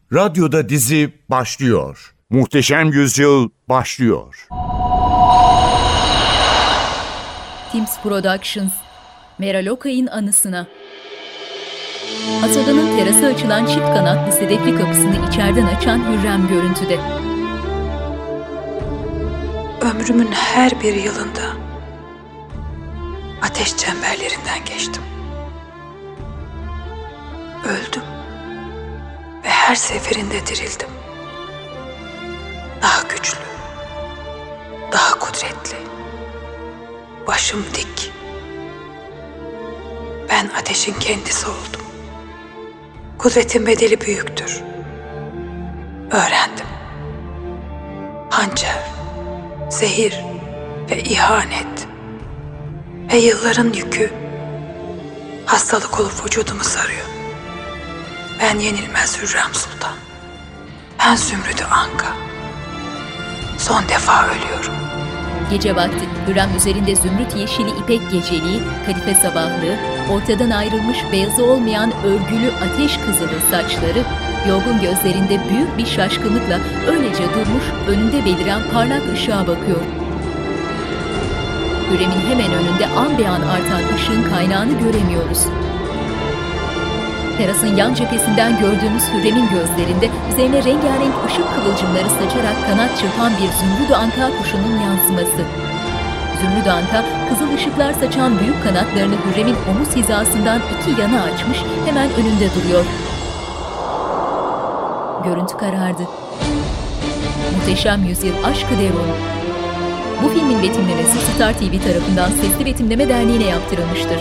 Radyoda dizi başlıyor. Muhteşem Yüzyıl başlıyor. Teams Productions, Meral Okay'ın anısına. Hasodanın terası açılan çift kanatlı sedefli kapısını içeriden açan Hürrem görüntüde. Ömrümün her bir yılında ateş çemberlerinden geçtim. Öldüm ve her seferinde dirildim. Daha güçlü, daha kudretli, başım dik. Ben ateşin kendisi oldum. Kudretin bedeli büyüktür. Öğrendim. Hançer, zehir ve ihanet ve yılların yükü hastalık olup vücudumu sarıyor. Ben yenilmez Hürrem Sultan. Ben Zümrüt Anka. Son defa ölüyorum. Gece vakti Hürrem üzerinde zümrüt yeşili ipek geceliği, kadife sabahlığı, ortadan ayrılmış beyazı olmayan örgülü ateş kızılı saçları, yorgun gözlerinde büyük bir şaşkınlıkla öylece durmuş önünde beliren parlak ışığa bakıyor. Hürrem'in hemen önünde an be an artan ışığın kaynağını göremiyoruz. Terasın yan cephesinden gördüğümüz Hürrem'in gözlerinde üzerine rengarenk ışık kıvılcımları saçarak kanat çırpan bir Zümrüt Anka kuşunun yansıması. Zümrüt Anka, kızıl ışıklar saçan büyük kanatlarını Hürrem'in omuz hizasından iki yana açmış, hemen önünde duruyor. Görüntü karardı. Muhteşem Yüzyıl Aşk-ı Derun. Bu filmin betimlemesi Star TV tarafından Sesli Betimleme Derneği'ne yaptırılmıştır.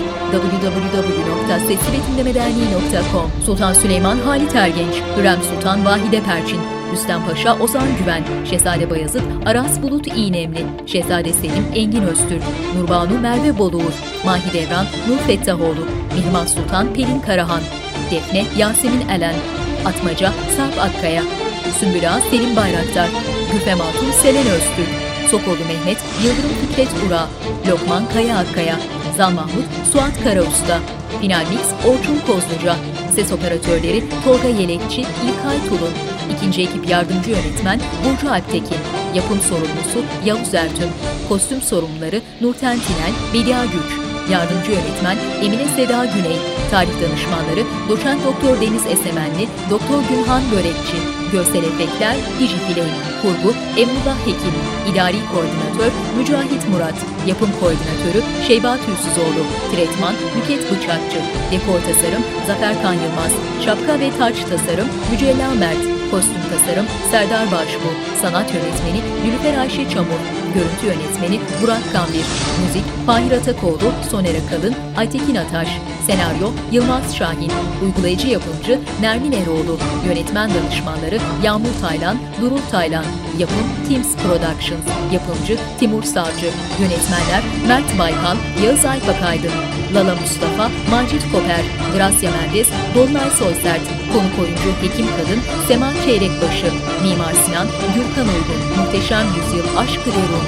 www.seslibetimlemederneği.com. Sultan Süleyman Halit Ergenç, Hürrem Sultan Vahide Perçin, Rüstem Paşa Ozan Güven, Şehzade Bayezid Aras Bulut İğnemli, Şehzade Selim Engin Öztürk, Nurbanu Merve Boluğur, Mahidevran Nur Fettahoğlu, Mihrimah Sultan Pelin Karahan, Defne Yasemin Elen, Atmaca Sarp Akkaya, Sümbül Ağa Selim Bayraktar, Gülfem Hatun Selen Öztürk, Sokoğlu Mehmet Yıldırım Fikret Ura, Lokman Kaya Akkaya, Zan Mahmut Suat Karausta, Final Mix Orçun Kozluca, Ses operatörleri Tolga Yelekçi, İlkay Tulun, İkinci ekip yardımcı yönetmen Burcu Alptekin, yapım sorumlusu Yavuz Ertüm, kostüm sorumluları Nurten Tinel, Bedia Güç, yardımcı yönetmen Emine Seda Güney, tarih danışmanları Doçent Doktor Deniz Esemenli, Doktor Günhan Börekçi, görsel efektler Dijifiley, kurgu Emrullah Hekim, idari koordinatör Mücahit Murat, yapım koordinatörü Şeyba Tülsüzoğlu, tretman Nüket Bıçakçı, dekor tasarım Zafer Kan Yılmaz, şapka ve taç tasarım Mücella Mert, kostüm tasarım Serdar Başbu, sanat yönetmeni Nilüfer Ayşe Çamur, görüntü yönetmeni Burak Kambir, müzik Fahir Atakoğlu, Soner Akalın, Aytekin Ataş, senaryo Yılmaz Şahin, uygulayıcı yapımcı Nermin Eroğlu, yönetmen danışmanları Yağmur Taylan, Durul Taylan, yapım Teams Productions, yapımcı Timur Savcı, yönetmenler Mert Baykan, Yağız Aypakaydın, Lala Mustafa, Macit Koper, Gracia Mendes, Dolunay Soysert, konuk oyuncu Hekim Kadın, Sema Çeyrekbaşı, Mimar Sinan, Gürkan Uygun, Muhteşem Yüzyıl Aşk-ı Derun.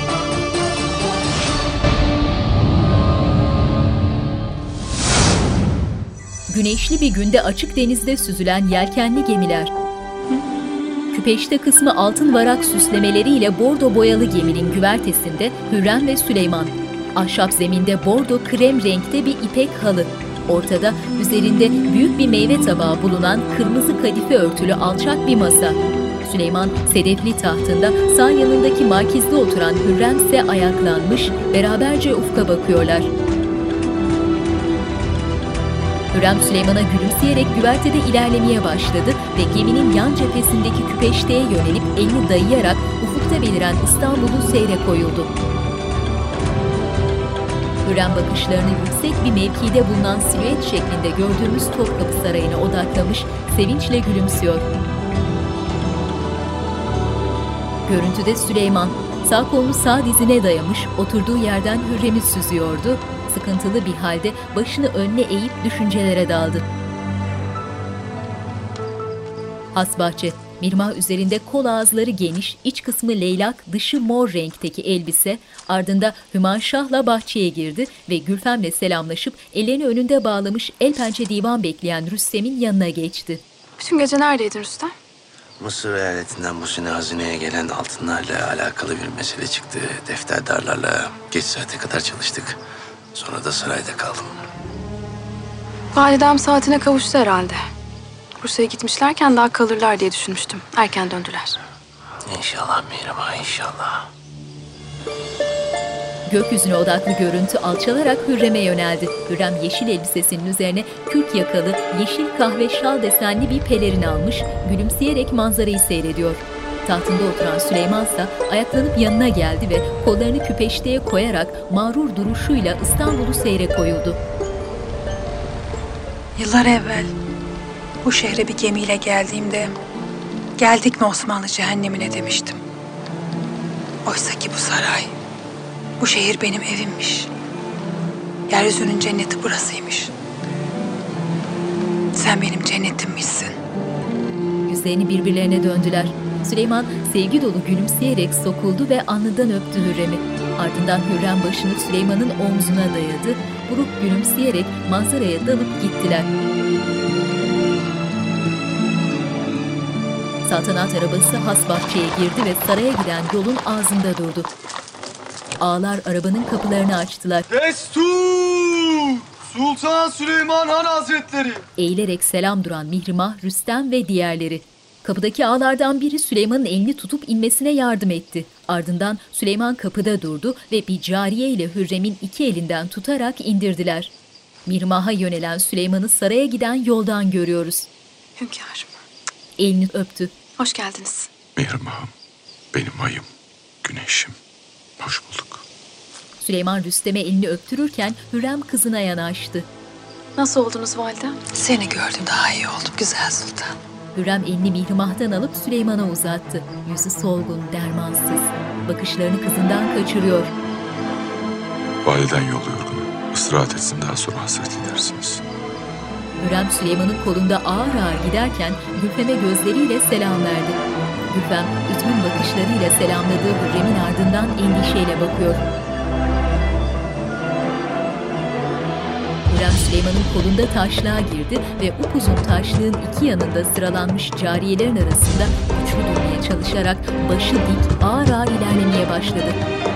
Güneşli bir günde açık denizde süzülen yelkenli gemiler. Küpeşte kısmı altın varak süslemeleriyle bordo boyalı geminin güvertesinde Hürrem ve Süleyman. Ahşap zeminde bordo krem renkte bir ipek halı. Ortada üzerinde büyük bir meyve tabağı bulunan kırmızı kadife örtülü alçak bir masa. Süleyman sedefli tahtında sağ yanındaki markizde oturan Hürrem ise ayaklanmış, beraberce ufka bakıyorlar. Hürrem Süleyman'a gülümseyerek güvertede ilerlemeye başladı ve geminin yan cephesindeki küpeşteye yönelip elini dayayarak ufukta beliren İstanbul'u seyre koyuldu. Hürrem bakışlarını yüksek bir mevkide bulunan silüet şeklinde gördüğümüz Topkapı Sarayı'na odaklamış, sevinçle gülümsüyor. Görüntüde Süleyman, sağ kolunu sağ dizine dayamış, oturduğu yerden Hürrem'i süzüyordu. Sıkıntılı bir halde başını önüne eğip düşüncelere daldı. Hasbahçe, Mihrimah üzerinde kol ağızları geniş, iç kısmı leylak, dışı mor renkteki elbise, ardında Hümanşah'la bahçeye girdi ve Gülfem'le selamlaşıp ellerini önünde bağlamış el pençe divan bekleyen Rüstem'in yanına geçti. Bütün gece neredeydin Rüstem? Mısır eyaletinden bu sene hazineye gelen altınlarla alakalı bir mesele çıktı. Defterdarlarla geç saate kadar çalıştık. Sonra da sarayda kaldım. Validem saatine kavuştu herhalde. Bursa'ya gitmişlerken daha kalırlar diye düşünmüştüm. Erken döndüler. İnşallah Mihrimah, inşallah. Gökyüzüne odaklı görüntü alçalarak Hürrem'e yöneldi. Hürrem yeşil elbisesinin üzerine kürk yakalı, yeşil kahve şal desenli bir pelerin almış, gülümseyerek manzarayı seyrediyor. Tahtında oturan Süleyman ise ayaklanıp yanına geldi ve kollarını küpeşteye koyarak mağrur duruşuyla İstanbul'u seyre koyuldu. Yıllar evvel bu şehre bir gemiyle geldiğimde geldik mi Osmanlı cehennemine demiştim. Oysa ki bu saray, bu şehir benim evimmiş. Yeryüzünün cenneti burasıymış. Sen benim cennetimmişsin. Yüzlerini birbirlerine döndüler. Süleyman sevgi dolu gülümseyerek sokuldu ve alnından öptü Hürrem'i. Ardından Hürrem başını Süleyman'ın omzuna dayadı. Buruk gülümseyerek manzaraya dalıp gittiler. Saltanat arabası has bahçeye girdi ve saraya giden yolun ağzında durdu. Ağalar arabanın kapılarını açtılar. Destur! Sultan Süleyman Han Hazretleri! Eğilerek selam duran Mihrimah, Rüstem ve diğerleri. Kapıdaki ağalardan biri Süleyman'ın elini tutup inmesine yardım etti. Ardından Süleyman kapıda durdu ve bir cariye ile Hürrem'in iki elinden tutarak indirdiler. Mihrimah'a yönelen Süleyman'ı saraya giden yoldan görüyoruz. Hünkârım, Elini öptü. hoş geldiniz. Mihrimah'ım, benim ayım, güneşim. Hoş bulduk. Süleyman Rüstem'e elini öptürürken Hürrem kızına yanaştı. Nasıl oldunuz validem? Seni gördüm, daha iyi oldum güzel sultan. Hürrem elini Mihrimah'tan alıp Süleyman'a uzattı. Yüzü solgun, dermansız. Bakışlarını kızından kaçırıyor. Validen yol yorgunu. İstirahat etsin, daha sonra hasret gidersiniz. Hürrem Süleyman'ın kolunda ağır ağır giderken Gülfem'e gözleriyle selam verdi. Gülfem üzgün bakışlarıyla selamladığı Hürrem'in ardından endişeyle bakıyor. Hürrem Süleyman'ın kolunda taşlığa girdi ve upuzun taşlığın iki yanında sıralanmış cariyelerin arasında güçlü durmaya çalışarak başı dik ağır ağır ilerlemeye başladı.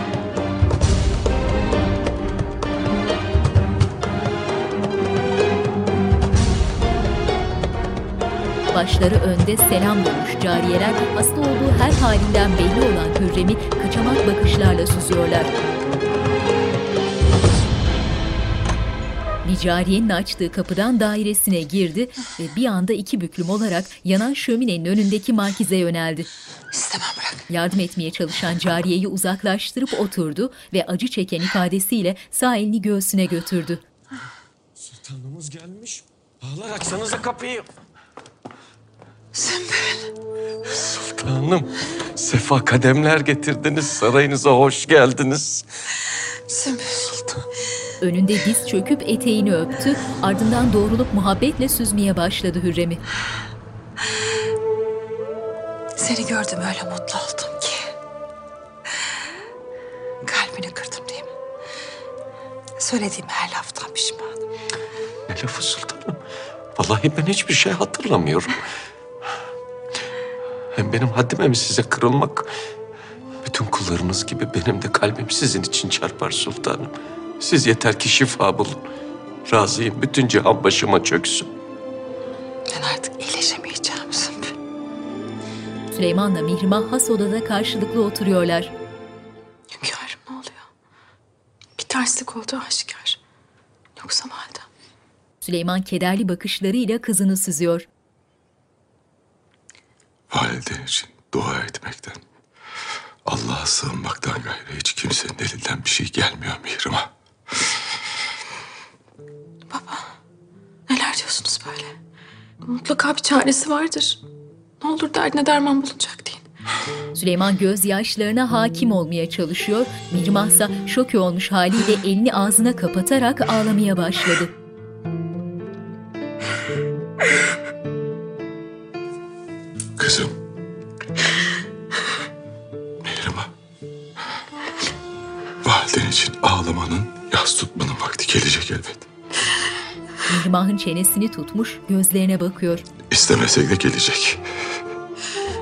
Başları önde selam durmuş cariyeler hasta olduğu her halinden belli olan Hürrem'i kaçamak bakışlarla süzüyorlar. Bir cariyenin açtığı kapıdan dairesine girdi ve bir anda iki büklüm olarak yanan şöminenin önündeki markize yöneldi. İstemem, bırak. Yardım etmeye çalışan cariyeyi uzaklaştırıp oturdu ve acı çeken ifadesiyle sağ elini göğsüne götürdü. Sultanımız gelmiş. Ağlar, açsanıza kapıyı. Sümbül. Sultanım, sefa kademler getirdiniz. Sarayınıza hoş geldiniz. Sümbül sultan. Önünde diz çöküp eteğini öptü, ardından doğrulup muhabbetle süzmeye başladı Hürrem'i. Seni gördüm, öyle mutlu oldum ki. Kalbini kırdım değil mi? Söylediğim her laftan pişmanım. Ne lafı sultanım? Vallahi ben hiçbir şey hatırlamıyorum. Hem benim haddime mi size kırılmak? Bütün kullarınız gibi benim de kalbim sizin için çarpar sultanım. Siz yeter ki şifa bulun. Razıyım, bütün cihan başıma çöksün. Ben artık iyileşemeyeceğim Sümbül. Süleyman'la Mihrimah has odada karşılıklı oturuyorlar. Hünkârım, ne oluyor? Bir terslik olduğu aşikar. Yoksa validem. Süleyman kederli bakışlarıyla kızını süzüyor. Valide için dua etmekten, Allah'a sığınmaktan gayrı hiç kimsenin elinden bir şey gelmiyor Mihrimah. Neler diyorsunuz böyle? Mutlaka bir çaresi vardır. Ne olur derdine derman bulunacak deyin. Süleyman gözyaşlarına hakim olmaya çalışıyor. Mihrimah ise şok olmuş haliyle elini ağzına kapatarak ağlamaya başladı. Kızım. Mihrimah. Validen için ağlamanın, yas tutmanın vakti gelecek elbet. Mihrimah'ın çenesini tutmuş, gözlerine bakıyor. İstemesek de gelecek.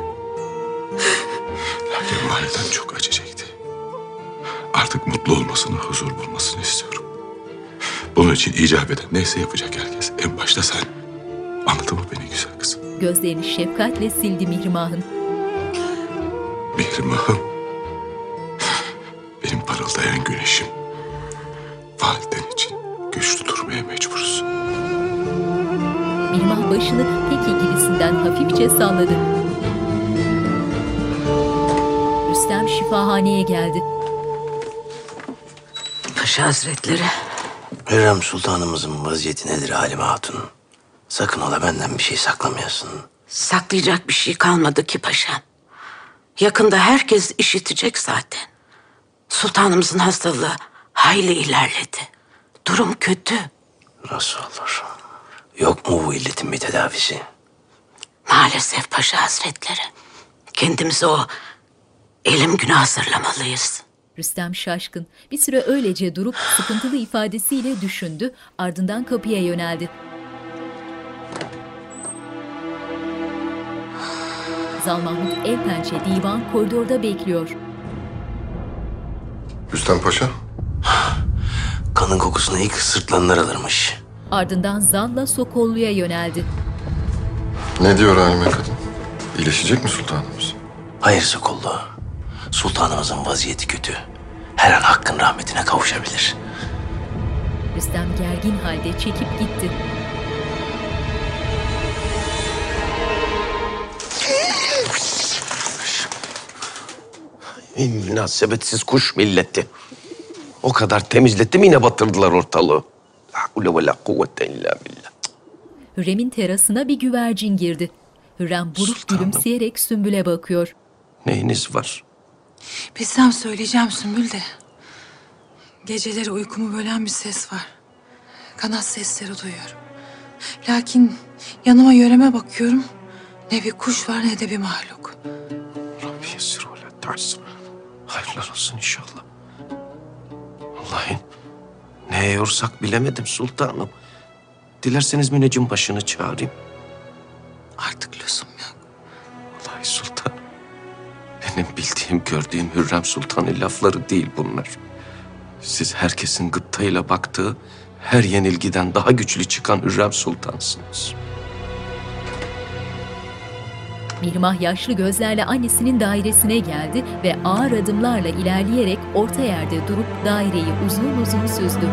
validen çok acı çekti. Artık mutlu olmasını, huzur bulmasını istiyorum. Bunun için icap eden neyse yapacak herkes. En başta sen. Anladın mı beni güzel kızım? Gözlerini şefkatle sildi Mihrimah'ın. Mihrimah'ım. Benim parıldayan güneşim. Validen için güçlü durmaya mecburuz. Mihrimah başını peki gibisinden hafifçe salladı. Rüstem şifahaneye geldi. Paşa Hazretleri. Hürrem Sultanımızın vaziyeti nedir Halime Hatun? Sakın ola benden bir şey saklamayasın. Saklayacak bir şey kalmadı ki paşam. Yakında herkes işitecek zaten. Sultanımızın hastalığı hayli ilerledi. Durum kötü. Nasıl olur? Yok mu bu illetin bir tedavisi? Maalesef Paşa Hazretleri. Kendimize o elim günü hazırlamalıyız. Rüstem şaşkın. Bir süre öylece durup sıkıntılı ifadesiyle düşündü, ardından kapıya yöneldi. Zal Mahmut el pençe divan koridorda bekliyor. Rüstem Paşa. Kanın kokusunu ilk sırtlanlar alırmış. Ardından Zal'la Sokollu'ya yöneldi. Ne diyor halime kadın? İyileşecek mi sultanımız? Hayır Sokollu. Sultanımızın vaziyeti kötü. Her an Hakk'ın rahmetine kavuşabilir. Rüstem gergin halde çekip gitti. Münasebetsiz kuş milleti. O kadar temizlettim yine batırdılar ortalığı. La havle ve la kuvvete illa billah. Hürrem'in terasına bir güvercin girdi. Hürrem buruk Sultanım. gülümseyerek Sümbül'e bakıyor. Neyiniz var? Bilsem söyleyeceğim Sümbül de. Geceleri uykumu bölen bir ses var. Kanat sesleri duyuyorum. Lakin yanıma yöreme bakıyorum. Ne bir kuş var ne de bir mahluk. Rabbi yessir ve la ta'sir. Hayırlar olsun inşallah. Vallahi neye yorsak bilemedim sultanım. Dilerseniz müneccim başını çağırayım. Artık lüzum yok. Vallahi sultan. Benim bildiğim, gördüğüm Hürrem Sultan'ın lafları değil bunlar. Siz herkesin gıptayla baktığı, her yenilgiden daha güçlü çıkan Hürrem Sultan'sınız. Mihrimah yaşlı gözlerle annesinin dairesine geldi ve ağır adımlarla ilerleyerek orta yerde durup daireyi uzun uzun süzdü.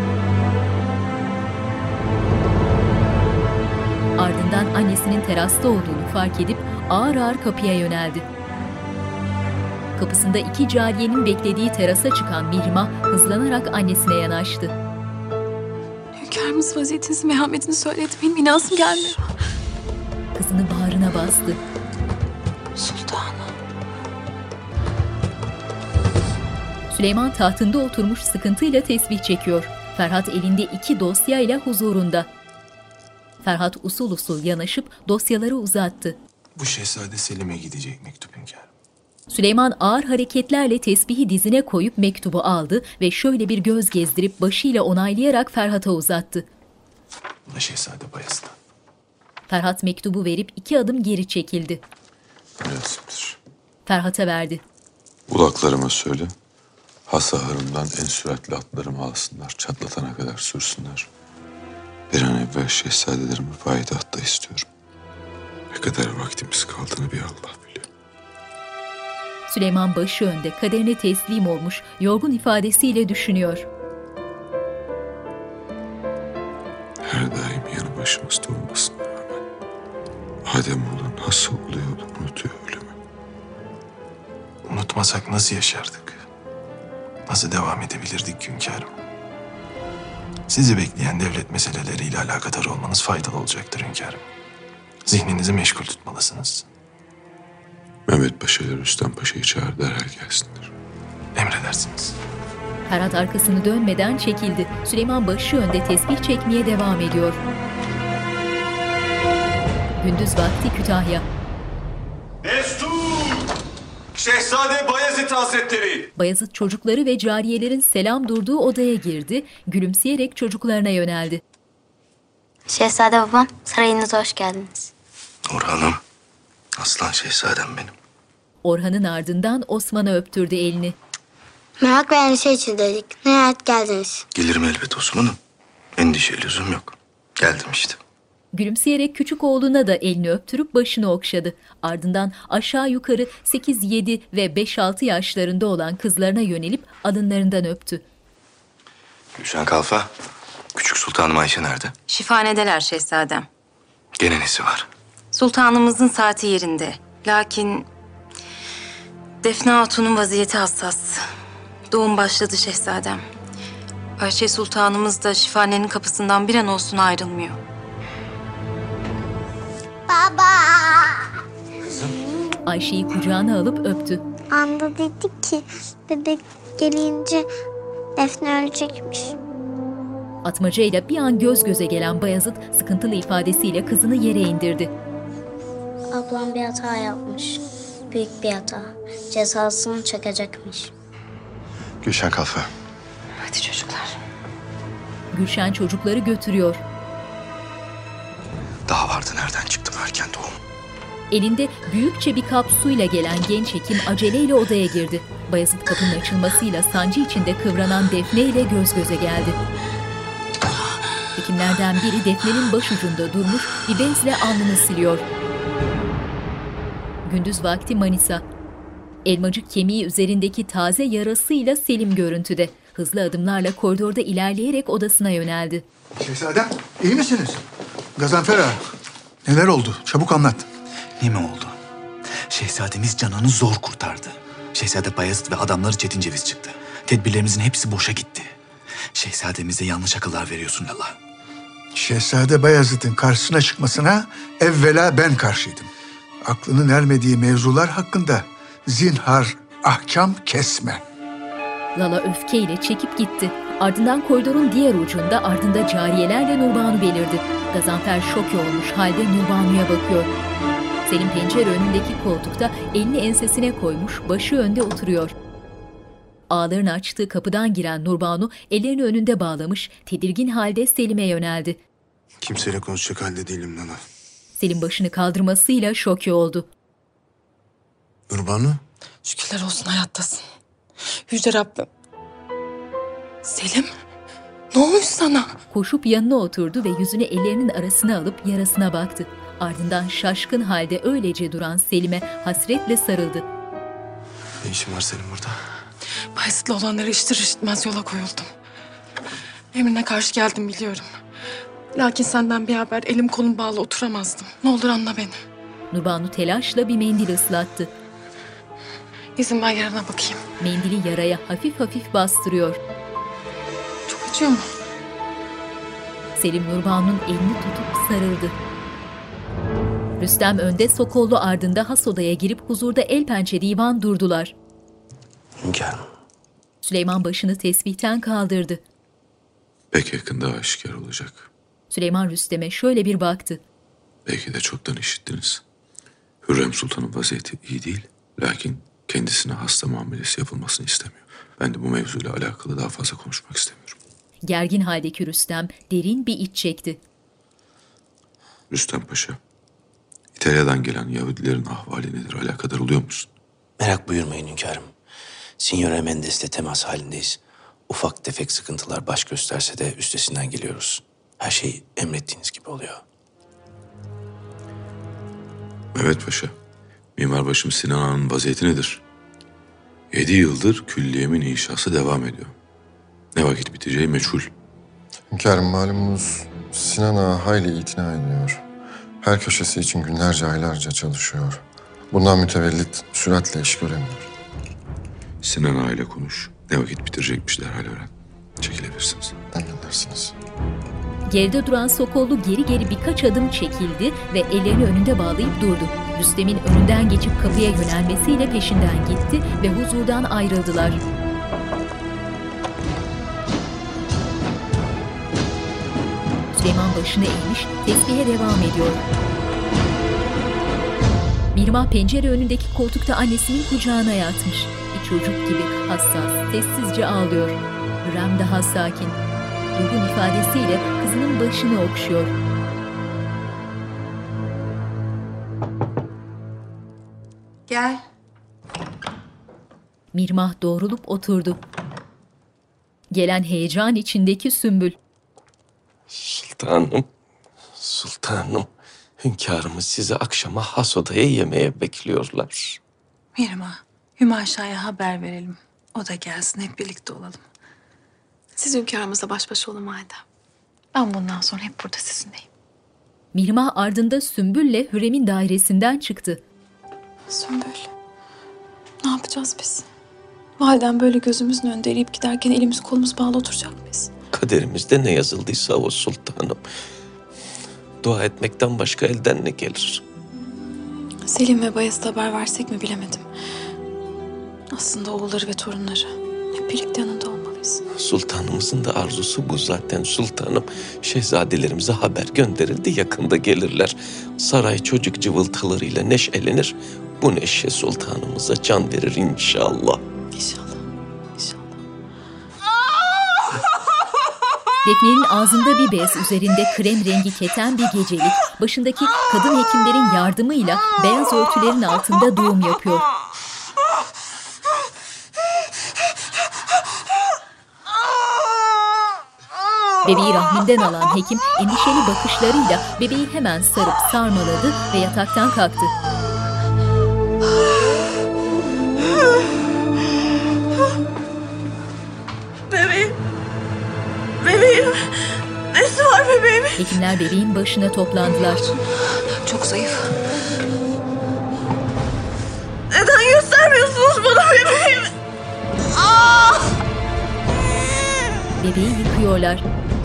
Ardından annesinin terasta olduğunu fark edip ağır ağır kapıya yöneldi. Kapısında iki cariyenin beklediği terasa çıkan Mihrimah hızlanarak annesine yanaştı. Hünkârımız vaziyetinizin vehametini söyledi. Benim inasım gelmiyor. Kızını bağrına bastı. Sultanım. Süleyman tahtında oturmuş sıkıntıyla tesbih çekiyor. Ferhat elinde 2 dosyayla huzurunda. Ferhat usul usul yanaşıp dosyaları uzattı. Bu Şehzade Selim'e gidecek mektup hünkârım. Süleyman ağır hareketlerle tesbihi dizine koyup mektubu aldı ve şöyle bir göz gezdirip başıyla onaylayarak Ferhat'a uzattı. Bu da Şehzade Bayezid'den. Ferhat mektubu verip 2 adım geri çekildi. Münasiptir. Ferhat'a verdi. Ulaklarıma söyle. Hasaharımdan en süratli atlarımı alsınlar. Çatlatana kadar sürsünler. Bir an evvel şehzadelerimi payidahta istiyorum. Ne kadar vaktimiz kaldığını bir Allah biliyor. Süleyman başı önde kaderine teslim olmuş, yorgun ifadesiyle düşünüyor. Her daim yanı başımızda olmasına rağmen Ademoğlu nasıl oluyordu unutuyor ölümü. Unutmasak nasıl yaşardık? Nasıl devam edebilirdik hünkârım? Sizi bekleyen devlet meseleleriyle alakadar olmanız faydalı olacaktır hünkârım. Zihninizi meşgul tutmalısınız. Mehmet Paşa ile Rüstem Paşa'yı çağır derhal gelsinler. Emredersiniz. Ferhat arkasını dönmeden çekildi. Süleyman başı önde tesbih çekmeye devam ediyor. Gündüz vakti Kütahya. Destur! Şehzade Bayezid Hazretleri! Bayezid çocukları ve cariyelerin selam durduğu odaya girdi, gülümseyerek çocuklarına yöneldi. Şehzade babam, sarayınıza hoş geldiniz. Orhan'ım, aslan şehzadem benim. Orhan'ın ardından Osman'a öptürdü elini. Merak ve endişe içindeydik. Nihayet geldiniz. Gelirim elbet Osman'ım. Endişe lüzum yok. Geldim işte. Gülümseyerek küçük oğluna da elini öptürüp başını okşadı. Ardından aşağı yukarı 8, 7 ve 5-6 yaşlarında olan kızlarına yönelip alınlarından öptü. Gülşen Kalfa, küçük sultanım Ayşe nerede? Şifanedeler şehzadem. Gene nesi var? Sultanımızın saati yerinde. Lakin Defne Hatun'un vaziyeti hassas. Doğum başladı şehzadem. Ayşe Sultanımız da şifanenin kapısından bir an olsun ayrılmıyor. Baba! Ayşe'yi kucağına alıp öptü. Anda dedi ki bebek gelince Defne ölecekmiş. Atmaca ile bir an göz göze gelen Bayezid sıkıntılı ifadesiyle kızını yere indirdi. Ablam bir hata yapmış. Büyük bir hata. Cezasını çekecekmiş. Gülşen Kalfa. Hadi çocuklar. Gülşen çocukları götürüyor. Daha vardı, nereden çıktım erken doğum? Elinde büyükçe bir kap suyla gelen genç hekim aceleyle odaya girdi. Bayezid kapının açılmasıyla sancı içinde kıvranan Defne ile göz göze geldi. Hekimlerden biri Defne'nin başucunda durmuş bir bezle alnını siliyor. Gündüz vakti Manisa. Elmacık kemiği üzerindeki taze yarasıyla Selim görüntüde. Hızlı adımlarla koridorda ilerleyerek odasına yöneldi. Şehzadem, iyi misiniz? Gazanfer ağa, neler oldu? Çabuk anlat. Ne mi oldu? Şehzademiz Canan'ı zor kurtardı. Şehzade Bayezid ve adamları Çetin Ceviz çıktı. Tedbirlerimizin hepsi boşa gitti. Şehzademize yanlış akıllar veriyorsun Lala. Şehzade Bayezid'in karşısına çıkmasına evvela ben karşıydım. Aklının ermediği mevzular hakkında zinhar ahkam kesme. Lala öfkeyle çekip gitti. Ardından koridorun diğer ucunda ardında cariyelerle Nurbanu belirdi. Gazanfer şok olmuş halde Nurbanu'ya bakıyor. Selim pencere önündeki koltukta elini ensesine koymuş, başı önde oturuyor. Ağlarını açtığı kapıdan giren Nurbanu ellerini önünde bağlamış, tedirgin halde Selim'e yöneldi. Kimseyle konuşacak halde değilim Nana. Selim başını kaldırmasıyla şoke oldu. Nurbanu? Şükürler olsun hayattasın. Yüce Rabbim. Selim, ne olmuş sana? Koşup yanına oturdu ve yüzünü ellerinin arasına alıp yarasına baktı. Ardından şaşkın halde öylece duran Selim'e hasretle sarıldı. Ne işin var senin burada? Bayezid'le olanları işitir işitmez yola koyuldum. Emrine karşı geldim biliyorum. Lakin senden bir haber elim kolum bağlı oturamazdım. Ne olur anla beni. Nurbanu telaşla bir mendil ıslattı. İzin ver yarana bakayım. Mendili yaraya hafif hafif bastırıyor. Çok acıyor mu? Selim Nurbanu'nun elini tutup sarıldı. Rüstem önde, Sokollu ardında has odaya girip huzurda el pençe divan durdular. Hünkârım. Süleyman başını tesbihten kaldırdı. Pek yakında aşikar olacak. Süleyman Rüstem'e şöyle bir baktı. Belki de çoktan işittiniz. Hürrem Sultan'ın vaziyeti iyi değil. Lakin kendisine hasta muamelesi yapılmasını istemiyor. Ben de bu mevzuyla alakalı daha fazla konuşmak istemiyorum. Gergin haldeki Rüstem derin bir iç çekti. Rüstem Paşa, İtalya'dan gelen Yahudilerin ahvali nedir? Alakadar oluyor musun? Merak buyurmayın hünkârım. Signora Mendes'le temas halindeyiz. Ufak tefek sıkıntılar baş gösterse de üstesinden geliyoruz. Her şey emrettiğiniz gibi oluyor. Mehmet Paşa, Mimarbaşım Sinan Ağa'nın vaziyeti nedir? 7 yıldır külliyemin inşası devam ediyor. Ne vakit biteceği meçhul. Hünkârım malumunuz Sinan Ağa hayli itina ediyor. Her köşesi için günlerce aylarca çalışıyor. Bundan mütevellit süratle iş göremiyor. Sinan Ağa ile konuş. Ne vakit bitirecekmiş derhal öğren. Çekilebilirsiniz. Emredersiniz. Geride duran Sokollu geri geri birkaç adım çekildi ve ellerini önünde bağlayıp durdu. Rüstem'in önünden geçip kapıya yönelmesiyle peşinden gitti ve huzurdan ayrıldılar. Süleyman başını eğmiş, tesbihe devam ediyor. Mihrimah pencere önündeki koltukta annesinin kucağına yatmış. Bir çocuk gibi hassas, sessizce ağlıyor. Hürrem daha sakin. Durgun ifadesiyle kızının başını okşuyor. Gel. Mirmah doğrulup oturdu. Gelen heyecan içindeki Sümbül. Sultanım, sultanım. Hünkârımız sizi akşama has odaya yemeğe bekliyorlar. Mirmah, Hümaşa'ya haber verelim. O da gelsin, hep birlikte olalım. Siz hünkârımızla baş başa olun madem. Ben bundan sonra hep burada sizinleyim. Mirmah ardında Sümbül'le Hürrem'in dairesinden çıktı. Sümbül, ne yapacağız biz? Validen böyle gözümüzün önünde eriyip giderken elimiz kolumuz bağlı oturacak mıyız? Kaderimizde ne yazıldıysa o sultanım. Dua etmekten başka elden ne gelir? Selim ve Bayezid'e haber versek mi bilemedim. Aslında oğulları ve torunları hep birlikte yanında olmalıyız. Sultanımızın da arzusu bu zaten sultanım. Şehzadelerimize haber gönderildi, yakında gelirler. Saray çocuk cıvıltılarıyla neşelenir. Bu neşe sultanımıza can verir inşallah. İnşallah. Defne'nin ağzında bir bez, üzerinde krem rengi keten bir gecelik, başındaki kadın hekimlerin yardımıyla beyaz örtülerin altında doğum yapıyor. Bebeği rahminden alan hekim endişeli bakışlarıyla bebeği hemen sarıp sarmaladı ve yataktan kalktı. Bebeğim. Nesi var bebeğimin? Hekimler bebeğin başına toplandılar. Çok zayıf. Neden göstermiyorsunuz bana bebeğimi? Bebeği yıkıyorlar.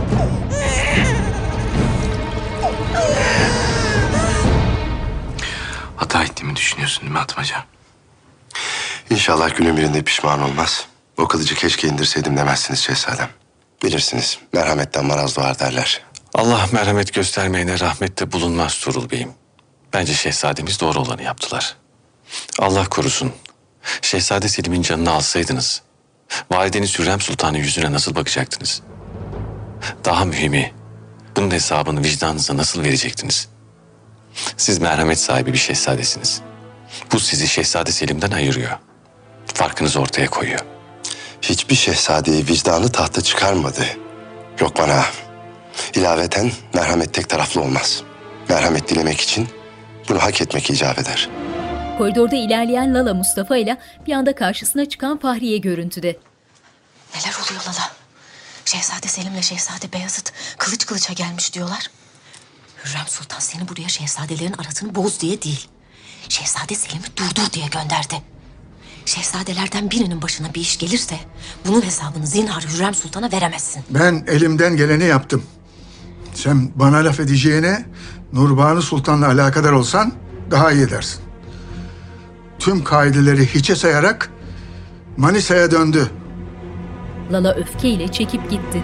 Hata ettiğimi düşünüyorsun değil mi Atmaca? İnşallah günün birinde pişman olmaz. O kılıcı keşke indirseydim demezsiniz şehzadem. Bilirsiniz, merhametten maraz doğar derler. Allah merhamet göstermeyene rahmette bulunmaz Tuğrul Bey'im. Bence şehzademiz doğru olanı yaptılar. Allah korusun. Şehzade Selim'in canını alsaydınız, valideniz Hürrem Sultan'ın yüzüne nasıl bakacaktınız? Daha mühimi, bunun hesabını vicdanınıza nasıl verecektiniz? Siz merhamet sahibi bir şehzadesiniz. Bu sizi Şehzade Selim'den ayırıyor. Farkınızı ortaya koyuyor. Hiçbir şehzadeyi vicdanı tahta çıkarmadı. Lokman ağa. İlaveten merhamet tek taraflı olmaz. Merhamet dilemek için bunu hak etmek icap eder. Koridorda ilerleyen Lala Mustafa ile bir anda karşısına çıkan Fahriye görüntüde. Neler oluyor Lala? Şehzade Selim'le Şehzade Beyazıt kılıç kılıça gelmiş diyorlar. Hürrem Sultan seni buraya şehzadelerin arasını boz diye değil, Şehzade Selim'i durdur diye gönderdi. Şehzadelerden birinin başına bir iş gelirse bunun hesabını zinhar Hürrem Sultan'a veremezsin. Ben elimden geleni yaptım. Sen bana laf edeceğine Nurbanu Sultan'la alakadar olsan daha iyi edersin. Tüm kaideleri hiçe sayarak Manisa'ya döndü. Lala öfkeyle çekip gitti.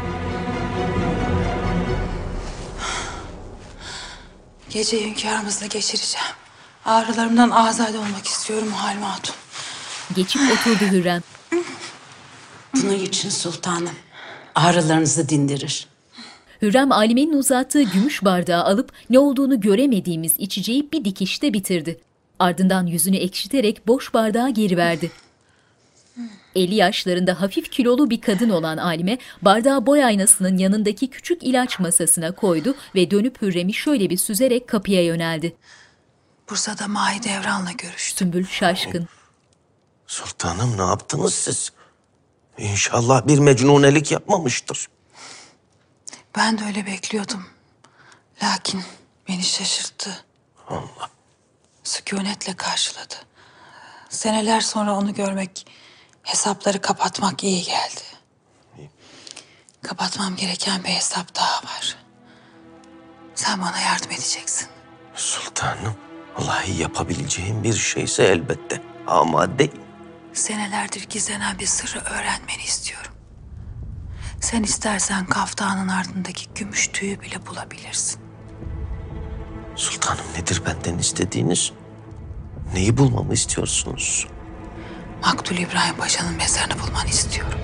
Geceyi hünkârımızla geçireceğim. Ağrılarımdan azade olmak istiyorum Halime Hatun. Geçip oturdu Hürrem. Bunun için sultanım ağrılarınızı dindirir. Hürrem alimenin uzattığı gümüş bardağı alıp ne olduğunu göremediğimiz içeceği bir dikişte bitirdi. Ardından yüzünü ekşiterek boş bardağı geri verdi. 50 yaşlarında hafif kilolu bir kadın olan alime bardağı boy aynasının yanındaki küçük ilaç masasına koydu ve dönüp Hürrem'i şöyle bir süzerek kapıya yöneldi. Bursa'da Mahidevran'la görüştüm. Sümbül şaşkın. Sultanım ne yaptınız siz? İnşallah bir mecnunelik yapmamıştır. Ben de öyle bekliyordum. Lakin beni şaşırttı. Allah. Sükunetle karşıladı. Seneler sonra onu görmek, hesapları kapatmak iyi geldi. Kapatmam gereken bir hesap daha var. Sen bana yardım edeceksin. Sultanım, vallahi yapabileceğim bir şeyse elbette. Ama değil. Senelerdir gizlenen bir sırrı öğrenmeni istiyorum. Sen istersen kaftanın ardındaki gümüş tüyü bile bulabilirsin. Sultanım nedir benden istediğiniz? Neyi bulmamı istiyorsunuz? Maktul İbrahim Paşa'nın mezarını bulmanı istiyorum.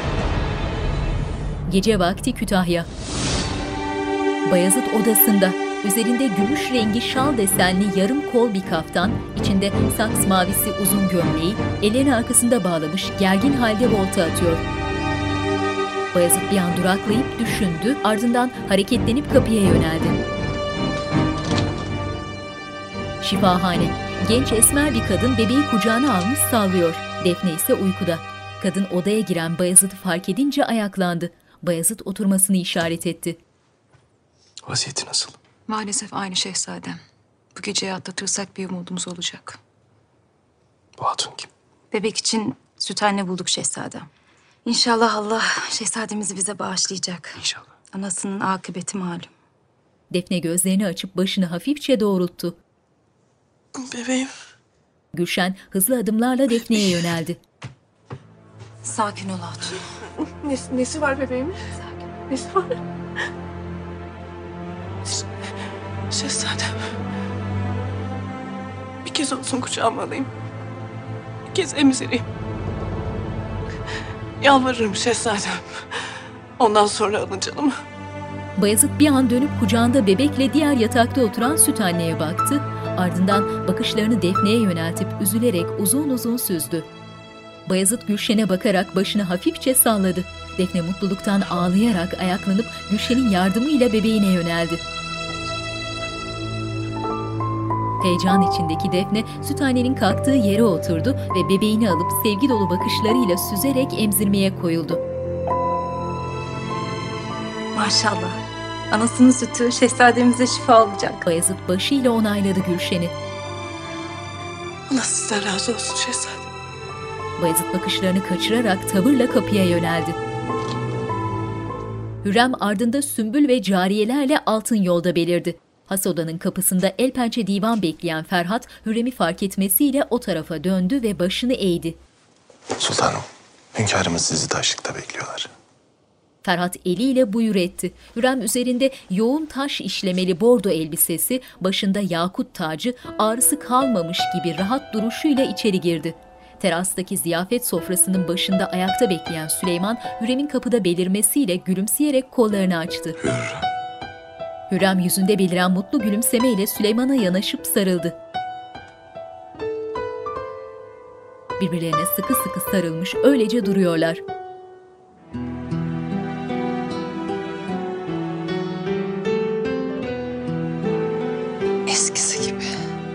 Gece vakti Kütahya. Bayezid odasında. Üzerinde gümüş rengi şal desenli yarım kol bir kaftan, içinde saks mavisi uzun gömleği, ellerini arkasında bağlamış gergin halde volta atıyor. Bayezid bir an duraklayıp düşündü, ardından hareketlenip kapıya yöneldi. Şifahane. Genç esmer bir kadın bebeği kucağına almış sallıyor. Defne ise uykuda. Kadın odaya giren Bayezid'i fark edince ayaklandı. Bayezid oturmasını işaret etti. Vaziyeti nasıl? Maalesef aynı şehzadem. Bu geceyi atlatırsak bir umudumuz olacak. Bu hatun kim? Bebek için süt anne bulduk şehzadem. İnşallah Allah şehzademizi bize bağışlayacak. İnşallah. Anasının akıbeti malum. Defne gözlerini açıp başını hafifçe doğrulttu. Bebeğim. Gülşen hızlı adımlarla Defne'ye yöneldi. Sakin ol hatun. Nesi var bebeğimin? Nesi var? Şehzadem. Bir kez olsun kucağıma alayım. Bir kez emzireyim. Yalvarırım şehzadem. Ondan sonra alın canımı. Bayezid bir an dönüp kucağında bebekle diğer yatakta oturan süt anneye baktı. Ardından bakışlarını Defne'ye yöneltip üzülerek uzun uzun süzdü. Bayezid Gülşen'e bakarak başını hafifçe salladı. Defne mutluluktan ağlayarak ayaklanıp Gülşen'in yardımıyla bebeğine yöneldi. Heyecan içindeki Defne süt annenin kalktığı yere oturdu ve bebeğini alıp sevgi dolu bakışlarıyla süzerek emzirmeye koyuldu. Maşallah. Anasının sütü şehzademize şifa olacak. Bayezid başıyla onayladı Gülşen'i. Allah sizden razı olsun şehzadem. Bayezid bakışlarını kaçırarak tavırla kapıya yöneldi. Hürrem ardında Sümbül ve cariyelerle altın yolda belirdi. Has odanın kapısında el pençe divan bekleyen Ferhat, Hürrem'i fark etmesiyle o tarafa döndü ve başını eğdi. Sultanım, hünkârımız sizi taşlıkta bekliyorlar. Ferhat eliyle buyur etti. Hürrem üzerinde yoğun taş işlemeli bordo elbisesi, başında yakut tacı, ağrısı kalmamış gibi rahat duruşuyla içeri girdi. Terastaki ziyafet sofrasının başında ayakta bekleyen Süleyman, Hürrem'in kapıda belirmesiyle gülümseyerek kollarını açtı. Hürrem yüzünde beliren mutlu gülümsemeyle Süleyman'a yanaşıp sarıldı. Birbirlerine sıkı sıkı sarılmış öylece duruyorlar. Eskisi gibi.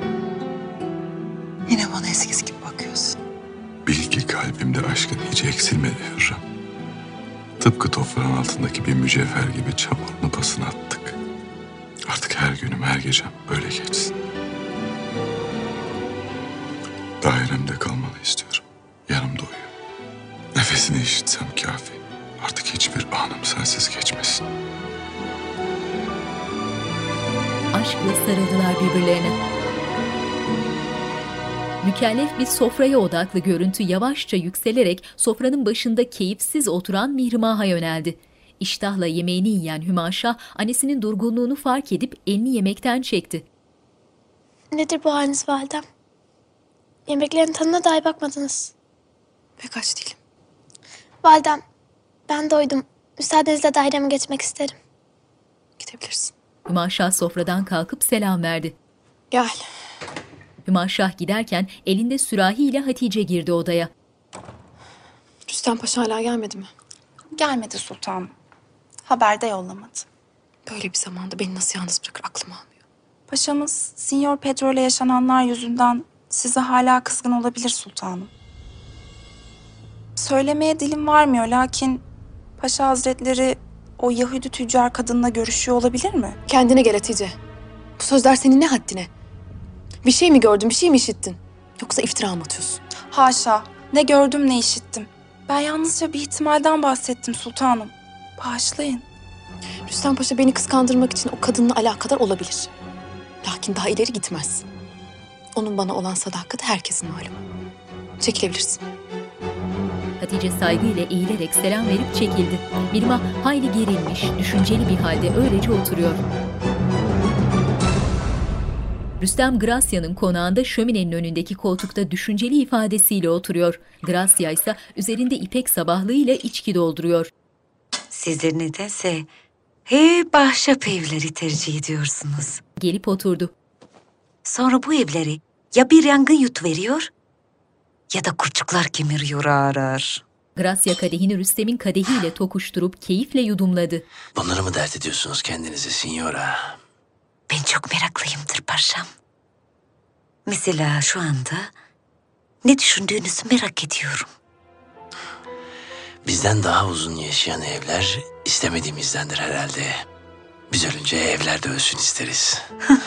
Yine bana eskisi gibi bakıyorsun. Bil ki kalbimde aşkın hiç eksilmedi Hürrem. Tıpkı toprağın altındaki bir mücevher gibi çamurunu pasına attık. Artık her günüm, her gecem böyle geçsin. Dairemde kalmanı istiyorum. Yanımda uyu. Nefesini işitsem kafi. Artık hiçbir anım sensiz geçmesin. Aşkla sarıldılar birbirlerine. Mükellef bir sofraya odaklı görüntü yavaşça yükselerek sofranın başında keyifsiz oturan Mihrimah'a yöneldi. İştahla yemeğini yiyen Hümaşah annesinin durgunluğunu fark edip elini yemekten çekti. Nedir bu haliniz validem? Yemeklerin tadına dahi bakmadınız. Pek aç değilim. Validem, ben doydum. Müsaadenizle daireme geçmek isterim. Gidebilirsin. Hümaşah sofradan kalkıp selam verdi. Gel. Hümaşah giderken elinde sürahiyle Hatice girdi odaya. Rüstem Paşa hala gelmedi mi? Gelmedi sultanım. Haber de yollamadı. Böyle bir zamanda beni nasıl yalnız bırakır aklım almıyor. Paşamız Sinyor Pedro ile yaşananlar yüzünden size hala kızgın olabilir sultanım. Söylemeye dilim varmıyor lakin Paşa Hazretleri o Yahudi tüccar kadınla görüşüyor olabilir mi? Kendine gel Hatice. Bu sözler senin ne haddine? Bir şey mi gördün, bir şey mi işittin? Yoksa iftira mı atıyorsun? Haşa, ne gördüm ne işittim. Ben yalnızca bir ihtimalden bahsettim sultanım. Bağışlayın. Rüstem Paşa beni kıskandırmak için o kadınla alakadar olabilir. Lakin daha ileri gitmez. Onun bana olan sadakati herkesin malumu. Çekilebilirsin. Hatice saygıyla eğilerek selam verip çekildi. Mihrimah hayli gerilmiş, düşünceli bir halde öylece oturuyor. Rüstem Gracia'nın konağında şöminenin önündeki koltukta düşünceli ifadesiyle oturuyor. Gracia ise üzerinde ipek sabahlığıyla içki dolduruyor. Sizler nedense Ahşap evleri tercih ediyorsunuz. Gelip oturdu. Sonra bu evleri ya bir yangın yutuveriyor ya da kurçuklar kemiriyor ağır ağır. Gracia kadehini Rüstem'in kadehiyle tokuşturup keyifle yudumladı. Bunları mı dert ediyorsunuz kendinize signora? Ben çok meraklıyımdır paşam. Mesela şu anda ne düşündüğünüzü merak ediyorum. Bizden daha uzun yaşayan evler istemediğimizdendir herhalde. Biz ölünce evler de ölsün isteriz.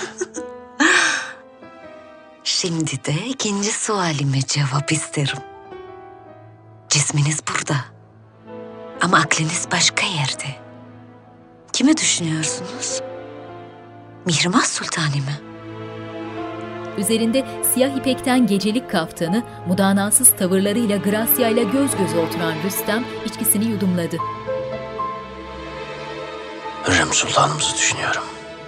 Şimdi de ikinci sualime cevap isterim. Cisminiz burada. Ama aklınız başka yerde. Kimi düşünüyorsunuz? Mihrimah Sultan'ı mı? Üzerinde siyah ipekten gecelik kaftanı, mudanasız tavırlarıyla Gracia ile göz göze oturan Rüstem içkisini yudumladı. Hürrem Sultanımızı düşünüyorum.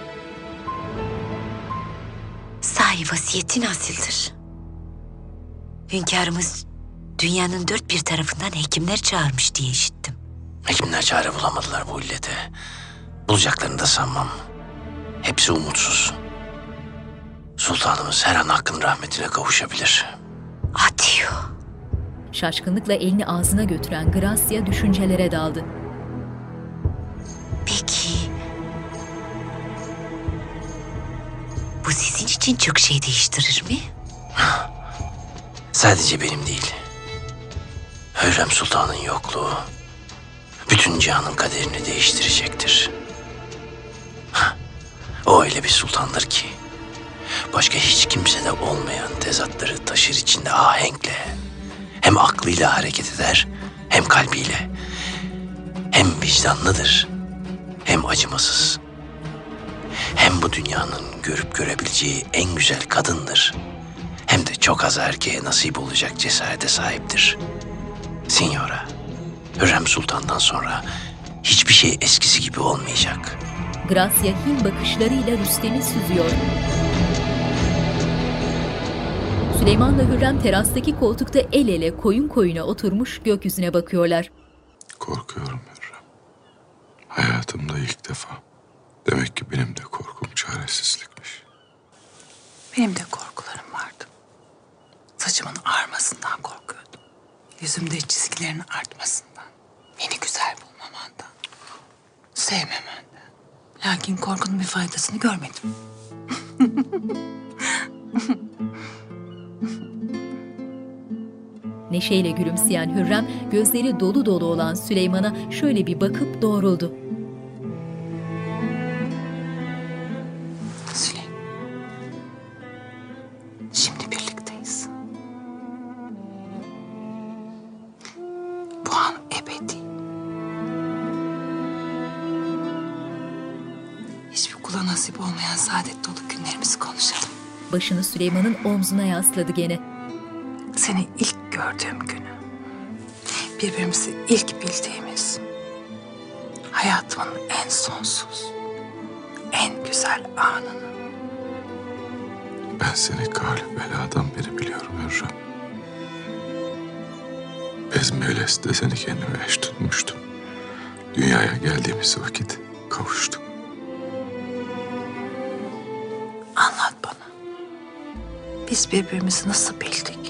Sahi vasiyeti nasıldır? Hünkârımız dünyanın dört bir tarafından hekimler çağırmış diye işittim. Hekimler çare bulamadılar bu illete. Bulacaklarını da sanmam. Hepsi umutsuz. Sultanımız her an Hakk'ın rahmetine kavuşabilir. Atıyor. Şaşkınlıkla elini ağzına götüren Gracia düşüncelere daldı. Peki, bu sizin için çok şey değiştirir mi? Sadece benim değil. Hürrem Sultan'ın yokluğu bütün cihanın kaderini değiştirecektir. O öyle bir sultandır ki başka hiç kimsede olmayan tezatları taşır içinde ahenkle. Hem aklıyla hareket eder, hem kalbiyle. Hem vicdanlıdır, hem acımasız. Hem bu dünyanın görüp görebileceği en güzel kadındır. Hem de çok az erkeğe nasip olacak cesarete sahiptir. Signora, Hürrem Sultan'dan sonra hiçbir şey eskisi gibi olmayacak. Gracia hin bakışlarıyla Rüstem'i süzüyor. Süleyman'la Hürrem terastaki koltukta el ele koyun koyuna oturmuş gökyüzüne bakıyorlar. Korkuyorum Hürrem. Hayatımda ilk defa. Demek ki benim de korkum çaresizlikmiş. Benim de korkularım vardı. Saçımın ağarmasından korkuyordum. Yüzümde çizgilerin artmasından. Beni güzel bulmamandan. Sevmemenden. Lakin korkunun bir faydasını görmedim. Neşeyle gülümseyen Hürrem, gözleri dolu dolu olan Süleyman'a şöyle bir bakıp doğruldu. Süleyman, şimdi birlikteyiz. Bu an ebedi. Hiçbir kula nasip olmayan saadet dolu günlerimizi konuşalım. Başını Süleyman'ın omzuna yasladı gene. Seni ilk gördüğüm günü, birbirimizi ilk bildiğimiz, hayatımın en sonsuz, en güzel anını. Ben seni galip beladan beri biliyorum Hürrem. Bezmi-i seni kendime eş tutmuştum. Dünyaya geldiğimiz vakit kavuştuk. Anlat bana. Biz birbirimizi nasıl bildik?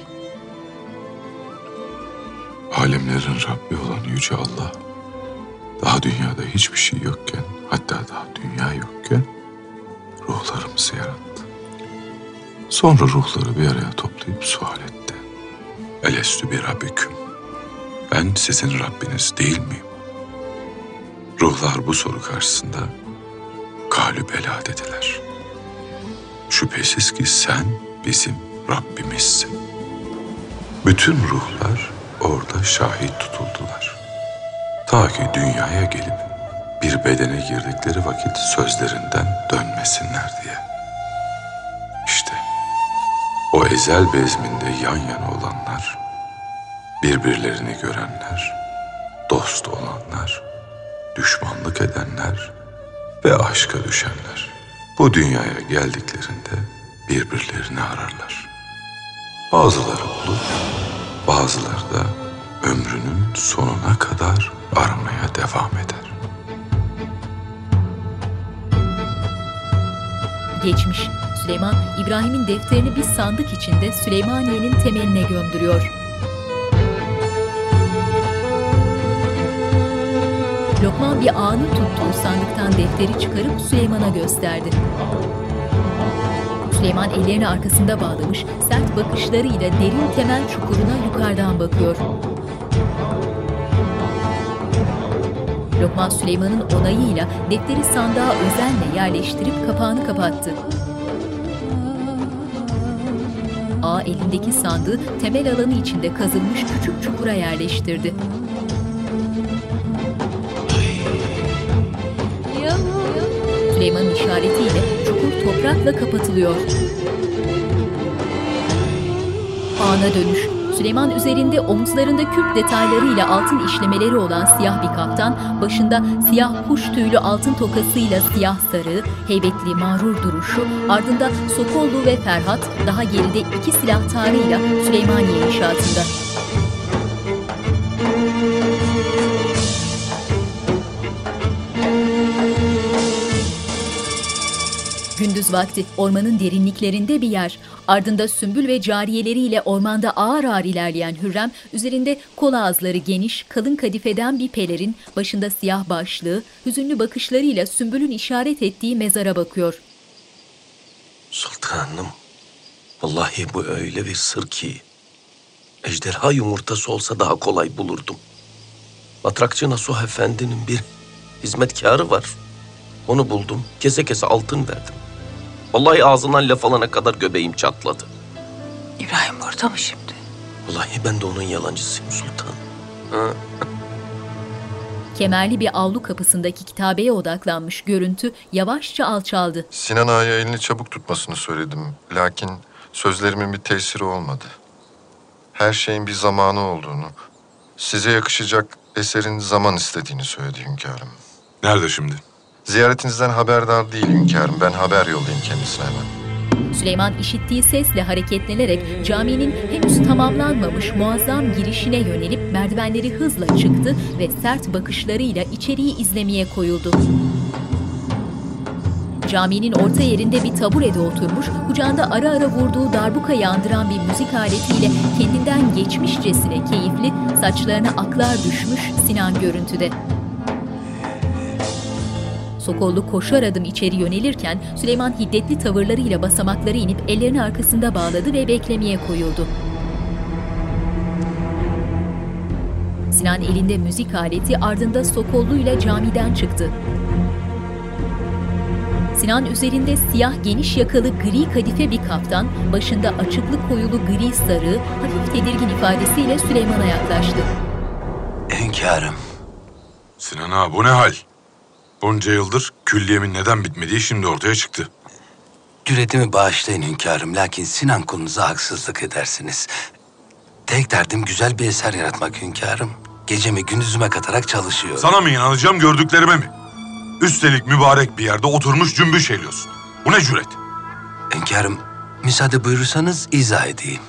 Alemlerin Rabbi olan Yüce Allah, daha dünyada hiçbir şey yokken, hatta daha dünya yokken ruhlarımızı yarattı. Sonra ruhları bir araya toplayıp sual etti. Elestü bir Rabbiküm. Ben sizin Rabbiniz değil miyim? Ruhlar bu soru karşısında galü bela dediler. Şüphesiz ki sen bizim Rabbimizsin. Bütün ruhlar orada şahit tutuldular. Ta ki dünyaya gelip bir bedene girdikleri vakit sözlerinden dönmesinler diye. İşte o ezel bezminde yan yana olanlar, birbirlerini görenler, dost olanlar, düşmanlık edenler ve aşka düşenler. Bu dünyaya geldiklerinde birbirlerini ararlar. Bazıları bulur, bazıları da ömrünün sonuna kadar aramaya devam eder. Geçmiş. Süleyman, İbrahim'in defterini bir sandık içinde Süleymaniye'nin temeline gömdürüyor. Lokman bir ağanın tuttuğu sandıktan defteri çıkarıp Süleyman'a gösterdi. Süleyman ellerini arkasında bağlamış, sert bakışlarıyla derin temel çukuruna yukarıdan bakıyor. Lokman Süleyman'ın onayıyla defteri sandığa özenle yerleştirip kapağını kapattı. Ağa elindeki sandığı temel alanı içinde kazılmış küçük çukura yerleştirdi. Süleyman'ın işaretiyle çukur toprakla kapatılıyor. Ağına dönüş. Süleyman üzerinde omuzlarında kürk detaylarıyla altın işlemeleri olan siyah bir kaftan, başında siyah kuş tüylü altın tokasıyla siyah sarığı, heybetli mağrur duruşu, ardında Sokollu ve Ferhat, daha geride iki silahtarıyla Süleymaniye inşaatında. Gündüz vakti ormanın derinliklerinde bir yer. Ardında sümbül ve cariyeleriyle ormanda ağır ağır ilerleyen Hürrem, üzerinde kol ağızları geniş, kalın kadifeden bir pelerin, başında siyah başlığı, hüzünlü bakışlarıyla sümbülün işaret ettiği mezara bakıyor. Sultanım, vallahi bu öyle bir sır ki, ejderha yumurtası olsa daha kolay bulurdum. Matrakçı Nasuh Efendi'nin bir hizmetkarı var. Onu buldum, kese kese altın verdim. Vallahi ağzından laf alana kadar göbeğim çatladı. İbrahim burada mı şimdi? Vallahi ben de onun yalancısıyım sultanım. Ha? Kemerli bir avlu kapısındaki kitabeye odaklanmış görüntü yavaşça alçaldı. Sinan Ağa'ya elini çabuk tutmasını söyledim. Lakin sözlerimin bir tesiri olmadı. Her şeyin bir zamanı olduğunu, size yakışacak eserin zaman istediğini söyledi hünkârım. Nerede şimdi? Ziyaretinizden haberdar değil hünkârım. Ben haber yollayayım kendisine hemen. Süleyman işittiği sesle hareketlenerek caminin henüz tamamlanmamış muazzam girişine yönelip merdivenleri hızla çıktı ve sert bakışlarıyla içeriği izlemeye koyuldu. Caminin orta yerinde bir taburede oturmuş, kucağında ara ara vurduğu darbukayı andıran bir müzik aletiyle kendinden geçmişcesine keyifli, saçlarına aklar düşmüş Sinan görüntüde. Sokollu koşar adım içeri yönelirken Süleyman hiddetli tavırlarıyla basamakları inip ellerini arkasında bağladı ve beklemeye koyuldu. Sinan elinde müzik aleti, ardında Sokollu'yla camiden çıktı. Sinan üzerinde siyah geniş yakalı gri kadife bir kaftan, başında açıklı koyulu gri sarığı, hafif tedirgin ifadesiyle Süleyman'a yaklaştı. Hünkârım. Sinan Ağa, bu ne hal? Bunca yıldır külliyemin neden bitmediği şimdi ortaya çıktı. Cüretimi bağışlayın hünkârım, lakin Sinan kulunuza haksızlık edersiniz. Tek derdim güzel bir eser yaratmak hünkârım. Gecemi gündüzüme katarak çalışıyorum. Sana mı inanacağım, gördüklerime mi? Üstelik mübarek bir yerde oturmuş cümbüş eğliyorsun. Bu ne cüret? Hünkârım, müsaade buyurursanız izah edeyim.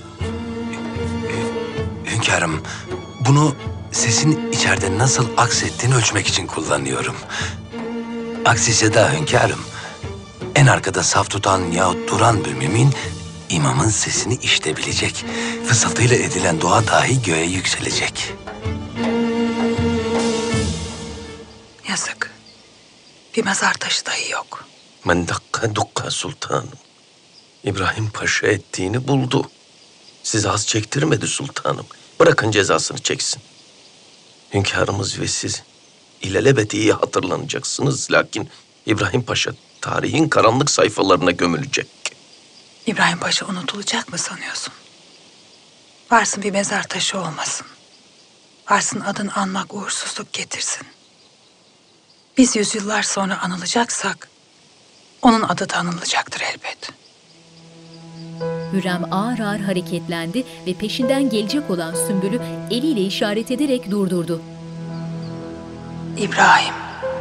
Hünkârım, bunu sesin içeride nasıl aksettiğini ölçmek için kullanıyorum. Aksi ise daha hünkârım, en arkada saf tutan yahut duran bir mümin, imamın sesini işitebilecek. Fısıltıyla edilen dua dahi göğe yükselecek. Yazık. Bir mezar taşı dahi yok. Men dakka dukka sultanım. İbrahim Paşa ettiğini buldu. Sizi az çektirmedi sultanım. Bırakın cezasını çeksin. Hünkârımız ve siz ilelebet iyi hatırlanacaksınız. Lakin İbrahim Paşa tarihin karanlık sayfalarına gömülecek. İbrahim Paşa unutulacak mı sanıyorsun? Varsın bir mezar taşı olmasın. Varsın adını anmak uğursuzluk getirsin. Biz yüzyıllar sonra anılacaksak, onun adı da anılacaktır elbet. Hürrem ağır ağır hareketlendi ve peşinden gelecek olan Sümbül'ü eliyle işaret ederek durdurdu. İbrahim.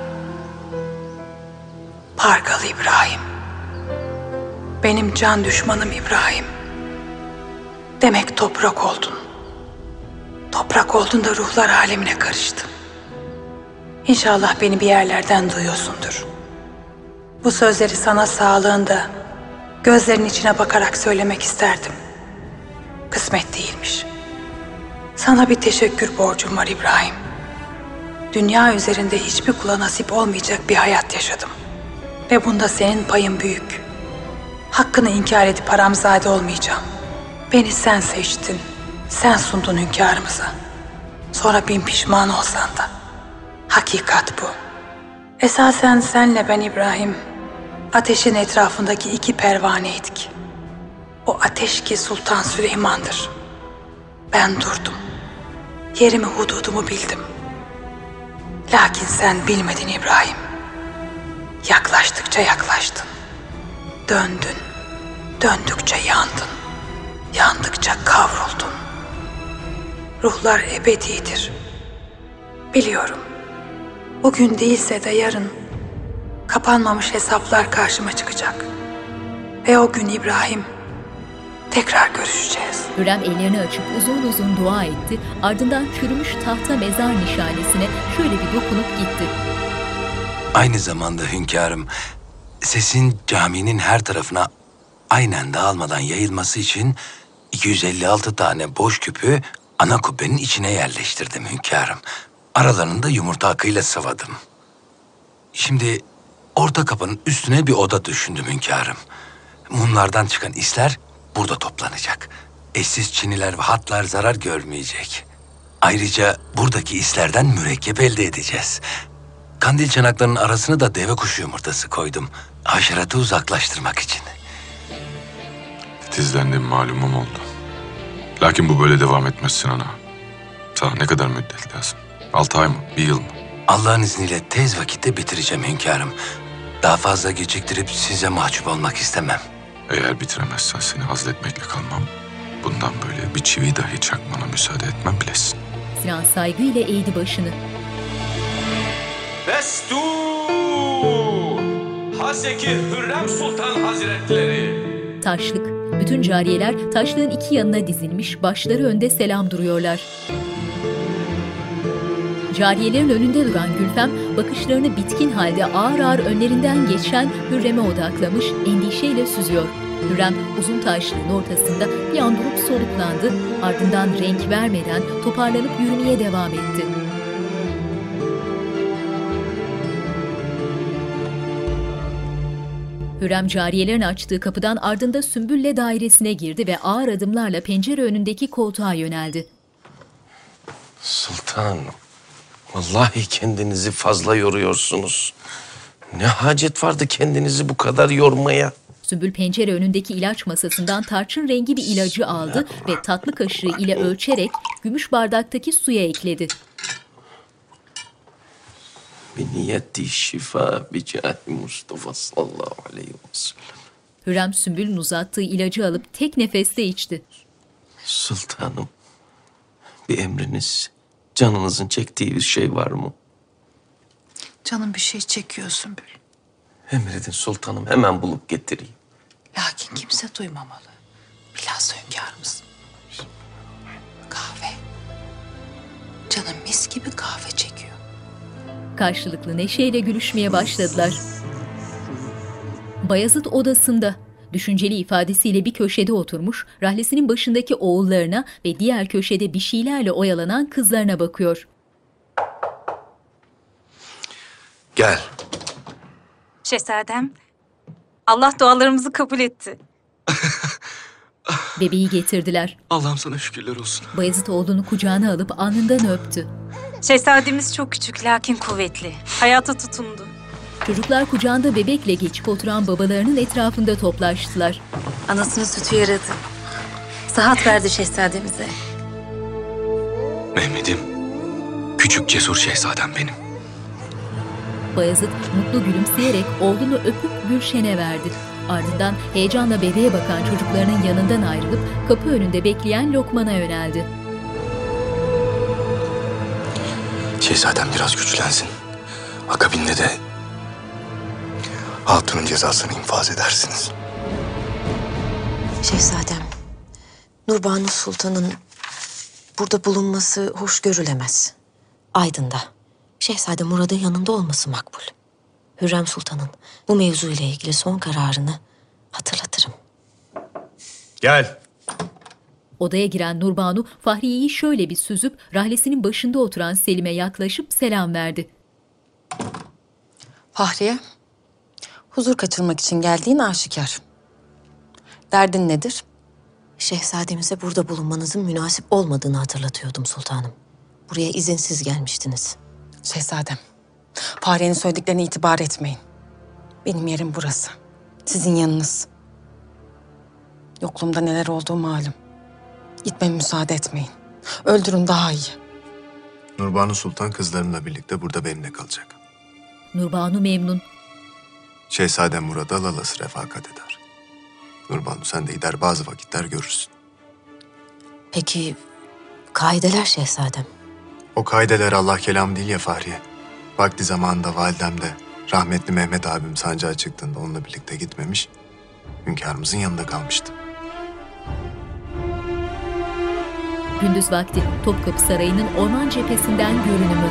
Pargalı İbrahim. Benim can düşmanım İbrahim. Demek toprak oldun. Toprak oldun da ruhlar alemine karıştın. İnşallah beni bir yerlerden duyuyorsundur. Bu sözleri sana sağlığında, gözlerinin içine bakarak söylemek isterdim. Kısmet değilmiş. Sana bir teşekkür borcum var İbrahim. Dünya üzerinde hiçbir kula nasip olmayacak bir hayat yaşadım. Ve bunda senin payın büyük. Hakkını inkar edip haramzade olmayacağım. Beni sen seçtin, sen sundun hünkârımıza. Sonra bin pişman olsan da. Hakikat bu. Esasen senle ben İbrahim, ateşin etrafındaki iki pervaneydik. O ateş ki Sultan Süleyman'dır. Ben durdum. Yerimi, hududumu bildim. Lakin sen bilmedin İbrahim. Yaklaştıkça yaklaştın. Döndün. Döndükçe yandın. Yandıkça kavruldun. Ruhlar ebedidir. Biliyorum. Bugün değilse de yarın kapanmamış hesaplar karşıma çıkacak. Ve o gün İbrahim tekrar görüşeceğiz. Hürrem ellerini açıp uzun uzun dua etti. Ardından çürümüş tahta mezar nişanesine şöyle bir dokunup gitti. Aynı zamanda hünkârım, sesin caminin her tarafına aynen dağılmadan yayılması için 256 tane boş küpü ana kubbenin içine yerleştirdim hünkârım. Aralarını da yumurta akıyla sıvadım. Şimdi orta kapının üstüne bir oda düşündüm hünkârım. Mumlardan çıkan isler burada toplanacak. Eşsiz çiniler ve hatlar zarar görmeyecek. Ayrıca buradaki islerden mürekkep elde edeceğiz. Kandil çanaklarının arasına da deve kuşu yumurtası koydum. Haşeratı uzaklaştırmak için. Titizlendiğim malumum oldu. Lakin bu böyle devam etmez Sinan Ağa. Sana ne kadar müddet lazım? 6 ay mı? 1 yıl mı? Allah'ın izniyle tez vakitte bitireceğim hünkârım. Daha fazla geciktirip size mahcup olmak istemem. Eğer bitiremezsen seni hazletmekle kalmam. Bundan böyle bir çivi dahi çakmana müsaade etmem bilesin. Sinan saygıyla eğdi başını. Destur! Haseki Hürrem Sultan Hazretleri! Taşlık. Bütün cariyeler taşlığın iki yanına dizilmiş, başları önde selam duruyorlar. Cariyelerin önünde duran Gülfem, bakışlarını bitkin halde ağır ağır önlerinden geçen Hürrem'e odaklamış, endişeyle süzüyor. Hürrem uzun taşlığın ortasında bir an durup soluklandı, ardından renk vermeden toparlanıp yürümeye devam etti. Hürrem cariyelerin açtığı kapıdan ardında Sümbül'le dairesine girdi ve ağır adımlarla pencere önündeki koltuğa yöneldi. Sultanım, vallahi kendinizi fazla yoruyorsunuz. Ne hacet vardı kendinizi bu kadar yormaya? Sümbül pencere önündeki ilaç masasından tarçın rengi bir ilacı aldı ve tatlı kaşığı ile ölçerek gümüş bardaktaki suya ekledi. Bir niyeti şifa bi cah Mustafa sallallahu aleyhi ve sellem. Hürrem Sümbül'ün uzattığı ilacı alıp tek nefeste içti. Sultanım, bir emriniz, canınızın çektiği bir şey var mı? Canım bir şey çekiyor Sümbül. Emredin sultanım, hemen bulup getireyim. Lakin kimse duymamalı. Bilhassa hünkârımız. Kahve. Canım mis gibi kahve çekiyor. Karşılıklı neşeyle gülüşmeye başladılar. Bayezid odasında, düşünceli ifadesiyle bir köşede oturmuş, rahlesinin başındaki oğullarına ve diğer köşede bir şeylerle oyalanan kızlarına bakıyor. Gel. Şehzadem, Allah dualarımızı kabul etti. Bebeği getirdiler. Allah'ım sana şükürler olsun. Bayezid oğlunu kucağına alıp alnından öptü. Şehzademiz çok küçük lakin kuvvetli. Hayata tutundu. Çocuklar kucağında bebekle geçip oturan babalarının etrafında toplaştılar. Anasının sütü yaradı. Sıhhat verdi şehzademize. Mehmet'im, küçük cesur şehzadem benim. Bayezid mutlu gülümseyerek oğlunu öpüp Gülşen'e verdi. Ardından heyecanla bebeğe bakan çocuklarının yanından ayrılıp kapı önünde bekleyen Lokman'a yöneldi. Şehzadem biraz güçlensin. Akabinde de hatunun cezasını infaz edersiniz. Şehzadem, Nurbanu Sultan'ın burada bulunması hoş görülemez. Aydın'da. Şehzade Murad'ın yanında olması makbul. Hürrem Sultan'ın bu mevzuyla ilgili son kararını hatırlatırım. Gel. Odaya giren Nurbanu, Fahriye'yi şöyle bir süzüp rahlesinin başında oturan Selim'e yaklaşıp selam verdi. Fahriye, huzur kaçırmak için geldiğin aşikar. Derdin nedir? Şehzademize burada bulunmanızın münasip olmadığını hatırlatıyordum sultanım. Buraya izinsiz gelmiştiniz. Şehzadem, Fahriye'nin söylediklerine itibar etmeyin. Benim yerim burası. Sizin yanınız. Yokluğumda neler olduğu malum. Gitmeme müsaade etmeyin. Öldürün daha iyi. Nurbanu Sultan kızlarımla birlikte burada benimle kalacak. Nurbanu memnun. Şehzadem burada lalası refakat eder. Nurbanu sen de gider bazı vakitler görürsün. Peki kaideler şehzadem? O kaideler Allah kelam değil ya Fahriye. Vakti zamanında validem de rahmetli Mehmet abim sancağa çıktığında onunla birlikte gitmemiş, hünkârımızın yanında kalmıştı. Gündüz vakti Topkapı Sarayı'nın orman cephesinden görünümü.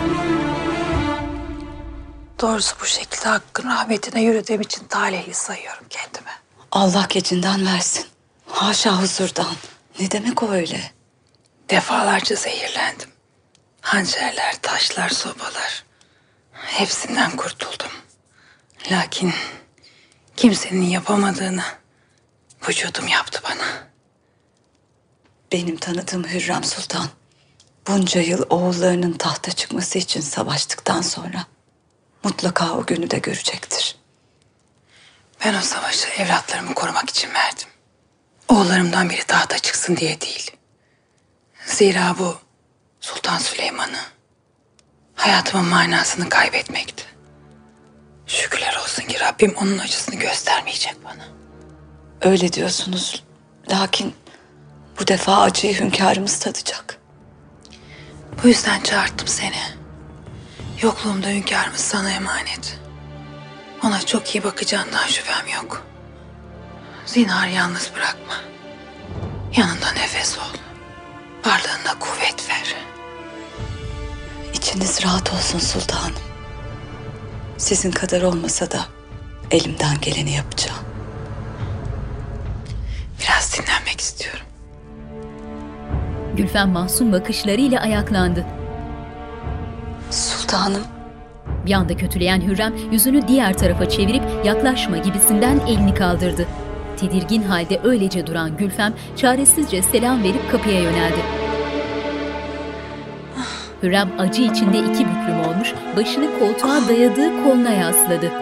Doğrusu bu şekilde Hakk'ın rahmetine yürüdüğüm için talihli sayıyorum kendimi. Allah gecinden versin. Haşa huzurdan. Ne demek o öyle? Defalarca zehirlendim. Hançerler, taşlar, sopalar. Hepsinden kurtuldum. Lakin kimsenin yapamadığını vücudum yaptı bana. Benim tanıdığım Hürrem Sultan bunca yıl oğullarının tahta çıkması için savaştıktan sonra mutlaka o günü de görecektir. Ben o savaşı evlatlarımı korumak için verdim. Oğullarımdan biri tahta çıksın diye değil. Zira bu Sultan Süleyman'ı, hayatımın manasını kaybetmekti. Şükürler olsun ki Rabbim onun acısını göstermeyecek bana. Öyle diyorsunuz. Lakin bu defa acıyı hünkârımız tadacak. Bu yüzden çağırttım seni. Yokluğumda hünkârımız sana emanet. Ona çok iyi bakacağından şüphem yok. Zinhar yalnız bırakma. Yanında nefes ol. Varlığında kuvvet ver. İçiniz rahat olsun sultanım. Sizin kadar olmasa da elimden geleni yapacağım. Biraz dinlenmek istiyorum. Gülfem mahzun bakışlarıyla ayaklandı. Sultanım. Bir anda kötüleyen Hürrem yüzünü diğer tarafa çevirip yaklaşma gibisinden elini kaldırdı. Tedirgin halde öylece duran Gülfem çaresizce selam verip kapıya yöneldi. Hürrem acı içinde iki büklüm olmuş, başını koltuğa dayadığı koluna yasladı.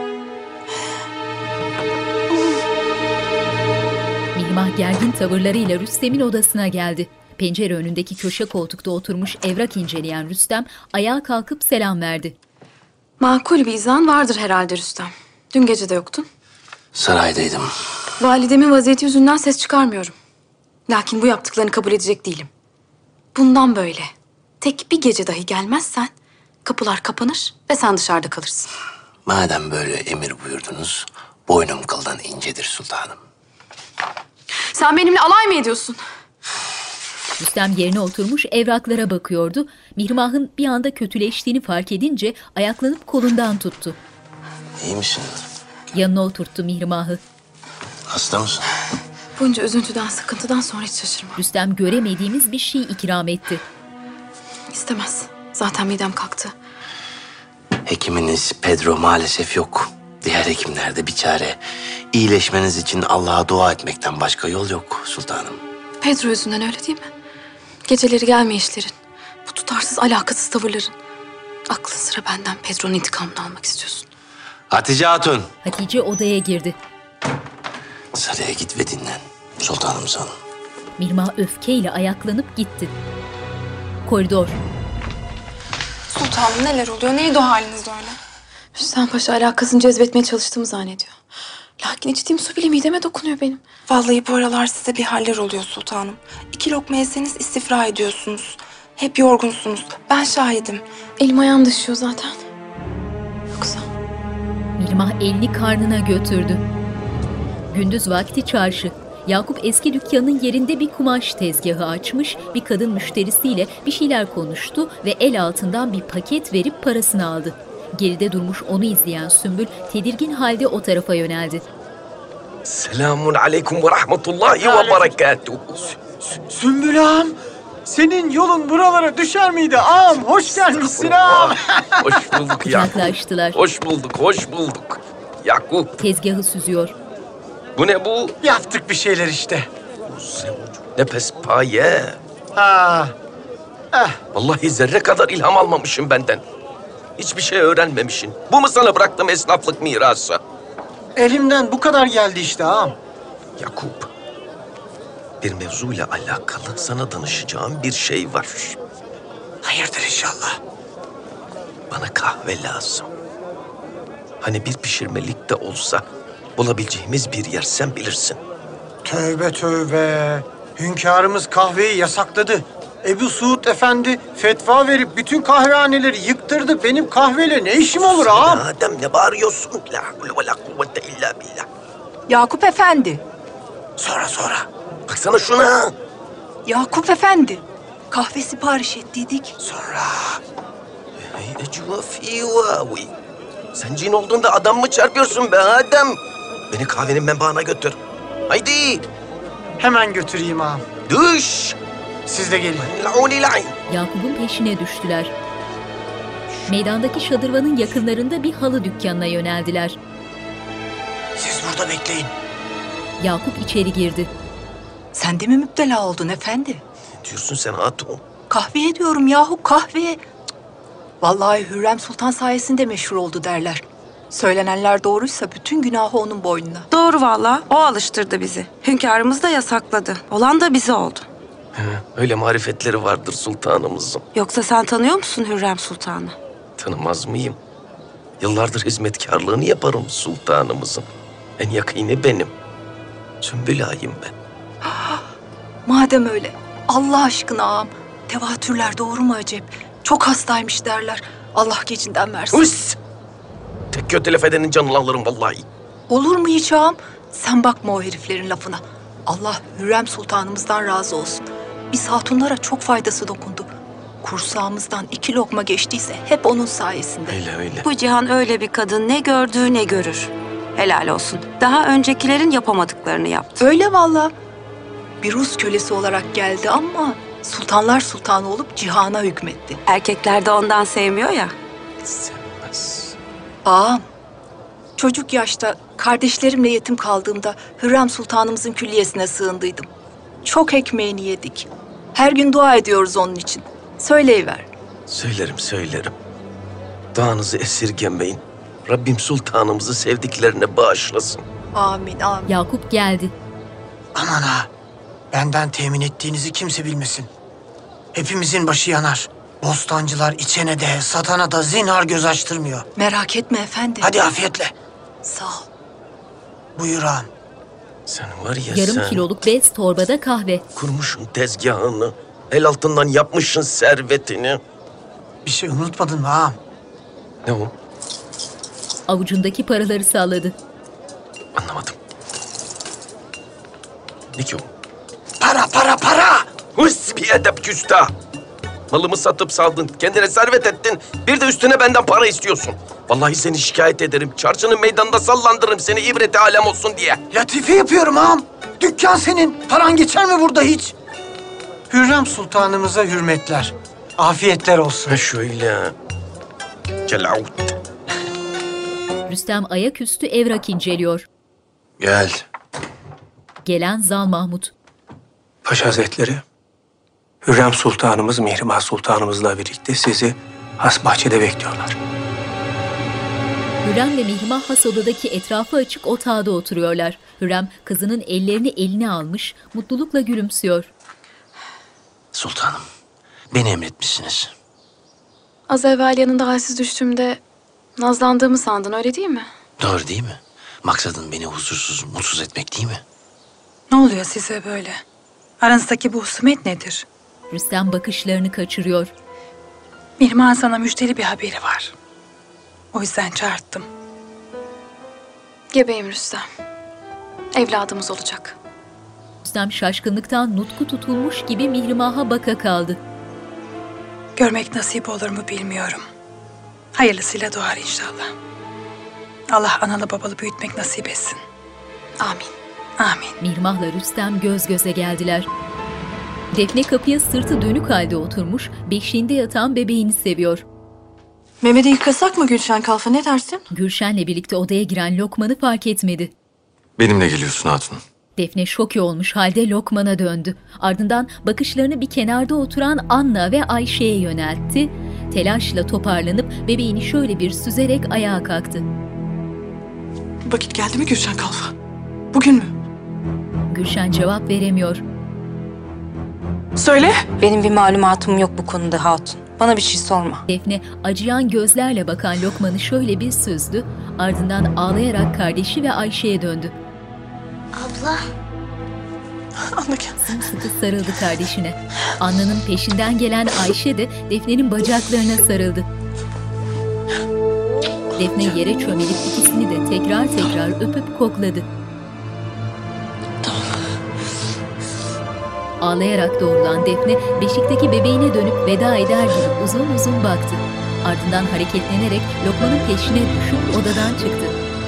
Mihrimah gergin tavırlarıyla Rüstem'in odasına geldi. Pencere önündeki köşe koltukta oturmuş evrak inceleyen Rüstem ayağa kalkıp selam verdi. Makul bir izan vardır herhalde Rüstem. Dün gece de yoktun. Saraydaydım. Validemin vaziyeti yüzünden ses çıkarmıyorum. Lakin bu yaptıklarını kabul edecek değilim. Bundan böyle tek bir gece dahi gelmezsen kapılar kapanır ve sen dışarıda kalırsın. Madem böyle emir buyurdunuz, boynum kıldan incedir sultanım. Sen benimle alay mı ediyorsun? Rüstem yerine oturmuş evraklara bakıyordu. Mihrimah'ın bir anda kötüleştiğini fark edince ayaklanıp kolundan tuttu. İyi misin? Yanına oturttu Mihrimah'ı. Hasta mısın? Bunca üzüntüden, sıkıntıdan sonra hiç şaşırma. Rüstem göremediğimiz bir şey ikram etti. İstemez. Zaten midem kalktı. Hekiminiz Pedro maalesef yok. Diğer hekimlerde bir çare. İyileşmeniz için Allah'a dua etmekten başka yol yok sultanım. Pedro yüzünden öyle değil mi? Geceleri gelmeyişlerin, bu tutarsız alakasız tavırların. Aklı sıra benden Pedro'nun intikamını almak istiyorsun. Hatice Hatun. Hatice odaya girdi. Saraya git ve dinlen. Sultanımız hanım. Mihrimah öfkeyle ayaklanıp gitti. Koridor. Sultanım neler oluyor? Neydi o haliniz öyle? Rüstem Paşa alakasını cezbetmeye çalıştığımı zannediyor. Lakin içtiğim su bile mideme dokunuyor benim. Vallahi bu aralar size bir haller oluyor sultanım. 2 lokma yeseniz istifra ediyorsunuz. Hep yorgunsunuz. Ben şahidim. Elim ayağım düşüyor zaten. Yoksa... Mihrimah elini karnına götürdü. Gündüz vakti çarşı. Yakup eski dükkanın yerinde bir kumaş tezgahı açmış, bir kadın müşterisiyle bir şeyler konuştu ve el altından bir paket verip parasını aldı. Geride durmuş onu izleyen Sümbül tedirgin halde o tarafa yöneldi. Selamun aleyküm ve rahmetullahi ve berekatuhu. Sümbül ağam, senin yolun buralara düşer miydi ağam? Hoş gelmişsin ağam. Hoş bulduk Yakup. Kucaklaştılar. Hoş bulduk, hoş bulduk. Yakup. Tezgahı süzüyor. Bu ne bu? Yaptık bir şeyler işte. Ne pespaye. Ha. Vallahi zerre kadar ilham almamışım benden. Hiçbir şey öğrenmemişsin. Bu mu sana bıraktığım esnaflık mirası? Elimden bu kadar geldi işte ağam. Yakup, bir mevzuyla alakalı sana danışacağım bir şey var. Hayırdır inşallah. Bana kahve lazım. Hani bir pişirmelik de olsa bulabileceğimiz bir yer sen bilirsin. Tövbe tövbe. Hünkârımız kahveyi yasakladı. Ebu Suud Efendi fetva verip bütün kahvehaneleri yıktırdı. Benim kahveyle ne işim olur ağam? Adem ne bağırıyorsun? La havle ve la kuvvete illa billah. Yakup Efendi. Sonra. Baksana şuna. Yakup Efendi. Kahve sipariş ettiydik. Sonra. Ecva fi vavi. Sen cin olduğunda adam mı çarpıyorsun be Adem? Beni kahvenin menbaına götür. Haydi. Hemen götüreyim ağam. Düş. Siz de gelin. Yakup'un peşine düştüler. Meydandaki şadırvanın yakınlarında bir halı dükkanına yöneldiler. Siz burada bekleyin. Yakup içeri girdi. Sen de mi müptela oldun efendi? Ne diyorsun sen hatun? Kahveye diyorum yahu kahveye. Cık. Vallahi Hürrem Sultan sayesinde meşhur oldu derler. Söylenenler doğruysa bütün günahı onun boynuna. Doğru vallahi. O alıştırdı bizi. Hünkârımız da yasakladı. Olan da bize oldu. Öyle marifetleri vardır sultanımızın. Yoksa sen tanıyor musun Hürrem Sultan'ı? Tanımaz mıyım? Yıllardır hizmetkarlığını yaparım sultanımızın. En yakini benim. Sümbül ağayım ben. Madem öyle Allah aşkına ağam. Tevatürler doğru mu acep? Çok hastaymış derler. Allah gecinden versin. Hıs! Tek kötü laf edenin canını alırım vallahi. Olur mu hiç ağam? Sen bakma o heriflerin lafına. Allah Hürrem Sultanımızdan razı olsun. Biz hatunlara çok faydası dokundu. Kursağımızdan 2 lokma geçtiyse hep onun sayesinde. Öyle. Bu cihan öyle bir kadın ne gördüğü ne görür. Helal olsun. Daha öncekilerin yapamadıklarını yaptı. Öyle vallahi. Bir Rus kölesi olarak geldi ama sultanlar sultanı olup cihana hükmetti. Erkekler de ondan sevmiyor ya. Sevmez. Ağam, çocuk yaşta kardeşlerimle yetim kaldığımda Hürrem Sultanımızın külliyesine sığındıydım. Çok ekmeğini yedik. Her gün dua ediyoruz onun için. Söyleyiver. Söylerim. Duanızı esirgemeyin. Rabbim sultanımızı sevdiklerine bağışlasın. Amin. Yakup geldi. Aman ha. Benden temin ettiğinizi kimse bilmesin. Hepimizin başı yanar. Bostancılar içene de satana da zinhar göz açtırmıyor. Merak etme efendi. Hadi afiyetle. Sağ ol. Buyur ağam. Sen var ya Yarım kiloluk bez torbada kahve. Kurmuşsun tezgahını. El altından yapmışsın servetini. Bir şey unutmadın mı ağam? Ne o? Avucundaki paraları salladı. Anlamadım. Ne ki o? Para! Hıs bir edep küstah. Malımı satıp saldın, kendine servet ettin. Bir de üstüne benden para istiyorsun. Vallahi seni şikayet ederim. Çarşının meydanında sallandırırım seni ibreti alem olsun diye. Latife yapıyorum ağam. Dükkan senin. Paran geçer mi burada hiç? Hürrem Sultanımıza hürmetler. Afiyetler olsun. Şöyle. Celavut. Rüstem ayaküstü evrak inceliyor. Gel. Gelen Zal Mahmut. Paşa Hazretleri, Hürrem Sultanımız Mihrimah Sultanımızla birlikte sizi has bahçede bekliyorlar. Hürrem ve Mihrimah has odadaki etrafı açık otağda oturuyorlar. Hürrem kızının ellerini eline almış, mutlulukla gülümsüyor. Sultanım, beni emretmişsiniz. Az evvel yanında halsiz düştüğümde nazlandığımı sandın, öyle değil mi? Doğru değil mi? Maksadın beni huzursuz, mutsuz etmek değil mi? Ne oluyor size böyle? Aranızdaki bu husumet nedir? Rüstem bakışlarını kaçırıyor. Mihrimah'ın sana müjdeli bir haberi var. O yüzden çağırttım. Gebeyim Rüstem. Evladımız olacak. Rüstem şaşkınlıktan nutku tutulmuş gibi Mihrimah'a baka kaldı. Görmek nasip olur mu bilmiyorum. Hayırlısıyla doğar inşallah. Allah analı babalı büyütmek nasip etsin. Amin. Amin. Mihrimah'la Rüstem göz göze geldiler. Defne kapıya sırtı dönük halde oturmuş, beşiğinde yatan bebeğini seviyor. Mehmet'i yıkasak mı Gülşen Kalfa, ne dersin? Gülşen'le birlikte odaya giren Lokman'ı fark etmedi. Benimle geliyorsun hatun. Defne şoke olmuş halde Lokman'a döndü. Ardından bakışlarını bir kenarda oturan Anna ve Ayşe'ye yöneltti. Telaşla toparlanıp bebeğini şöyle bir süzerek ayağa kalktı. Vakit geldi mi Gülşen Kalfa? Bugün mü? Gülşen cevap veremiyor. Söyle. Benim bir malumatım yok bu konuda hatun. Bana bir şey sorma. Defne acıyan gözlerle bakan Lokman'ı şöyle bir süzdü. Ardından ağlayarak kardeşi ve Ayşe'ye döndü. Abla. Sımsıkı sarıldı kardeşine. Anna'nın peşinden gelen Ayşe de Defne'nin bacaklarına sarıldı. Defne yere çömelip ikisini de tekrar tekrar öpüp kokladı. Ağlayarak doğrulan Defne beşikteki bebeğine dönüp veda eder gibi uzun uzun baktı. Ardından hareketlenerek Lokman'ın peşine düşüp odadan çıktı.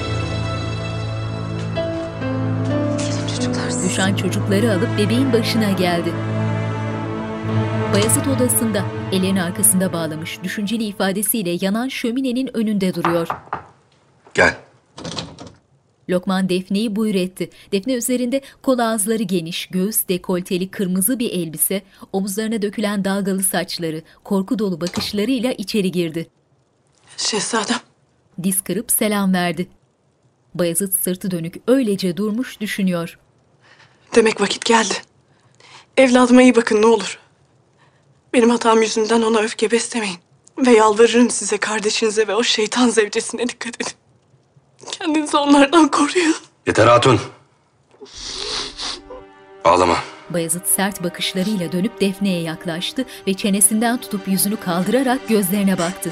Düşen çocukları alıp bebeğin başına geldi. Bayezid odasında, ellerini arkasında bağlamış, düşünceli ifadesiyle yanan şöminenin önünde duruyor. Gel. Lokman Defne'yi buyur etti. Defne üzerinde kol ağızları geniş, göğüs dekolteli kırmızı bir elbise, omuzlarına dökülen dalgalı saçları, korku dolu bakışlarıyla içeri girdi. Şehzadem. Diz kırıp selam verdi. Bayezid sırtı dönük öylece durmuş düşünüyor. Demek vakit geldi. Evladıma iyi bakın ne olur. Benim hatam yüzünden ona öfke beslemeyin. Ve yalvarırım size, kardeşinize ve o şeytan zevcesine dikkat edin. Kendinizi onlardan koruyun. Yeter hatun. Ağlama. Bayezid sert bakışlarıyla dönüp Defne'ye yaklaştı ve çenesinden tutup yüzünü kaldırarak gözlerine baktı.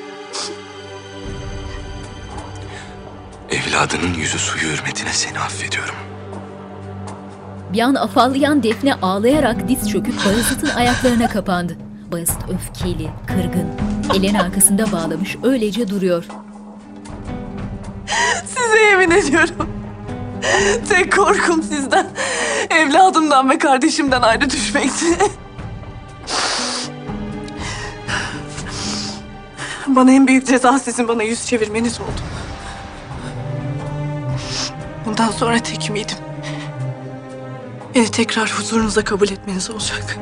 Evladının yüzü suyu hürmetine seni affediyorum. Bir an afallayan Defne ağlayarak diz çöküp Bayezid'in ayaklarına kapandı. Bayezid öfkeli, kırgın, ellerini arkasında bağlamış öylece duruyor. Size yemin ediyorum. Tek korkum sizden, evladımdan ve kardeşimden ayrı düşmekti. Bana en büyük ceza sizin bana yüz çevirmeniz oldu. Bundan sonra tek ümidim beni tekrar huzurunuza kabul etmeniz olacak.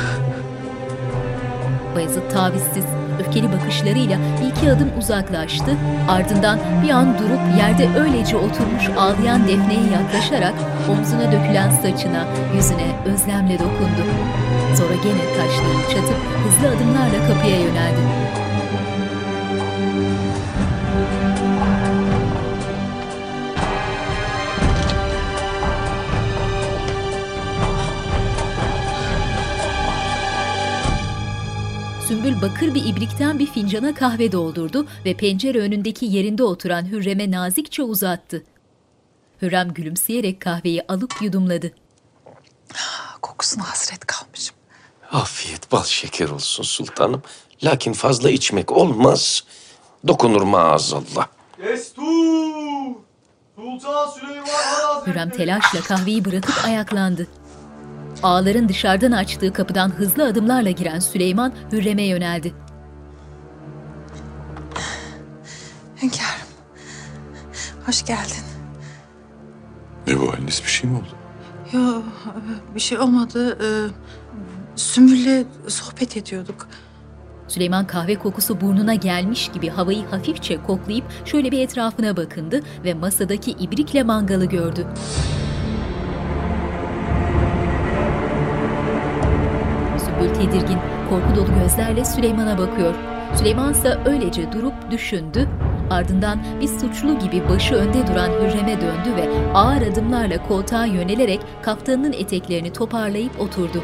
Bayezid tavizsiz, öfkeli bakışlarıyla bir iki adım uzaklaştı. Ardından bir an durup yerde öylece oturmuş ağlayan Defne'ye yaklaşarak omzuna dökülen saçına, yüzüne özlemle dokundu. Sonra gene kaşlarını çatıp hızlı adımlarla kapıya yöneldi. Sümbül bakır bir ibrikten bir fincana kahve doldurdu ve pencere önündeki yerinde oturan Hürrem'e nazikçe uzattı. Hürrem gülümseyerek kahveyi alıp yudumladı. Kokusuna hasret kalmışım. Afiyet bal şeker olsun sultanım. Lakin fazla içmek olmaz. Dokunur maazallah. Destur! Sultan Süleyman Hazretleri! Hürrem telaşla kahveyi bırakıp ayaklandı. Ağaların dışarıdan açtığı kapıdan hızlı adımlarla giren Süleyman Hürrem'e yöneldi. Hünkârım, hoş geldin. Ne bu haliniz, bir şey mi oldu? Yok, bir şey olmadı. Sümbül'le sohbet ediyorduk. Süleyman kahve kokusu burnuna gelmiş gibi havayı hafifçe koklayıp şöyle bir etrafına bakındı ve masadaki ibrikle mangalı gördü. Sümbül tedirgin, korku dolu gözlerle Süleyman'a bakıyor. Süleyman ise öylece durup düşündü. Ardından bir suçlu gibi başı önde duran Hürrem'e döndü ve ağır adımlarla koltuğa yönelerek kaftanının eteklerini toparlayıp oturdu.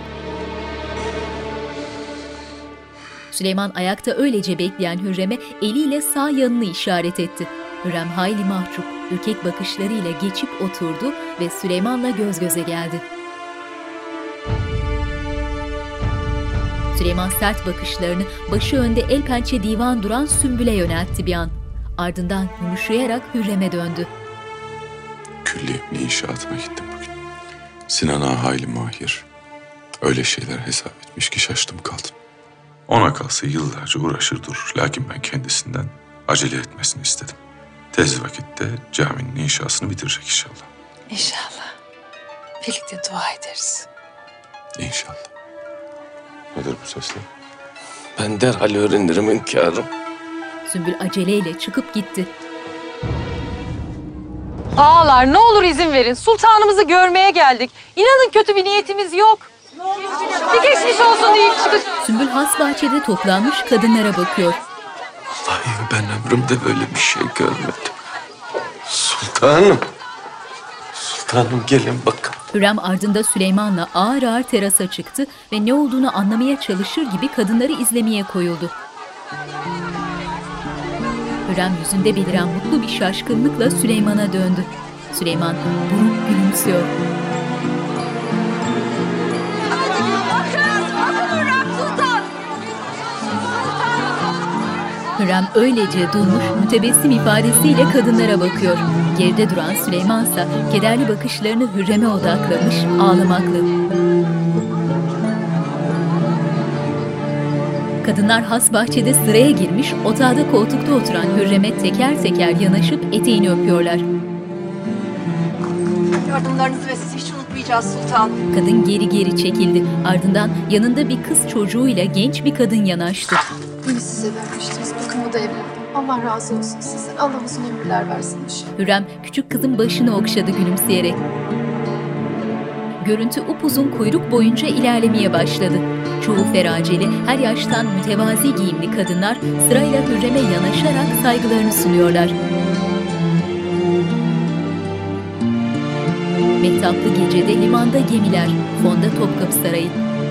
Süleyman ayakta öylece bekleyen Hürrem'e eliyle sağ yanını işaret etti. Hürrem hayli mahcup, ürkek bakışlarıyla geçip oturdu ve Süleyman'la göz göze geldi. Süleyman sert bakışlarını başı önde el pençe divan duran Sümbül'e yöneltti bir an. Ardından yumuşayarak Hürrem'e döndü. Külliyemin inşaatına gittim bugün. Sinan Ağa hayli mahir. Öyle şeyler hesap etmiş ki şaştım kaldım. Ona kalsa yıllarca uğraşır durur. Lakin ben kendisinden acele etmesini istedim. Tez vakitte caminin inşasını bitirecek inşallah. İnşallah. Birlikte dua ederiz. İnşallah. Nedir bu sesler? Ben derhal öğrenirim hünkârım. Sümbül aceleyle çıkıp gitti. Ağalar ne olur izin verin. Sultanımızı görmeye geldik. İnanın kötü bir niyetimiz yok. Bir geçmiş olsun deyip çıkış. Sümbül has bahçede toplanmış kadınlara bakıyor. Vallahi ben ömrümde böyle bir şey görmedim. Sultanım. Sultanım gelin bakın. Hürrem ardında Süleyman'la ağır ağır terasa çıktı ve ne olduğunu anlamaya çalışır gibi kadınları izlemeye koyuldu. Hürrem yüzünde beliren mutlu bir şaşkınlıkla Süleyman'a döndü. Süleyman buruk gülümsüyor. Hürrem öylece durmuş, mütebessim ifadesiyle kadınlara bakıyor. Geride duran Süleymansa kederli bakışlarını Hürrem'e odaklamış, ağlamaklı. Kadınlar has bahçede sıraya girmiş, otağda koltukta oturan Hürrem'e teker teker yanaşıp eteğini öpüyorlar. Yardımlarınızı ve sizi hiç unutmayacağız sultanım. Kadın geri geri çekildi. Ardından yanında bir kız çocuğuyla genç bir kadın yanaştı. Beni size vermiştiniz. Bakın o da evladım. Allah razı olsun sizden. Allah uzun ömürler versin inşallah. Hürrem küçük kızın başını okşadı gülümseyerek. Görüntü upuzun kuyruk boyunca ilerlemeye başladı. Çoğu feraceli, her yaştan mütevazi giyimli kadınlar sırayla Hürrem'e yanaşarak saygılarını sunuyorlar. Mehtaplı gecede limanda gemiler, fonda Topkapı Sarayı.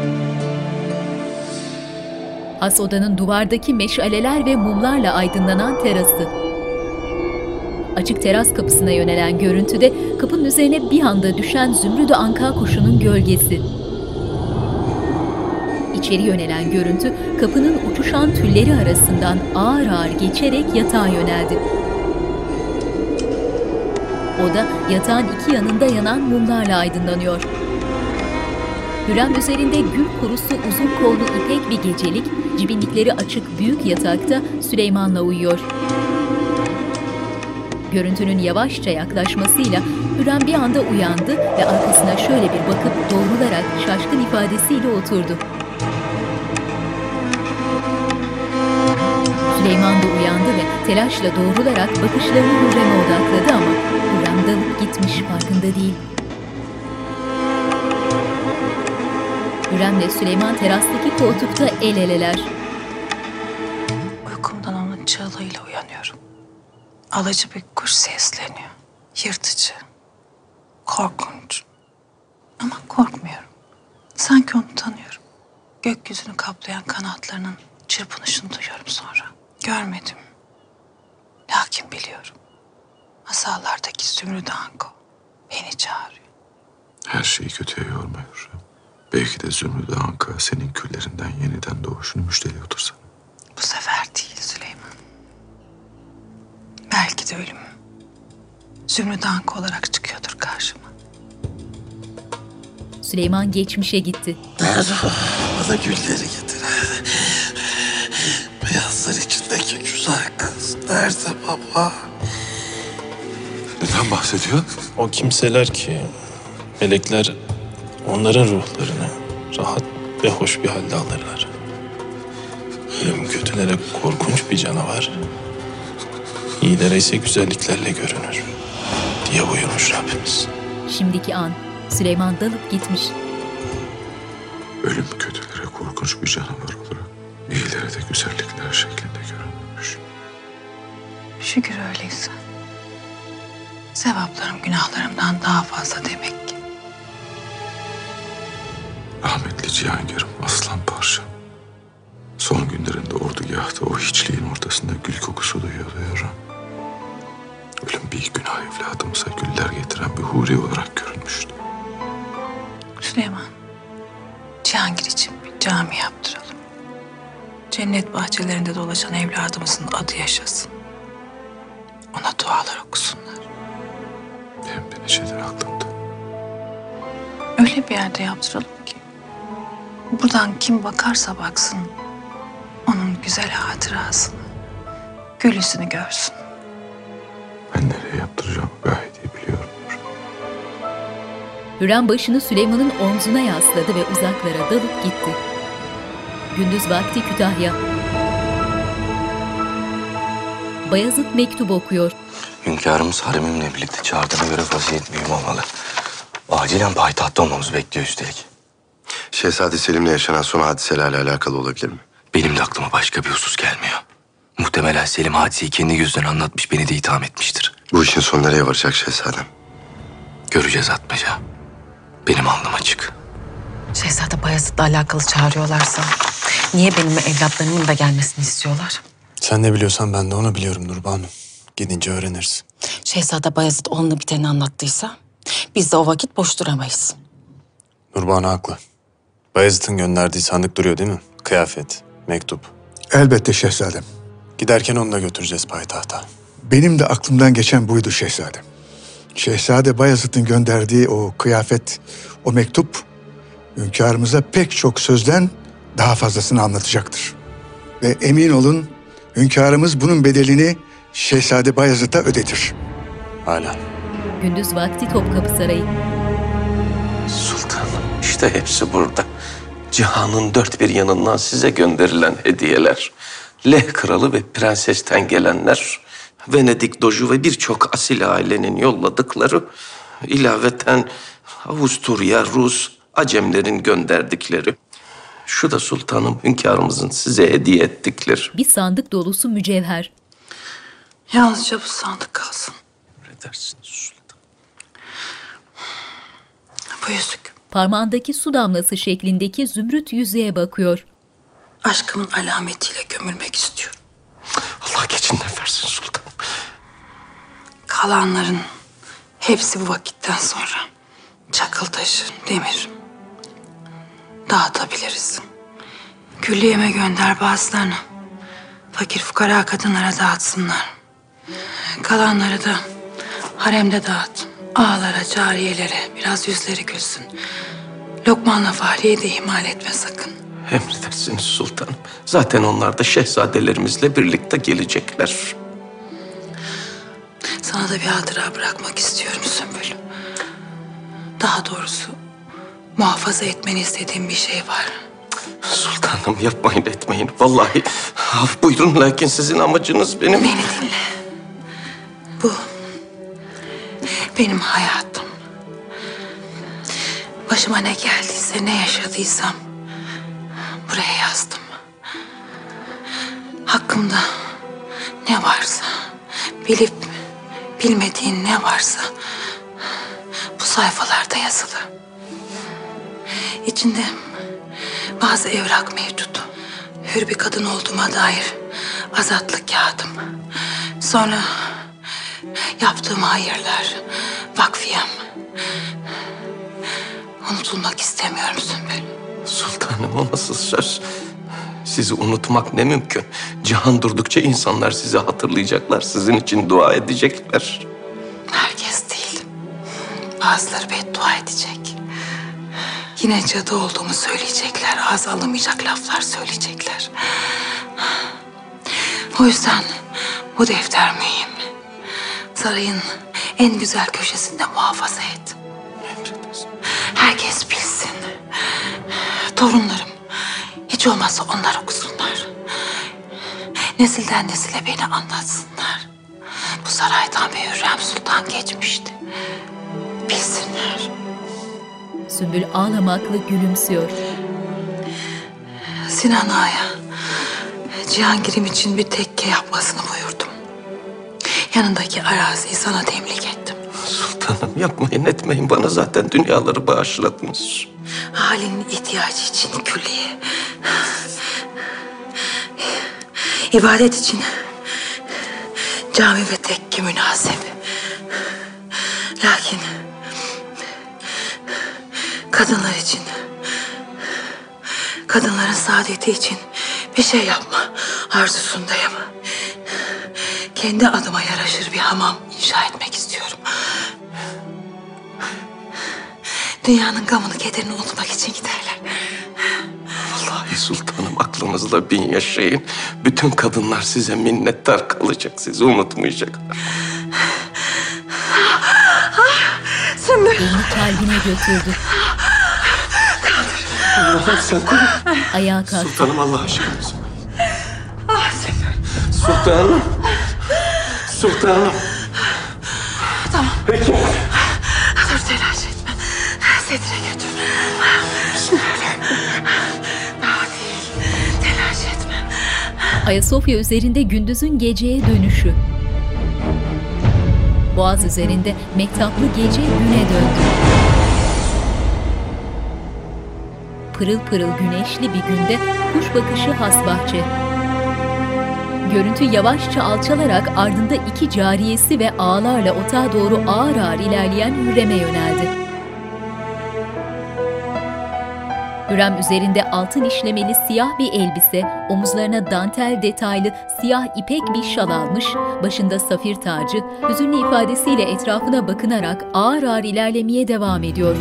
Has odanın duvardaki meşaleler ve mumlarla aydınlanan terası. Açık teras kapısına yönelen görüntüde kapının üzerine bir anda düşen zümrüt-i anka kuşunun gölgesi. İçeri yönelen görüntü kapının uçuşan tülleri arasından ağır ağır geçerek yatağa yöneldi. Oda yatağın iki yanında yanan mumlarla aydınlanıyor. Hürrem üzerinde gül kurusu uzun kollu ipek bir gecelik, cibinlikleri açık büyük yatakta Süleyman'la uyuyor. Görüntünün yavaşça yaklaşmasıyla Hürrem bir anda uyandı ve arkasına şöyle bir bakıp doğrularak şaşkın ifadesiyle oturdu. Süleyman da uyandı ve telaşla doğrularak bakışlarını Hürrem'e odakladı ama Hürrem dalıp gitmiş, farkında değil. Hürrem'le Süleyman terastaki koltukta el eleler. Uykumdan onun çığlığıyla uyanıyorum. Alıcı bir kuş sesleniyor. Yırtıcı. Korkunç. Ama korkmuyorum. Sanki onu tanıyorum. Gökyüzünü kaplayan kanatlarının çırpınışını duyuyorum sonra. Görmedim. Lakin biliyorum. Masallardaki Zümrüt Anko beni çağırıyor. Her şeyi kötüye yorma Hürrem. Belki de Zümrüt Anka senin küllerinden yeniden doğuşunu müjdeliyordur sana. Bu sefer değil Süleyman. Belki de ölüm Zümrüt Anka olarak çıkıyordur karşıma. Süleyman geçmişe gitti. Bana gülleri getir. Beyazlar içindeki güzel kız nerede baba? Neden bahsediyor? O kimseler ki melekler onların ruhlarını rahat ve hoş bir halde alırlar. Ölüm kötülere korkunç bir canavar, iyilere ise güzelliklerle görünür diye buyurmuş Rabbimiz. Şimdiki an Süleyman dalıp gitmiş. Ölüm kötülere korkunç bir canavar olarak, iyilere de güzellikler şeklinde görünmüş. Şükür öyleyse. Sevaplarım günahlarımdan daha fazla demek ki. Rahmetli Cihangir'im aslan parçam. Son günlerinde ordugahta o hiçliğin ortasında gül kokusu duyuyordu Hürrem. Ölüm bir günah evladımıza güller getiren bir huri olarak görünmüştü. Süleyman, Cihangir için bir cami yaptıralım. cennet bahçelerinde dolaşan evladımızın adı yaşasın. Ona dualar okusunlar. Benim de neşeler aklımda. Öyle bir yerde yaptıralım ki buradan kim bakarsa baksın onun güzel hatırasını, gülüsünü görsün. Ben nereye yaptıracağım gayet iyi biliyorum. Hürrem başını Süleyman'ın omzuna yasladı ve uzaklara dalıp gitti. Gündüz vakti Kütahya. Bayezid mektup okuyor. Hünkârımız haremimle birlikte çağırdığına göre vaziyet mühim olmalı. Acilen payitahtta olmamızı bekliyor üstelik. Şehzade Selim'le yaşanan son hadiselerle alakalı olabilir mi? Benim de aklıma başka bir husus gelmiyor. Muhtemelen Selim hadiseyi kendi gözünden anlatmış, beni de itham etmiştir. Bu işin sonu nereye varacak şehzadem? Göreceğiz Atmaca. Benim alnım açık. Şehzade Bayezid'le alakalı çağırıyorlarsa niye benim evlatlarımın da gelmesini istiyorlar? Sen ne biliyorsan ben de onu biliyorum Nurbanu. Gidince öğreniriz. Şehzade Bayezid olanı biteni anlattıysa biz de o vakit boş duramayız. Nurbanu haklı. Bayezid'in gönderdiği sandık duruyor değil mi? Kıyafet, mektup. Elbette şehzadem. Giderken onu da götüreceğiz payitahta. Benim de aklımdan geçen buydu şehzadem. Şehzade Bayezid'in gönderdiği o kıyafet, o mektup hünkârımıza pek çok sözden daha fazlasını anlatacaktır. Ve emin olun hünkârımız bunun bedelini Şehzade Bayezid'e ödetir. Hala. Gündüz vakti Topkapı Sarayı. Sultanım, işte hepsi burada. Cihanın dört bir yanından size gönderilen hediyeler. Leh kralı ve prensesten gelenler. Venedik doju ve birçok asil ailenin yolladıkları. İlaveten Avusturya, Rus, Acemlerin gönderdikleri. Şu da sultanım, hünkârımızın size hediye ettikleri. Bir sandık dolusu mücevher. Yalnızca bu sandık kalsın. Emredersiniz sultanım. Bu yüzük Parmağındaki su damlası şeklindeki zümrüt yüzüğe bakıyor. aşkımın alametiyle gömülmek istiyorum. Allah geçinden versin sultanım. Kalanların hepsi bu vakitten sonra çakıl taşı, demir dağıtabiliriz. Külliyeme gönder bazılarını. Fakir fukara kadınlara dağıtsınlar. Kalanları da haremde dağıt. Ağalara, cariyelere biraz yüzleri gülsün. Lokman'la Fahriye'yi de ihmal etme sakın. Emredersiniz sultanım. Zaten onlar da şehzadelerimizle birlikte gelecekler. Sana da bir hatıra bırakmak istiyorum Sümbül. Daha doğrusu muhafaza etmeni istediğim bir şey var. Sultanım yapmayın etmeyin. Vallahi af buyurun, lakin sizin amacınız benim... Beni dinle. Bu benim hayatım. Başıma ne geldiyse, ne yaşadıysam buraya yazdım. Hakkımda ne varsa, bilip bilmediğin ne varsa bu sayfalarda yazılı. İçinde bazı evrak mevcut. Hür bir kadın olduğuma dair azatlık kağıdım. Sonra yaptığım hayırlar, vakfiyem. Unutulmak istemiyorum Sümbül. Sultanım, o nasıl söz? Sizi unutmak ne mümkün. Cihan durdukça insanlar sizi hatırlayacaklar. Sizin için dua edecekler. Herkes değil. Bazıları beddua edecek. Yine cadı olduğumu söyleyecekler. Ağza alınmayacak laflar söyleyecekler. O yüzden bu defter mühim. Sarayın en güzel köşesinde muhafaza et. Herkes bilsin. Torunlarım hiç olmazsa onlar okusunlar. Nesilden nesile beni anlatsınlar. Bu saraydan bir Hürrem Sultan geçmişti. Bilsinler. Sümbül ağlamakla gülümsüyor. Sinan Ağa'ya Cihangir'im için bir tekke yapmasını buyurdum. Yanındaki araziyi sana temlik ettim. Sultanım yapmayın etmeyin. Bana zaten dünyaları bağışladınız. Halinin ihtiyacı için külliye. İbadet için cami ve tekke münasip. Lakin kadınlar için, kadınların saadeti için Bir şey yapma arzusundayım. Kendi adıma yaraşır bir hamam inşa etmek istiyorum. Dünyanın gamını, kederini unutmak için giderler. Vallahi sultanım, aklınızla bin yaşayın. Bütün kadınlar size minnettar kalacak, sizi unutmayacaklar. Sümbül. Elini kalbine götürdü. Allah'ım sen koru. Ayağa kalktı. Sultanım, Allah aşkına. Ah Sümbül. Sultanım. Sultanım. Tamam. Peki. Dur, telaş etme. Sedire götür. Daha değil. Telaş etme. Ayasofya üzerinde gündüzün geceye dönüşü. Boğaz üzerinde mehtaplı gece güne döndü. Pırıl pırıl güneşli bir günde kuş bakışı has bahçe. Görüntü yavaşça alçalarak ardında iki cariyesi ve ağlarla otağa doğru ağır ağır ilerleyen Hürrem'e yöneldi. Hürrem üzerinde altın işlemeli siyah bir elbise, omuzlarına dantel detaylı siyah ipek bir şal almış, başında safir tacı, hüzünlü ifadesiyle etrafına bakınarak ağır ağır ilerlemeye devam ediyor.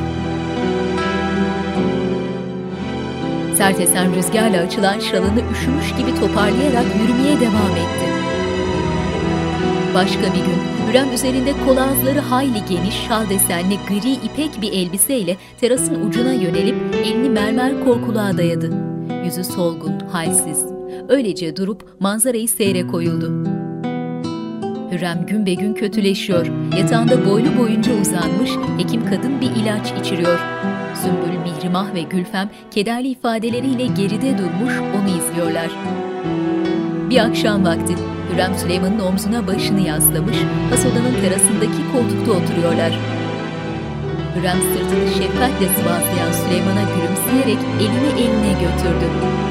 Sert esen rüzgarla açılan şalını üşümüş gibi toparlayarak yürümeye devam etti. Başka bir gün Hürrem üzerinde kolazları hayli geniş şal desenli gri ipek bir elbiseyle terasın ucuna yönelip elini mermer korkuluğa dayadı. Yüzü solgun, halsiz. Öylece durup manzarayı seyre koyuldu. Hürrem gün be gün kötüleşiyor. Yatağında boylu boyunca uzanmış, hekim kadın bir ilaç içiriyor. Sümbül, Mihrimah ve Gülfem kederli ifadeleriyle geride durmuş onu izliyorlar. Bir akşam vakti Hürrem Süleyman'ın omzuna başını yaslamış, has odanın terasındaki koltukta oturuyorlar. Hürrem sırtını şefkatle sıvazlayan Süleyman'a gülümseyerek elini eline götürdü.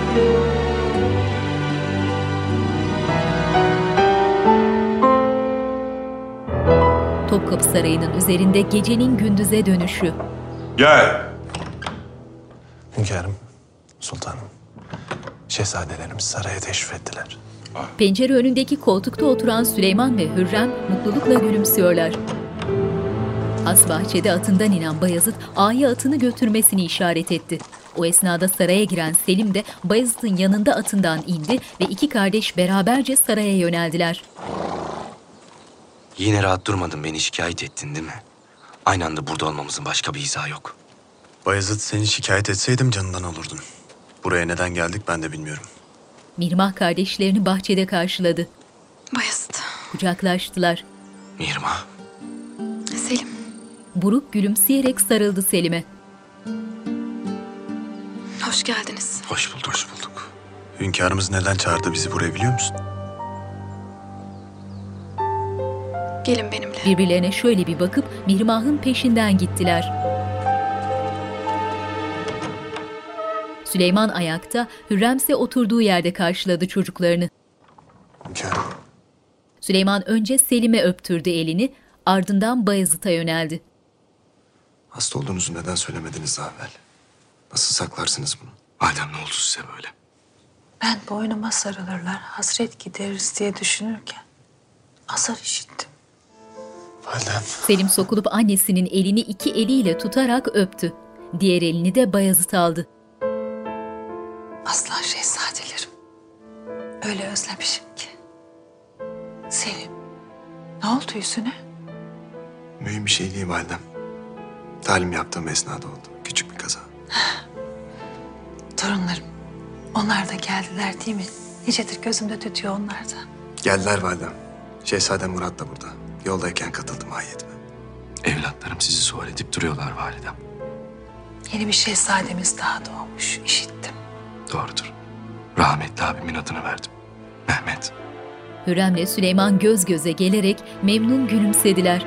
Topkapı Sarayı'nın üzerinde gecenin gündüze dönüşü. Gel. Hünkârım, sultanım. Şehzadelerimiz saraya teşrif ettiler. Pencere önündeki koltukta oturan Süleyman ve Hürrem mutlulukla gülümsüyorlar. Has bahçede atından inen Bayezid, ağaya atını götürmesini işaret etti. O esnada saraya giren Selim de Bayezid'in yanında atından indi ve iki kardeş beraberce saraya yöneldiler. Yine rahat durmadın, beni şikayet ettin değil mi? Aynı anda burada olmamızın başka bir izahı yok. Bayezid, seni şikayet etseydim canından olurdun. Buraya neden geldik ben de bilmiyorum. Mihrimah kardeşlerini bahçede karşıladı. Bayezid. Kucaklaştılar. Mihrimah. Selim. Buruk gülümseyerek sarıldı Selim'e. Hoş geldiniz. Hoş bulduk. Hoş bulduk. Hünkârımız neden çağırdı bizi buraya biliyor musun? Gelin benimle. Birbirlerine şöyle bir bakıp Mihrimah'ın peşinden gittiler. Süleyman ayakta, Hürrem ise oturduğu yerde karşıladı çocuklarını. Hünkârım. Süleyman önce Selim'e öptürdü elini, ardından Bayezid'e yöneldi. Hasta olduğunuzu neden söylemediniz daha evvel? Nasıl saklarsınız bunu? Validem, ne oldu size böyle? Ben boynuma sarılırlar, hasret gideririz diye düşünürken azar işittim. Validem. Selim sokulup annesinin elini iki eliyle tutarak öptü. Diğer elini de Bayezid aldı. Aslan şehzadelerim. Öyle özlemişim ki. Selim, ne oldu yüzüne? Mühim bir şey değil validem. Talim yaptığım esnada oldu. Küçük bir kaza. Torunlarım, onlar da geldiler değil mi? Nicedir gözümde tütüyor onlar da. Geldiler validem. Şehzadem Murat da burada. Yoldayken katıldım hayetime. Evlatlarım sizi sual edip duruyorlar validem. Yeni bir şehzademiz daha doğmuş, işittim. Doğrudur. Rahmetli abimin adını verdim. Mehmet. Hürrem'le Süleyman göz göze gelerek memnun gülümsediler.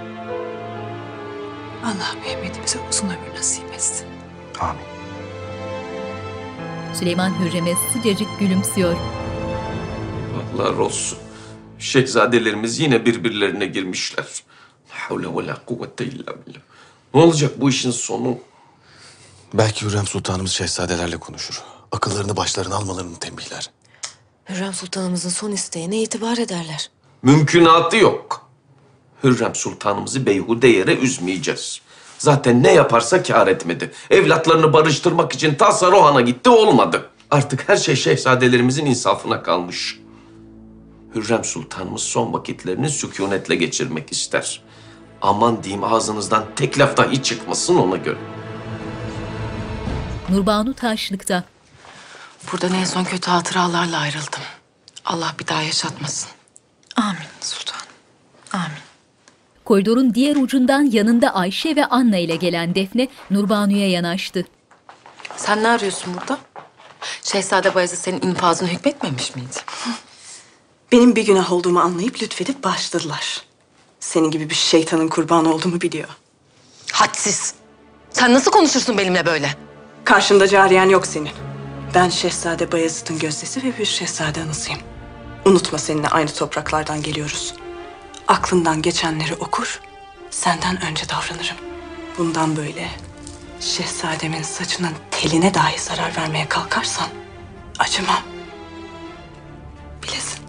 Allah Mehmet'imize uzun ömür nasip etsin. Amin. Süleyman Hürrem'e sıcacık gülümsüyor. Allah olsun. Şehzadelerimiz yine birbirlerine girmişler. Havle ve la kuvvete illa billah. Ne olacak bu işin sonu? Belki Hürrem Sultanımız şehzadelerle konuşur. Akıllarını başlarına almalarını tembihler. Hürrem Sultanımızın son isteğine itibar ederler. Mümkünatı yok. Hürrem Sultanımızı beyhude yere üzmeyeceğiz. Zaten ne yaparsa kâr etmedi. Evlatlarını barıştırmak için ta Saruhan'a gitti, olmadı. Artık her şey şehzadelerimizin insafına kalmış. Hürrem Sultanımız son vakitlerini sükunetle geçirmek ister. Aman diyeyim, ağzınızdan tek laf dahi çıkmasın ona göre. Nurbanu Taşlık'ta. Buradan en son kötü hatıralarla ayrıldım. Allah bir daha yaşatmasın. Amin sultanım. Amin. Koridorun diğer ucundan yanında Ayşe ve Anna ile gelen Defne Nurbanu'ya yanaştı. Sen ne arıyorsun burada? Şehzade Bayezid senin infazını hükmetmemiş miydi? Benim bir günah olduğumu anlayıp lütfedip bağışladılar. Senin gibi bir şeytanın kurbanı olduğumu biliyor. Hadsiz. Sen nasıl konuşursun benimle böyle? Karşında cariyen yok senin. Ben Şehzade Bayezid'in gözdesi ve bir şehzade anısıyım. Unutma, seninle aynı topraklardan geliyoruz. Aklından geçenleri okur, senden önce davranırım. Bundan böyle şehzademin saçının teline dahi zarar vermeye kalkarsan acımam. Bilesin.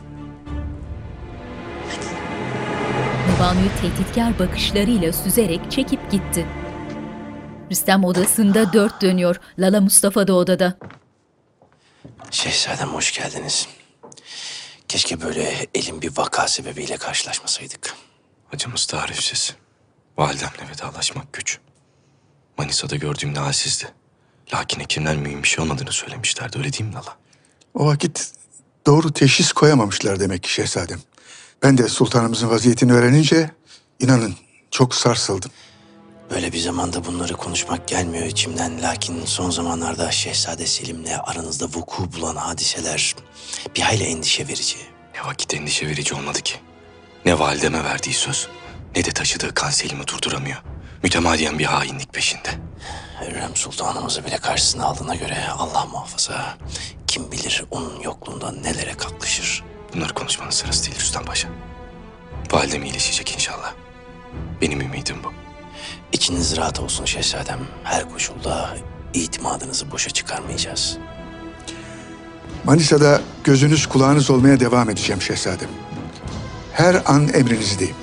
Nurbanu'yu tehditkar bakışlarıyla süzerek çekip gitti. Rüstem odasında dört dönüyor. Lala Mustafa da odada. Şehzadem hoş geldiniz. Keşke böyle elin bir vaka sebebiyle karşılaşmasaydık. Acımız tarifsiz. Validemle vedalaşmak güç. Manisa'da gördüğümde halsizdi. Lakin hekimler mühim bir şey olmadığını söylemişlerdi. Öyle değil mi Lala? O vakit doğru teşhis koyamamışlar demek ki şehzadem. Ben de sultanımızın vaziyetini öğrenince inanın çok sarsıldım. Böyle bir zamanda bunları konuşmak gelmiyor içimden. Lakin son zamanlarda Şehzade Selim'le aranızda vuku bulan hadiseler bir hayli endişe verici. Ne vakit endişe verici olmadı ki. Ne valideme verdiği söz, ne de taşıdığı kan Selim'i durduramıyor. Mütemadiyen bir hainlik peşinde. Hürrem Sultanımızı bile karşısına aldığına göre Allah muhafaza, kim bilir onun yokluğunda nelere kalkışır. Bunları konuşmanın sırası değil Rüstem Paşa. Validem iyileşecek inşallah. Benim ümidim bu. İçiniz rahat olsun şehzadem. Her koşulda itimadınızı boşa çıkarmayacağız. Manisa'da gözünüz kulağınız olmaya devam edeceğim şehzadem. Her an emrinizdeyim.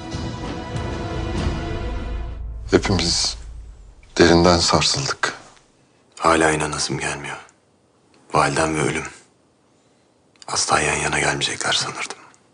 Hepimiz derinden sarsıldık. Hala inanasım gelmiyor. Validem ve ölüm. Asla yan yana gelmeyecekler sanırdım.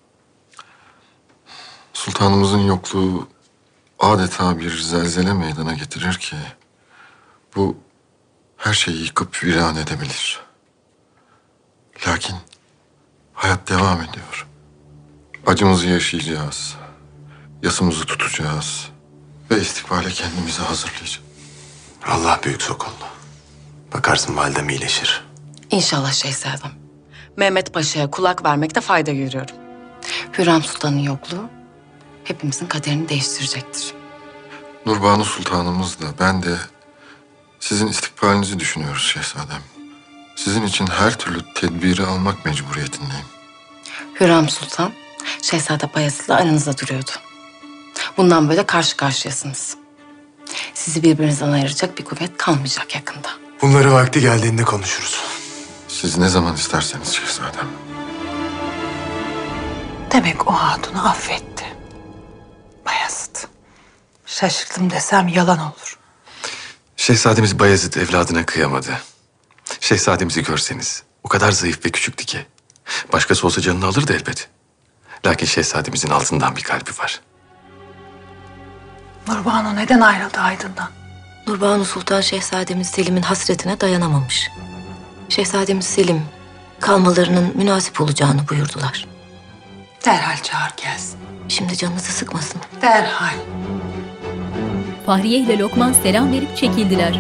Sultanımızın yokluğu adeta bir zelzele meydana getirir ki bu her şeyi yıkıp viran edebilir. Lakin hayat devam ediyor. Acımızı yaşayacağız. Yasımızı tutacağız. Ve istikbale kendimizi hazırlayacağız. Allah büyük Sokollu. Bakarsın validem iyileşir. İnşallah şehzadem. Mehmet Paşa'ya kulak vermekte fayda görüyorum. Hürrem Sultan'ın yokluğu hepimizin kaderini değiştirecektir. Nurbanu Sultanımız da ben de sizin istikbalinizi düşünüyoruz şehzadem. Sizin için her türlü tedbiri almak mecburiyetindeyim. Hürrem Sultan, Şehzade Bayezid'le aranızda duruyordu. Bundan böyle karşı karşıyasınız. Sizi birbirinizden ayıracak bir kuvvet kalmayacak yakında. Bunları vakti geldiğinde konuşuruz. Siz ne zaman isterseniz şehzadem. Demek o hatunu affetti. Bayezid. Şaşırdım desem yalan olur. Şehzademiz Bayezid evladına kıyamadı. Şehzademizi görseniz o kadar zayıf ve küçüktü ki. Başkası olsa canını alırdı elbet. Lakin şehzademizin altından bir kalbi var. Nurbanu neden ayrıldı Aydın'dan? Nurbanu Sultan Şehzademiz Selim'in hasretine dayanamamış. Şehzademiz Selim kalmalarının münasip olacağını buyurdular. Derhal çağır gelsin. Şimdi canınızı sıkmasın. Derhal. Fahriye ile Lokman selam verip çekildiler.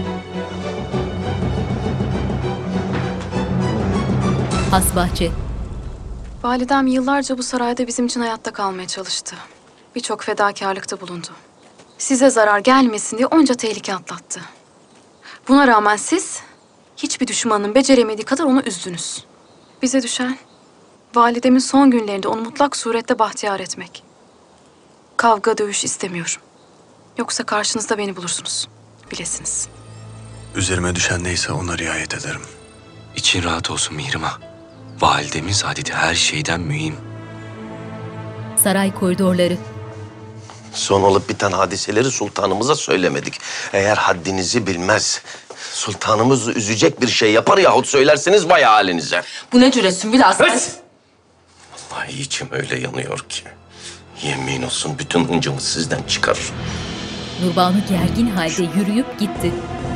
Hasbahçe. Validem yıllarca bu sarayda bizim için hayatta kalmaya çalıştı. Birçok fedakarlıkta bulundu. Size zarar gelmesin diye onca tehlike atlattı. Buna rağmen siz hiçbir düşmanın beceremediği kadar onu üzdünüz. Bize düşen validemin son günlerinde onu mutlak surette bahtiyar etmek. Kavga, dövüş istemiyorum. Yoksa karşınızda beni bulursunuz. Bilesiniz. Üzerime düşen neyse ona riayet ederim. İçin rahat olsun Mihrimah. Validemiz adeti her şeyden mühim. Saray koridorları. Son olup biten hadiseleri sultanımıza söylemedik. Eğer haddinizi bilmez, sultanımız üzecek bir şey yapar yahut söylerseniz vay halinize. Bu ne cüretsin biraz? Vallahi içim öyle yanıyor ki. Yemin olsun bütün hıncımı sizden çıkar. Nurbanu gergin halde yürüyüp gitti.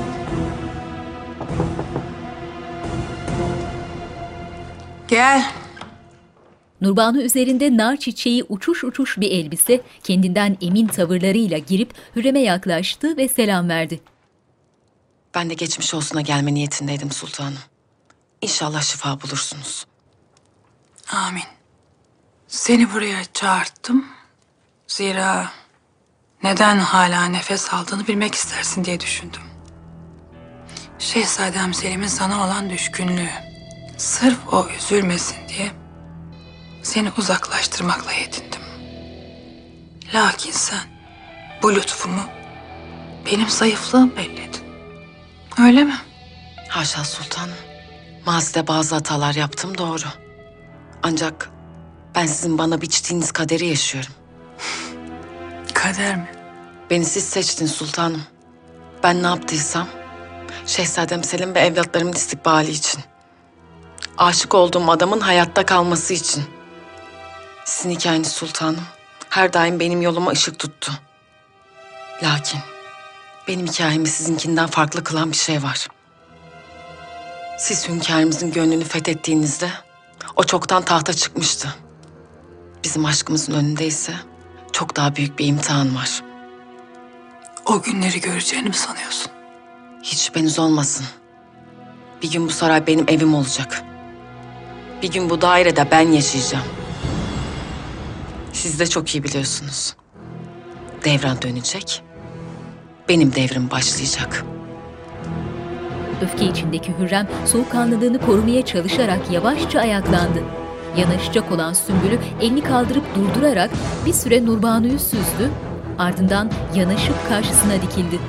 Gel. Nurbanu üzerinde nar çiçeği uçuş uçuş bir elbise, kendinden emin tavırlarıyla girip Hürrem'e yaklaştı ve selam verdi. Ben de geçmiş olsuna gelme niyetindeydim sultanım. İnşallah şifa bulursunuz. Amin. Seni buraya çağırttım. Zira neden hala nefes aldığını bilmek istersin diye düşündüm. Şehzadem Selim'in sana olan düşkünlüğü. Sırf o üzülmesin diye seni uzaklaştırmakla yetindim. Lakin sen bu lütfumu benim zayıflığım belledin. Öyle mi? Haşa sultanım. Mazide bazı hatalar yaptım doğru. Ancak ben sizin bana biçtiğiniz kaderi yaşıyorum. Kader mi? Beni siz seçtin sultanım. Ben ne yaptıysam Şehzadem Selim ve evlatlarımın istikbali için. Aşık olduğum adamın hayatta kalması için. Sizin hikayeniz sultanım her daim benim yoluma ışık tuttu. Lakin benim hikayemi sizinkinden farklı kılan bir şey var. Siz hünkârımızın gönlünü fethettiğinizde o çoktan tahta çıkmıştı. Bizim aşkımızın önünde ise çok daha büyük bir imtihan var. O günleri göreceğini mi sanıyorsun? Hiç şüpheniz olmasın. Bir gün bu saray benim evim olacak. Bir gün bu dairede ben yaşayacağım. Siz de çok iyi biliyorsunuz. Devran dönecek. Benim devrim başlayacak. Öfke içindeki Hürrem soğukkanlılığını korumaya çalışarak yavaşça ayaklandı. Yanaşacak olan Sümbül'ü elini kaldırıp durdurarak bir süre Nurbanu'yu süzdü, ardından yanaşıp karşısına dikildi.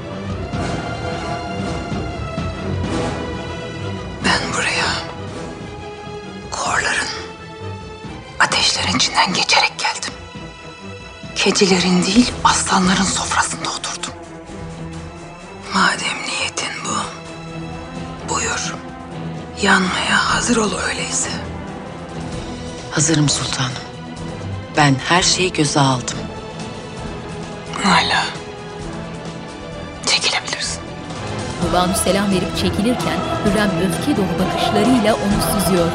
Ben buraya korların, ateşlerin içinden geçerek geldim. Kedilerin değil, aslanların sofrasında oturdum. Madem niyetin bu, buyur. Yanmaya hazır ol öyleyse. Hazırım sultanım. Ben her şeyi göze aldım. Hala. Çekilebilirsin. Nurbanu selam verip çekilirken Hürrem öfke dolu bakışlarıyla onu süzüyor.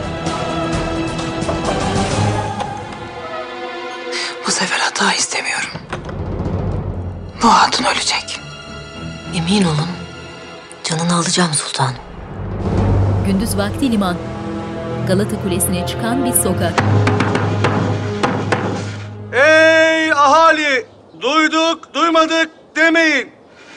Bu sefer hata istemiyorum. Bu hatun ölecek. Emin olun. Canını alacağım sultanım. Gündüz vakti liman. Galata Kulesi'ne çıkan bir sokak. Ey ahali! Duyduk, duymadık demeyin.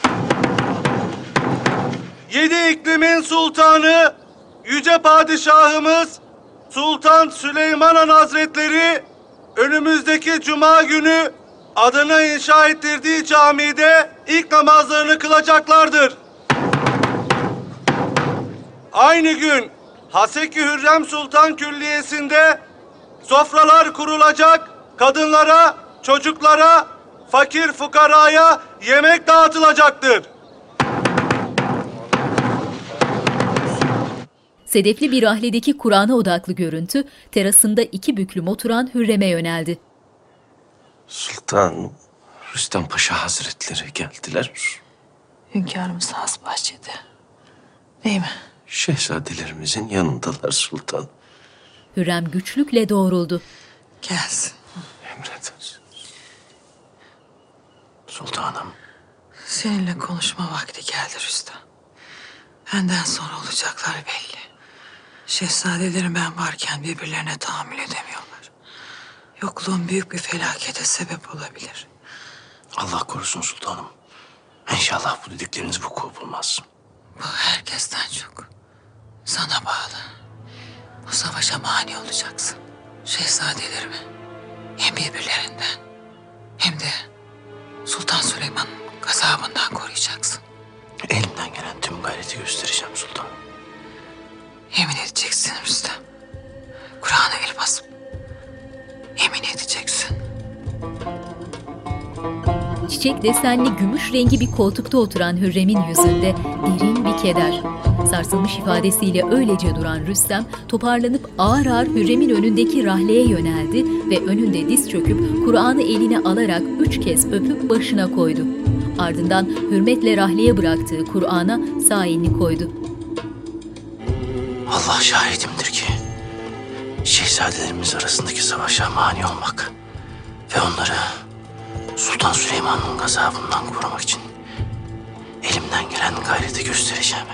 7 iklimin sultanı, yüce padişahımız Sultan Süleyman Han Hazretleri önümüzdeki cuma günü adına inşa ettirdiği camide ilk namazlarını kılacaklardır. Aynı gün Haseki Hürrem Sultan Külliyesi'nde sofralar kurulacak, kadınlara, çocuklara, fakir fukaraya yemek dağıtılacaktır. Sedefli bir rahledeki Kur'an'a odaklı görüntü, terasında iki büklüm oturan Hürrem'e yöneldi. Sultan Rüstem Paşa Hazretleri geldiler. Hünkârımız has bahçede. Değil mi? Şehzadelerimizin yanındalar sultan. Hürrem güçlükle doğruldu. Gelsin. Emredersiniz. Sultanım. Seninle konuşma vakti geldi Rüstem. Benden sonra olacaklar belli. Şehzadelerim ben varken birbirlerine tahammül edemiyorlar. Yokluğun büyük bir felakete sebep olabilir. Allah korusun sultanım. İnşallah bu dedikleriniz vuku bulmaz. Bu herkesten çok sana bağlı. Bu savaşa mani olacaksın. Şehzadelerimi hem birbirlerinden hem de Sultan Süleyman'ın gazabından koruyacaksın. Elimden gelen tüm gayreti göstereceğim sultanım. Yemin edeceksin Rüstem. Kur'an'a el basıp yemin edeceksin. Çiçek desenli gümüş rengi bir koltukta oturan Hürrem'in yüzünde derin bir keder. Sarsılmış ifadesiyle öylece duran Rüstem toparlanıp ağır ağır Hürrem'in önündeki rahleye yöneldi ve önünde diz çöküp Kur'an'ı eline alarak 3 kez öpüp başına koydu. Ardından hürmetle rahleye bıraktığı Kur'an'a sağ elini koydu. Allah şahidimdir ki şehzadelerimiz arasındaki savaşa mani olmak ve onları Sultan Süleyman'ın gazabından korumak için elimden gelen gayreti göstereceğime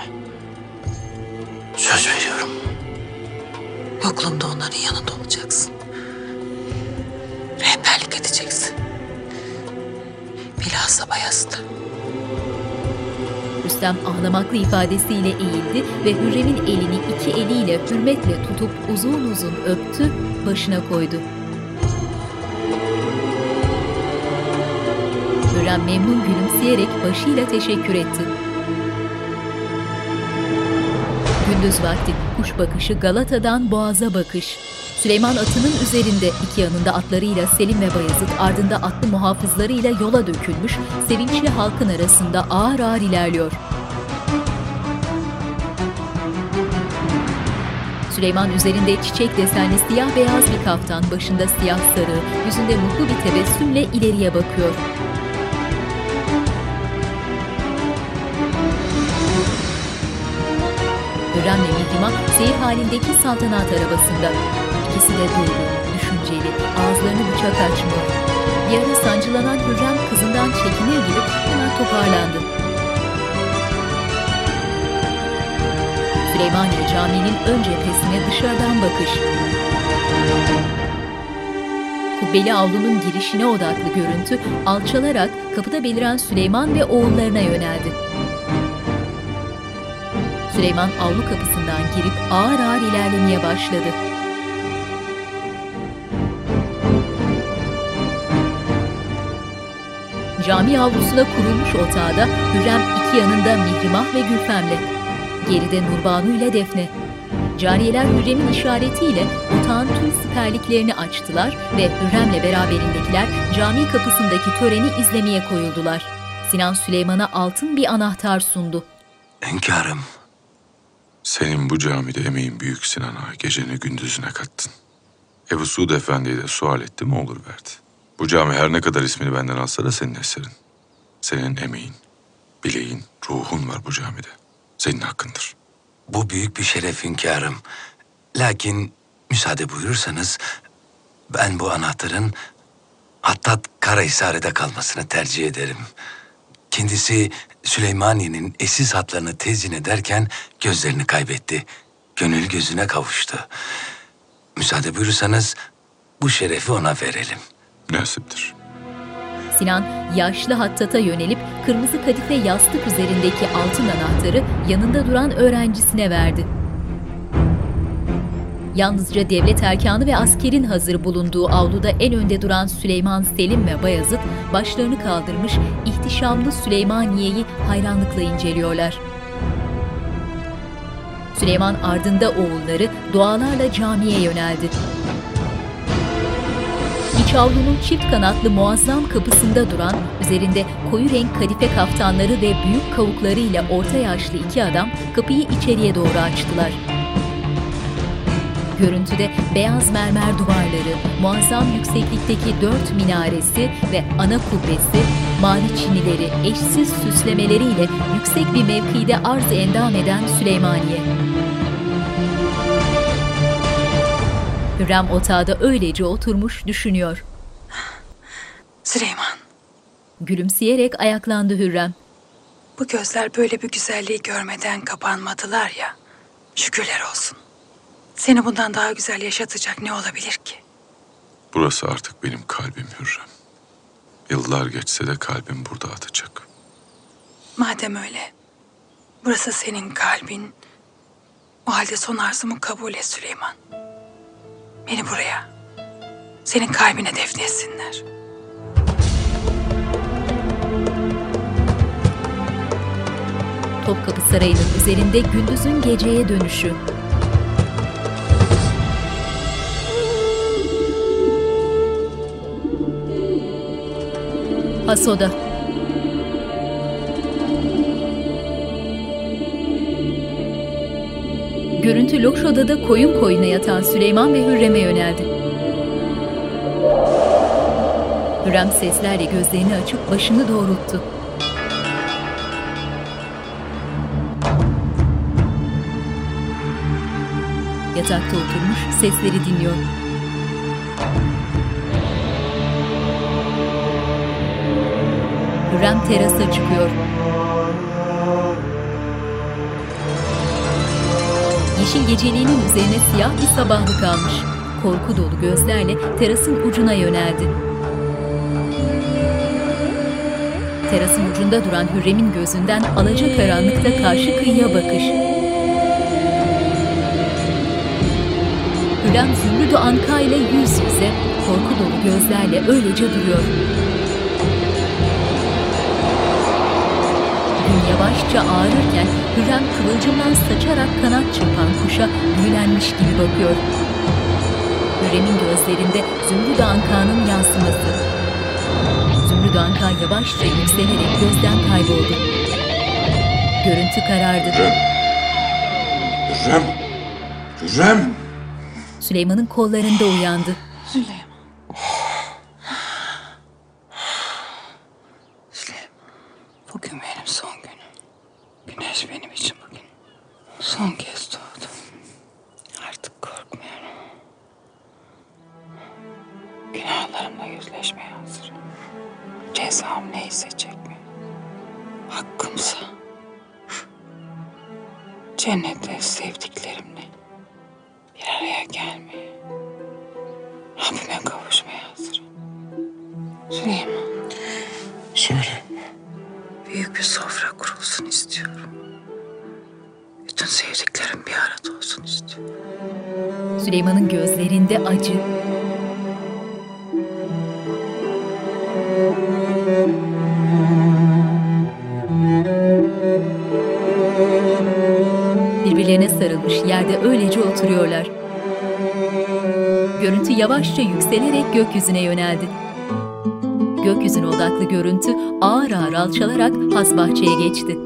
söz veriyorum. Yokluğumda onların yanında olacaksın. Rehberlik edeceksin. Bilhassa Bayezid'e. Rüstem ağlamaklı ifadesiyle eğildi ve Hürrem'in elini 2 eliyle hürmetle tutup uzun uzun öptü, başına koydu. Hürrem memnun gülümseyerek başıyla teşekkür etti. Gündüz vakti kuş bakışı Galata'dan Boğaz'a bakış. Süleyman atının üzerinde, 2 yanında atlarıyla Selim ve Bayezid, ardında atlı muhafızlarıyla yola dökülmüş, sevinçli halkın arasında ağır ağır ilerliyor. Süleyman üzerinde çiçek desenli siyah beyaz bir kaftan, başında siyah sarı, yüzünde mutlu bir tebessümle ileriye bakıyor. Hürrem'le Mihrimah seyir halindeki saltanat arabasında. İkisi de durgun, düşünceli, ağızlarını bıçak açmıyor. Bir ara sancılanan Hürrem kızından çekinir gibi hemen toparlandı. Süleymaniye Camii'nin ön cephesine dışarıdan bakış. Kubbeli avlunun girişine odaklı görüntü alçalarak kapıda beliren Süleyman ve oğullarına yöneldi. Süleyman avlu kapısından girip ağır ağır ilerlemeye başladı. Cami avlusuna kurulmuş otağda Hürrem 2 yanında Mihrimah ve Gülfem'le, geride Nurbanu ile Defne. Cariyeler Hürrem'in işaretiyle otağın tüm siperliklerini açtılar ve Hürrem'le beraberindekiler cami kapısındaki töreni izlemeye koyuldular. Sinan Süleyman'a altın bir anahtar sundu. Hünkârım. Senin bu camide emeğin büyük Sinan Ağa, geceni gündüzüne kattın. Ebu Suud Efendi'ye de sual etti mi olur verdi. Bu cami her ne kadar ismini benden alsa da senin eserin. Senin emeğin, bileğin, ruhun var bu camide. Senin hakkındır. Bu büyük bir şeref hünkârım. Lakin müsaade buyurursanız ben bu anahtarın Hattat Karahisar'da kalmasını tercih ederim. Kendisi Süleymaniye'nin eşsiz hatlarını tezyin ederken gözlerini kaybetti. Gönül gözüne kavuştu. Müsaade buyurursanız bu şerefi ona verelim. Nasiptir. Sinan yaşlı Hattat'a yönelip kırmızı kadife yastık üzerindeki altın anahtarı yanında duran öğrencisine verdi. Yalnızca devlet erkanı ve askerin hazır bulunduğu avluda en önde duran Süleyman, Selim ve Bayezid başlarını kaldırmış, ihtişamlı Süleymaniye'yi hayranlıkla inceliyorlar. Süleyman ardında oğulları dualarla camiye yöneldi. İç avlunun çift kanatlı muazzam kapısında duran, üzerinde koyu renk kadife kaftanları ve büyük kavuklarıyla orta yaşlı 2 adam kapıyı içeriye doğru açtılar. Görüntüde beyaz mermer duvarları, muazzam yükseklikteki 4 minaresi ve ana kubbesi, mavi çinileri, eşsiz süslemeleriyle yüksek bir mevkide arz-ı endam eden Süleymaniye. Hürrem otağda öylece oturmuş düşünüyor. Süleyman. Gülümseyerek ayaklandı Hürrem. Bu gözler böyle bir güzelliği görmeden kapanmadılar ya. Şükürler olsun. Seni bundan daha güzel yaşatacak ne olabilir ki? Burası artık benim kalbim Hürrem. Yıllar geçse de kalbim burada atacak. Madem öyle, burası senin kalbin. O halde son arzumu kabul et Süleyman. Beni buraya, senin kalbine defnetsinler. Topkapı Sarayı'nın üzerinde gündüzün geceye dönüşü. Hasoda. Görüntü loş odada koyun koyuna yatan Süleyman ve Hürrem'e yöneldi. Hürrem seslerle gözlerini açıp başını doğrulttu. Yatakta oturmuş sesleri dinliyor. Hürrem terasa çıkıyor. Yeşil geceliğinin üzerine siyah bir sabahlık almış. Korku dolu gözlerle terasın ucuna yöneldi. Terasın ucunda duran Hürrem'in gözünden alacakaranlıkta karşı kıyıya bakış. Hürrem Zümrüt-ü Anka ile yüz yüze korku dolu gözlerle öylece duruyor. Gün yavaşça ağarırken Hürrem kıvılcımdan saçarak kanat çırpan kuşa büyülenmiş gibi bakıyor. Hürrem'in gözlerinde Zümrüt-ü Anka'nın yansıması. Zümrüt-ü Anka yavaşça yükselerek gözden kayboldu. Görüntü karardı. Hürrem! Hürrem! Süleyman'ın kollarında uyandı. Süleyman. Süleyman. Bugün benim son günüm. Güneş benim için bugün son kez doğdu. Artık korkmuyorum. Günahlarımla yüzleşmeye hazırım. Cezam neyse çekmem. Hakkımsa cennette sevdiklerimle bir araya gelmeye, Rabbime kavuşmaya hazırım. Süleyman. Şöyle büyük bir sofra kurulsun istiyorum. Bütün sevdiklerim bir arada olsun istiyorum. Süleyman'ın gözlerinde acı. Birbirlerine sarılmış yerde öylece oturuyorlar. Görüntü yavaşça yükselerek gökyüzüne yöneldi. Gökyüzüne odaklı görüntü ağır ağır alçalarak hasbahçeye geçti.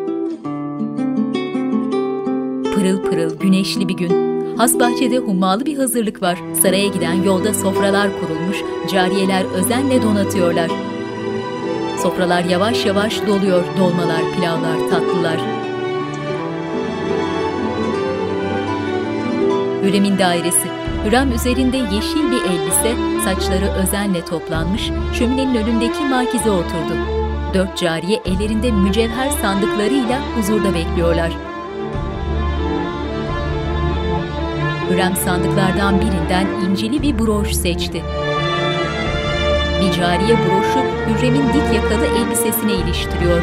Pırıl pırıl güneşli bir gün. Hasbahçede hummalı bir hazırlık var. Saraya giden yolda sofralar kurulmuş, cariyeler özenle donatıyorlar. Sofralar yavaş yavaş doluyor, dolmalar, pilavlar, tatlılar. Hürrem'in dairesi. Hürrem üzerinde yeşil bir elbise, saçları özenle toplanmış, şöminenin önündeki markize oturdu. 4 cariye ellerinde mücevher sandıklarıyla huzurda bekliyorlar. Hürrem sandıklardan birinden incili bir broş seçti. Bir cariye broşu Hürrem'in dik yakalı elbisesine iliştiriyor.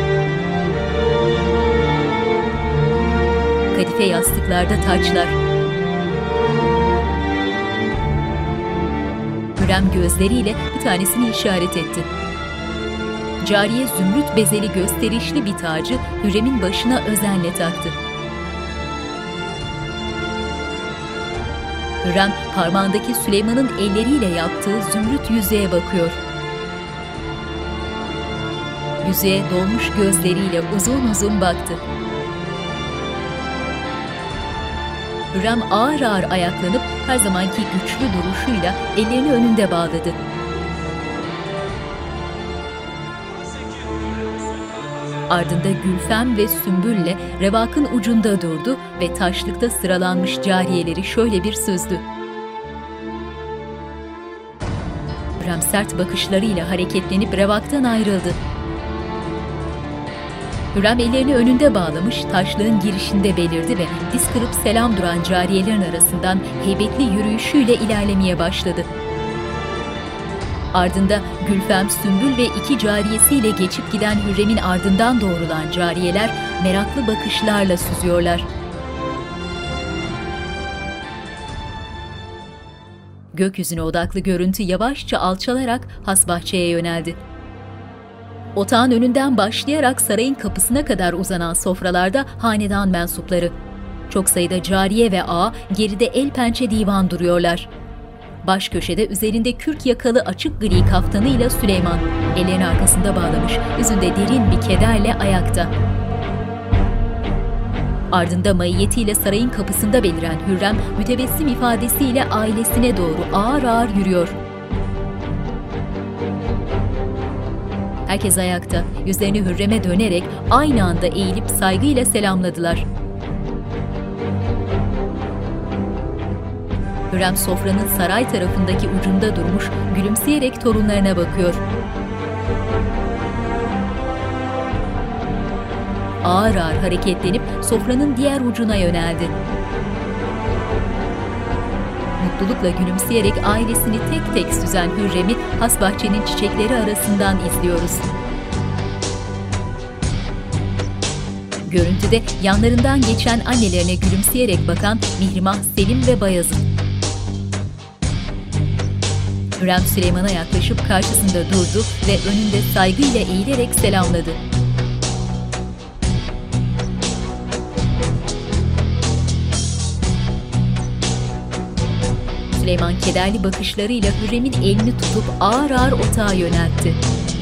Kadife yastıklarda taçlar. Hürrem gözleriyle bir tanesini işaret etti. Cariye zümrüt bezeli gösterişli bir tacı Hürrem'in başına özenle taktı. Hürrem parmağındaki Süleyman'ın elleriyle yaptığı zümrüt yüzüğe bakıyor. Yüzüğe dolmuş gözleriyle uzun uzun baktı. Hürrem ağır ağır ayaklanıp her zamanki güçlü duruşuyla ellerini önünde bağladı. Ardında Gülfem ve Sümbül'le revakın ucunda durdu ve taşlıkta sıralanmış cariyeleri şöyle bir süzdü. Hürrem sert bakışlarıyla hareketlenip revaktan ayrıldı. Hürrem ellerini önünde bağlamış, taşlığın girişinde belirdi ve diz kırıp selam duran cariyelerin arasından heybetli yürüyüşüyle ilerlemeye başladı. Ardında Gülfem, Sümbül ve 2 cariyesiyle geçip giden Hürrem'in ardından doğrulan cariyeler meraklı bakışlarla süzüyorlar. Gökyüzüne odaklı görüntü yavaşça alçalarak hasbahçeye yöneldi. Otağın önünden başlayarak sarayın kapısına kadar uzanan sofralarda hanedan mensupları. Çok sayıda cariye ve ağa geride el pençe divan duruyorlar. Baş köşede üzerinde kürk yakalı açık gri kaftanıyla Süleyman. Ellerini arkasında bağlamış, yüzünde derin bir kederle ayakta. Ardında maiyetiyle sarayın kapısında beliren Hürrem, mütebessim ifadesiyle ailesine doğru ağır ağır yürüyor. Herkes ayakta, yüzlerini Hürrem'e dönerek aynı anda eğilip saygıyla selamladılar. Hürrem sofranın saray tarafındaki ucunda durmuş, gülümseyerek torunlarına bakıyor. Ağır ağır hareketlenip sofranın diğer ucuna yöneldi. Mutlulukla gülümseyerek ailesini tek tek süzen Hürrem'i has bahçenin çiçekleri arasından izliyoruz. Görüntüde yanlarından geçen annelerine gülümseyerek bakan Mihrimah, Selim ve Bayezid. Hürrem Süleyman'a yaklaşıp karşısında durdu ve önünde saygıyla eğilerek selamladı. Süleyman kederli bakışlarıyla Hürrem'in elini tutup ağır ağır otağa yöneltti.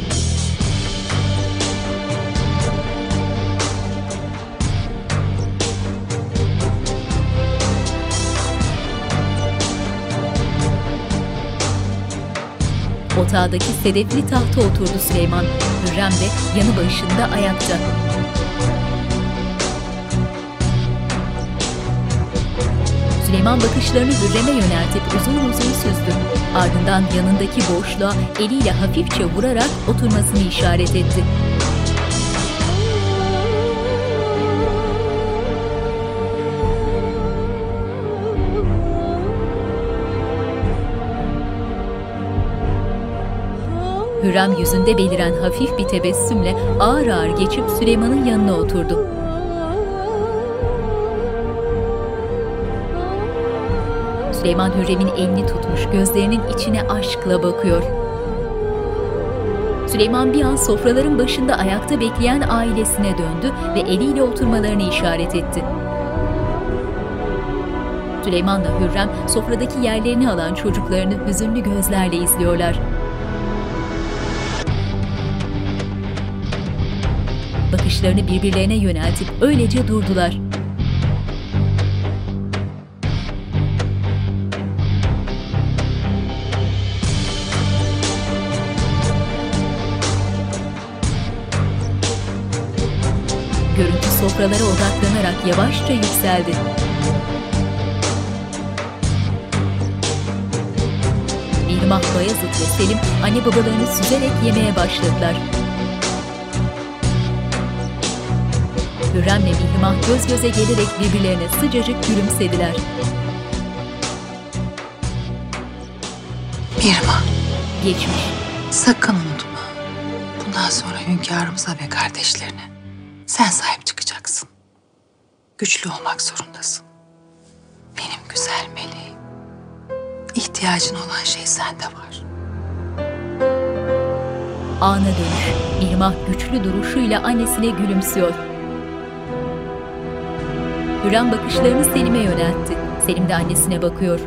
Otağdaki sedefli tahta oturdu Süleyman. Hürrem de yanı başında ayakta. Süleyman bakışlarını Hürrem'e yöneltip uzun uzun süzdü. Ardından yanındaki boşluğa eliyle hafifçe vurarak oturmasını işaret etti. Hürrem yüzünde beliren hafif bir tebessümle ağır ağır geçip Süleyman'ın yanına oturdu. Süleyman Hürrem'in elini tutmuş, gözlerinin içine aşkla bakıyor. Süleyman bir an sofraların başında ayakta bekleyen ailesine döndü ve eliyle oturmalarını işaret etti. Süleyman'la Hürrem sofradaki yerlerini alan çocuklarını hüzünlü gözlerle izliyorlar. Bakışlarını birbirlerine yöneltip öylece durdular. Görüntü sofralara odaklanarak yavaşça yükseldi. Mihrimah, Bayezid ve Selim anne babalarını süzerek yemeye başladılar. Hürrem'le Mihrimah göz göze gelerek birbirlerine sıcacık gülümsediler. Mihrimah, Geçmiş. sakın unutma. Bundan sonra hünkârımıza ve kardeşlerine sen sahip çıkacaksın. Güçlü olmak zorundasın. Benim güzel meleğim. İhtiyacın olan şey sende var. Ana dönüş. Mihrimah güçlü duruşuyla annesine gülümsüyor. Hürrem bakışlarını Selim'e yöneltti. Selim de annesine bakıyor.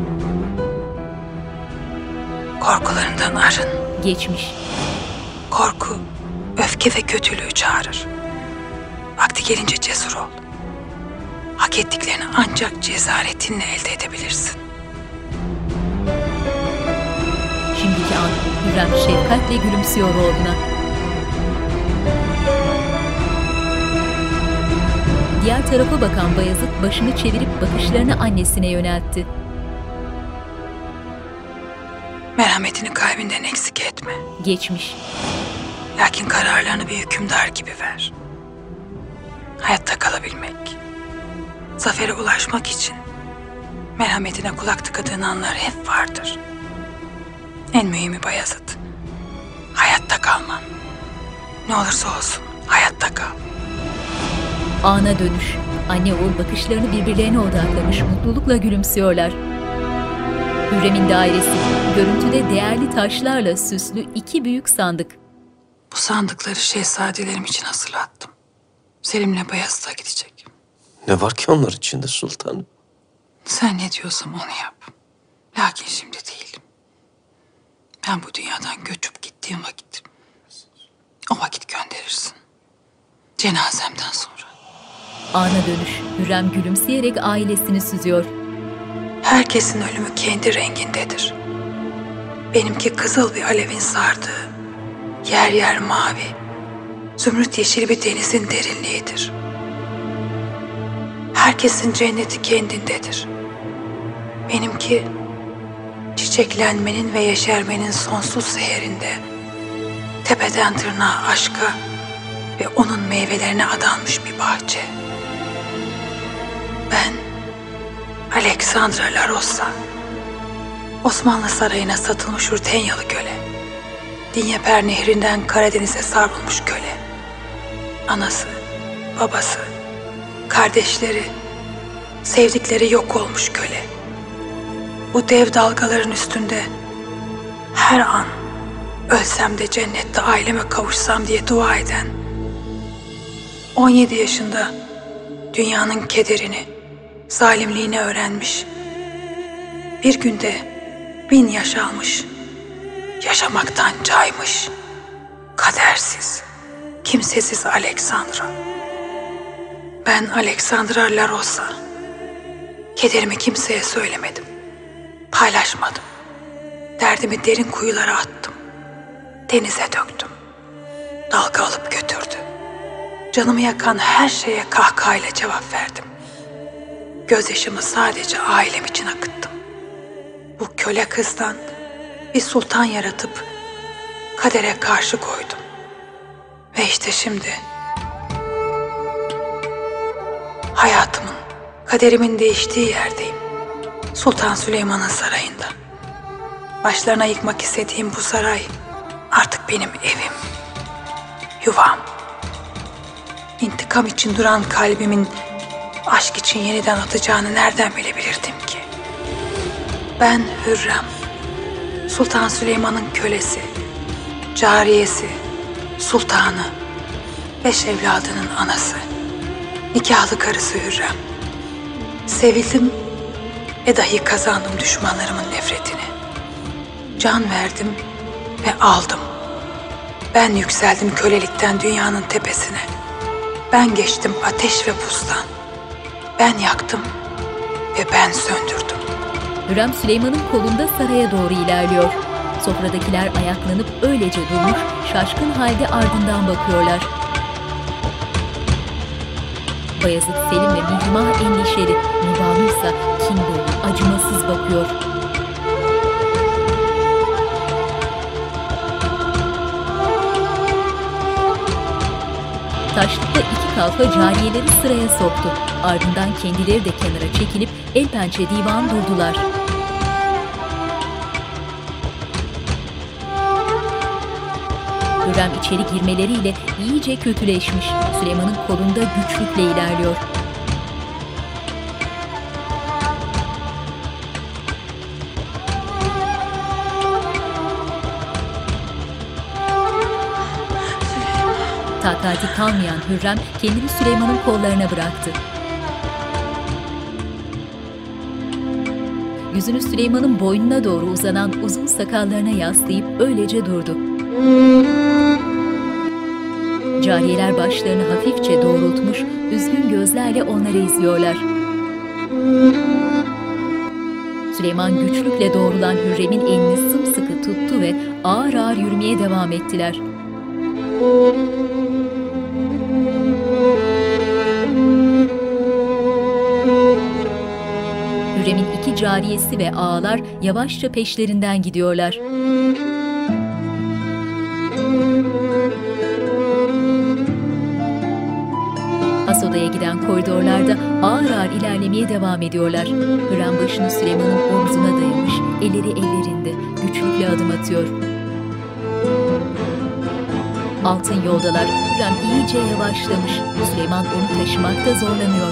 Korkularından arın. Geçmiş. Korku, öfke ve kötülüğü çağırır. Vakti gelince cesur ol. Hak ettiklerini ancak cesaretinle elde edebilirsin. Şimdiki an Hürrem şefkatle gülümsüyor oğluna. Diğer tarafa bakan Bayezid başını çevirip bakışlarını annesine yöneltti. Merhametini kalbinden eksik etme. Geçmiş. Lakin kararlarını bir hükümdar gibi ver. Hayatta kalabilmek, zafere ulaşmak için merhametine kulak tıkadığın anlar hep vardır. En mühimi Bayezid, hayatta kalman. Ne olursa olsun hayatta kal. Ana dönüş. Anne oğul bakışlarını birbirlerine odaklamış, mutlulukla gülümsüyorlar. Hürrem'in dairesi, görüntüde değerli taşlarla süslü iki büyük sandık. Bu sandıkları şehzadelerim için hazırlattım. Selim'le Bayezid'e gidecek. Ne var ki onlar içinde sultanım? Sen ne diyorsam onu yap. Lakin şimdi değil. Ben bu dünyadan göçüp gittiğim vakit, o vakit gönderirsin. Cenazemden sonra. Ana dönüş. Hürrem gülümseyerek ailesini süzüyor. Herkesin ölümü kendi rengindedir. Benimki kızıl bir alevin sardığı, yer yer mavi, zümrüt yeşil bir denizin derinliğidir. Herkesin cenneti kendindedir. Benimki çiçeklenmenin ve yeşermenin sonsuz seherinde, tepeden tırnağa aşka ve onun meyvelerine adanmış bir bahçe. Ben Alexandra La Rosa, Osmanlı Sarayı'na satılmış Urtenyalı köle, Dinyeper Nehri'nden Karadeniz'e savrulmuş köle, anası, babası, kardeşleri, sevdikleri yok olmuş köle. Bu dev dalgaların üstünde her an ölsem de cennette aileme kavuşsam diye dua eden, 17 yaşında dünyanın kederini, zalimliğini öğrenmiş, bir günde 1000 yaş almış, yaşamaktan caymış, kadersiz, kimsesiz Alexandra. Ben Alexandra La Rosa. Kederimi kimseye söylemedim, paylaşmadım. Derdimi derin kuyulara attım, denize döktüm. Dalga alıp götürdü. Canımı yakan her şeye kahkahayla cevap verdim. Gözyaşımı sadece ailem için akıttım. Bu köle kızdan bir sultan yaratıp kadere karşı koydum. Ve işte şimdi hayatımın, kaderimin değiştiği yerdeyim. Sultan Süleyman'ın sarayında. Başlarına yıkmak istediğim bu saray artık benim evim, yuvam. İntikam için duran kalbimin aşk için yeniden atacağını nereden bilebilirdim ki? Ben Hürrem, Sultan Süleyman'ın kölesi, cariyesi, sultanı, 5 evladının anası, nikahlı karısı Hürrem. Sevildim ve dahi kazandım düşmanlarımın nefretini. Can verdim ve aldım. Ben yükseldim kölelikten dünyanın tepesine. Ben geçtim ateş ve buzdan. Ben yaktım ve ben söndürdüm. Hürrem Süleyman'ın kolunda saraya doğru ilerliyor. Sofradakiler ayaklanıp öylece durmuş, şaşkın halde ardından bakıyorlar. Bayezid, Selim ve Mihrimah endişeli, Nurbanu ise kin dolu, acımasız bakıyor. Taşlıkta 2 kalfa cariyeleri sıraya soktu. Ardından kendileri de kenara çekilip el pençe divan durdular. Hürrem içeri girmeleriyle iyice kötüleşmiş. Süleyman'ın kolunda güçlükle ilerliyor. Takati kalmayan Hürrem kendini Süleyman'ın kollarına bıraktı. Yüzünü Süleyman'ın boynuna doğru uzanan uzun sakallarına yaslayıp öylece durdu. Cariyeler başlarını hafifçe doğrultmuş, üzgün gözlerle onları izliyorlar. Süleyman güçlükle doğrulan Hürrem'in elini sımsıkı tuttu ve ağır ağır yürümeye devam ettiler. Hürrem'in 2 cariyesi ve ağalar yavaşça peşlerinden gidiyorlar. Has odaya giden koridorlarda ağır ağır ilerlemeye devam ediyorlar. Hürrem başını Süleyman'ın omzuna dayamış, elleri ellerinde, güçlükle adım atıyor. Altın yoldalar, Hürrem iyice yavaşlamış. Süleyman onu taşımakta zorlanıyor.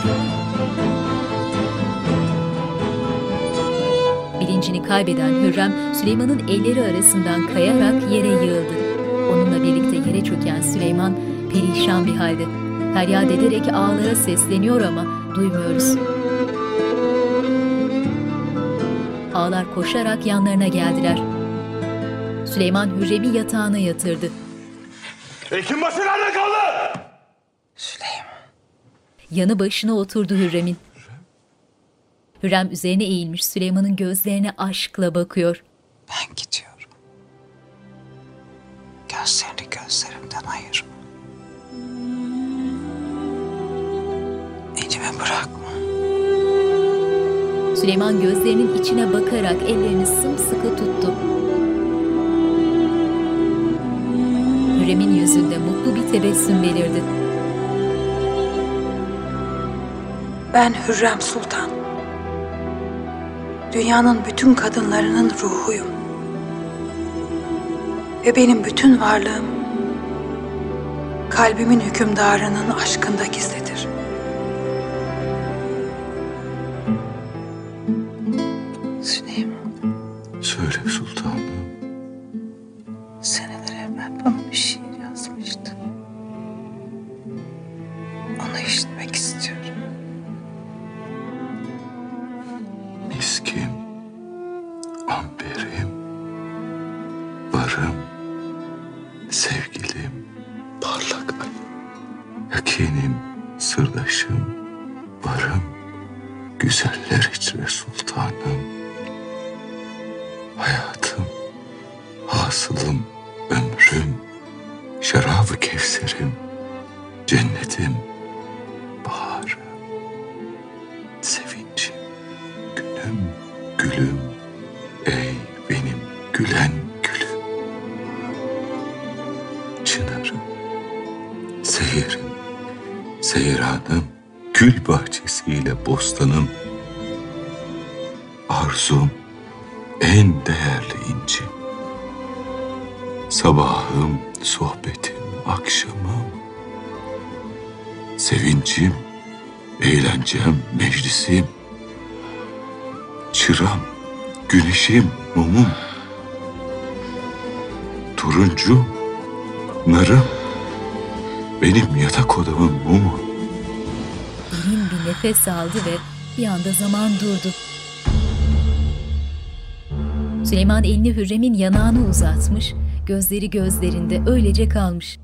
Bilincini kaybeden Hürrem, Süleyman'ın elleri arasından kayarak yere yığıldı. Onunla birlikte yere çöken Süleyman perişan bir halde. Feryat ederek ağalara sesleniyor ama duymuyoruz. Ağalar koşarak yanlarına geldiler. Süleyman Hürrem'i yatağına yatırdı. Hekimbaşı nerede kaldı? Yanı başına oturdu Hürrem'in. Hürrem üzerine eğilmiş Süleyman'ın gözlerine aşkla bakıyor. Ben gidiyorum. Gözlerini gözlerimden ayırma. Elimi bırakma. Süleyman gözlerinin içine bakarak ellerini sımsıkı tuttu. Hürrem'in yüzünde mutlu bir tebessüm belirdi. Ben Hürrem Sultan. Dünyanın bütün kadınlarının ruhuyum. Ve benim bütün varlığım kalbimin hükümdarının aşkında gizlidir. Süleyman, Söyle sultanım. seneler evvel bana bir şiir yazmıştı. Onu işitmek istiyorum. Miskim, amberim, varım, sevgilim, parlak ay, yakinim, sırdaşım, varım, güzeller içre sultanım, hayatım, hasılım, ömrüm, şarabı kevserim, cennetim, baharım, sevincim, günüm, gülüm, ey benim gülen gülüm. Çınarım, seyirim, seyranım, gül bahçesiyle bostanım. Arzum, en değerli inci. Sabahım, sohbetim, akşamım. Sevincim, eğlencem, meclisim. Çıram, güneşim, mumum. Turuncu, narım. Benim yatak odamın mumu. Derin bir nefes aldı ve bir anda zaman durdu. Süleyman elini Hürrem'in yanağına uzatmış, gözleri gözlerinde öylece kalmış.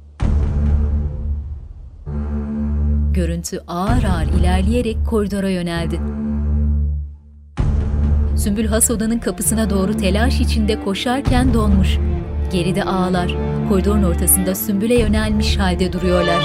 Görüntü ağır ağır ilerleyerek koridora yöneldi. Sümbül has odanın kapısına doğru telaş içinde koşarken donmuş. Geride ağalar, koridorun ortasında Sümbül'e yönelmiş halde duruyorlar.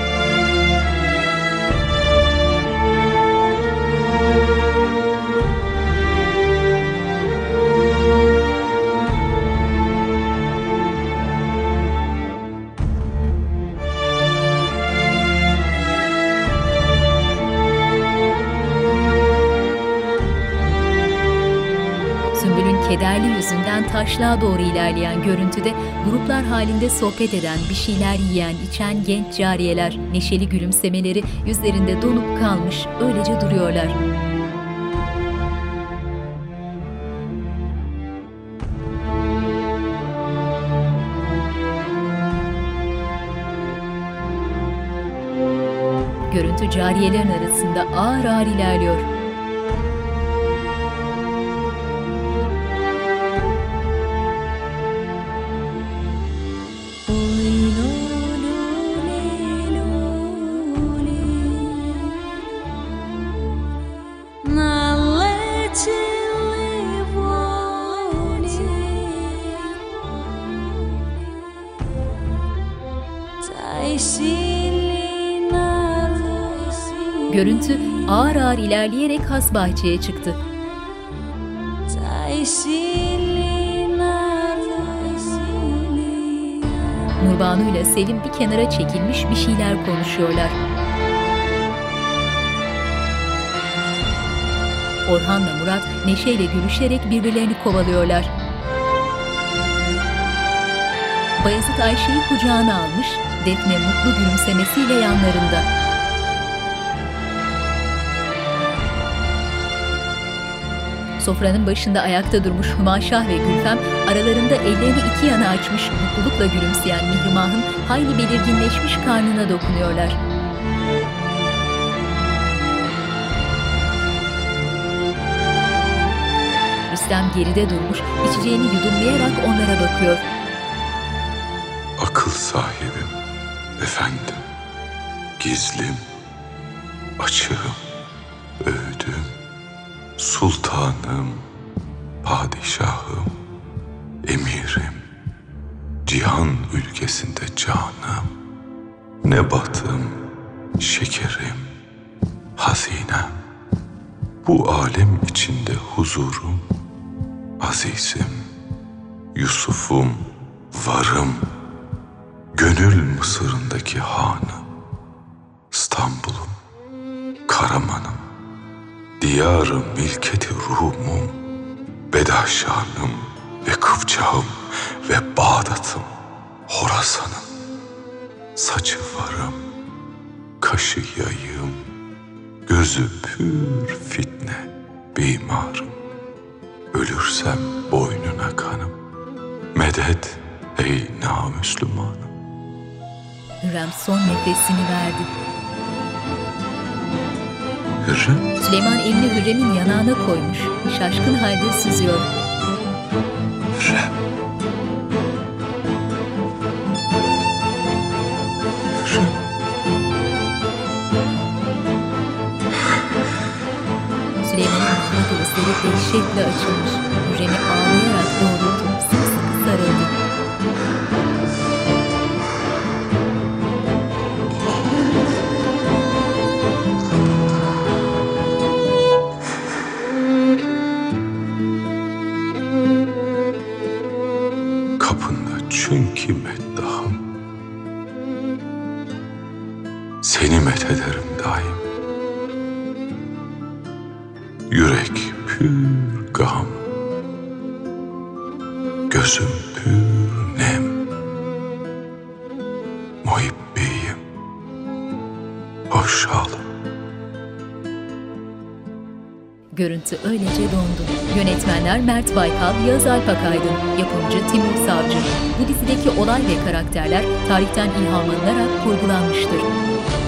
Kederli yüzünden taşlığa doğru ilerleyen görüntüde gruplar halinde sohbet eden, bir şeyler yiyen, içen genç cariyeler, neşeli gülümsemeleri yüzlerinde donup kalmış, öylece duruyorlar. Görüntü cariyelerin arasında ağır ağır ilerliyor. Görüntü ağır ağır ilerleyerek has bahçeye çıktı. Nurbanu ile Selim bir kenara çekilmiş bir şeyler konuşuyorlar. Orhan'la Murat neşeyle gülüşerek birbirlerini kovalıyorlar. Bayezid Ayşe'yi kucağına almış, Defne mutlu gülümsemesiyle yanlarında. Sofranın başında ayakta durmuş Hümaşah ve Gülfem, aralarında ellerini iki yana açmış, mutlulukla gülümseyen Mihrimah'ın hayli belirginleşmiş karnına dokunuyorlar. Rüstem geride durmuş, içeceğini yudumlayarak onlara bakıyor. Akıl sahibim, efendim, gizlim, açığım, öğüdüm, sultanım, padişahım, emirim, cihan ülkesinde canım, nebatım, şekerim, hazinem, bu alem içinde huzurum, azizim, Yusuf'um, varım, gönül Mısır'ındaki hanım, İstanbul'um, Karaman'ım, diyarı milketi Rum'um, Bedaşan'ım ve Kıpçağım ve Bağdat'ım, Horasan'ım, saçı varım, kaşı yayım, gözü pür fitne, bimarım, ölürsem boynuna kanım, medet ey namüslümanım. Hürrem son nefesini verdi. Hürrem? Süleyman elini Hürrem'in yanağına koymuş. Şaşkın halde süzüyor. Hürrem. Süleyman'ın mutlak gözleri dehşetle açılmış. Hürrem'i ağlayarak doğrultup sımsıkı sarıldı. Kapında çünkü meddahım, seni methederim daim. Yürek pür gam, gözüm pür nem, muhibbiyim, hoşalım. Görüntü öylece dondu. Yönetmenler Mert Baykal, Yağız Alpakaydın, yapımcı Timur Savcı. Bu dizideki olay ve karakterler tarihten ilhamlanarak kurgulanmıştır.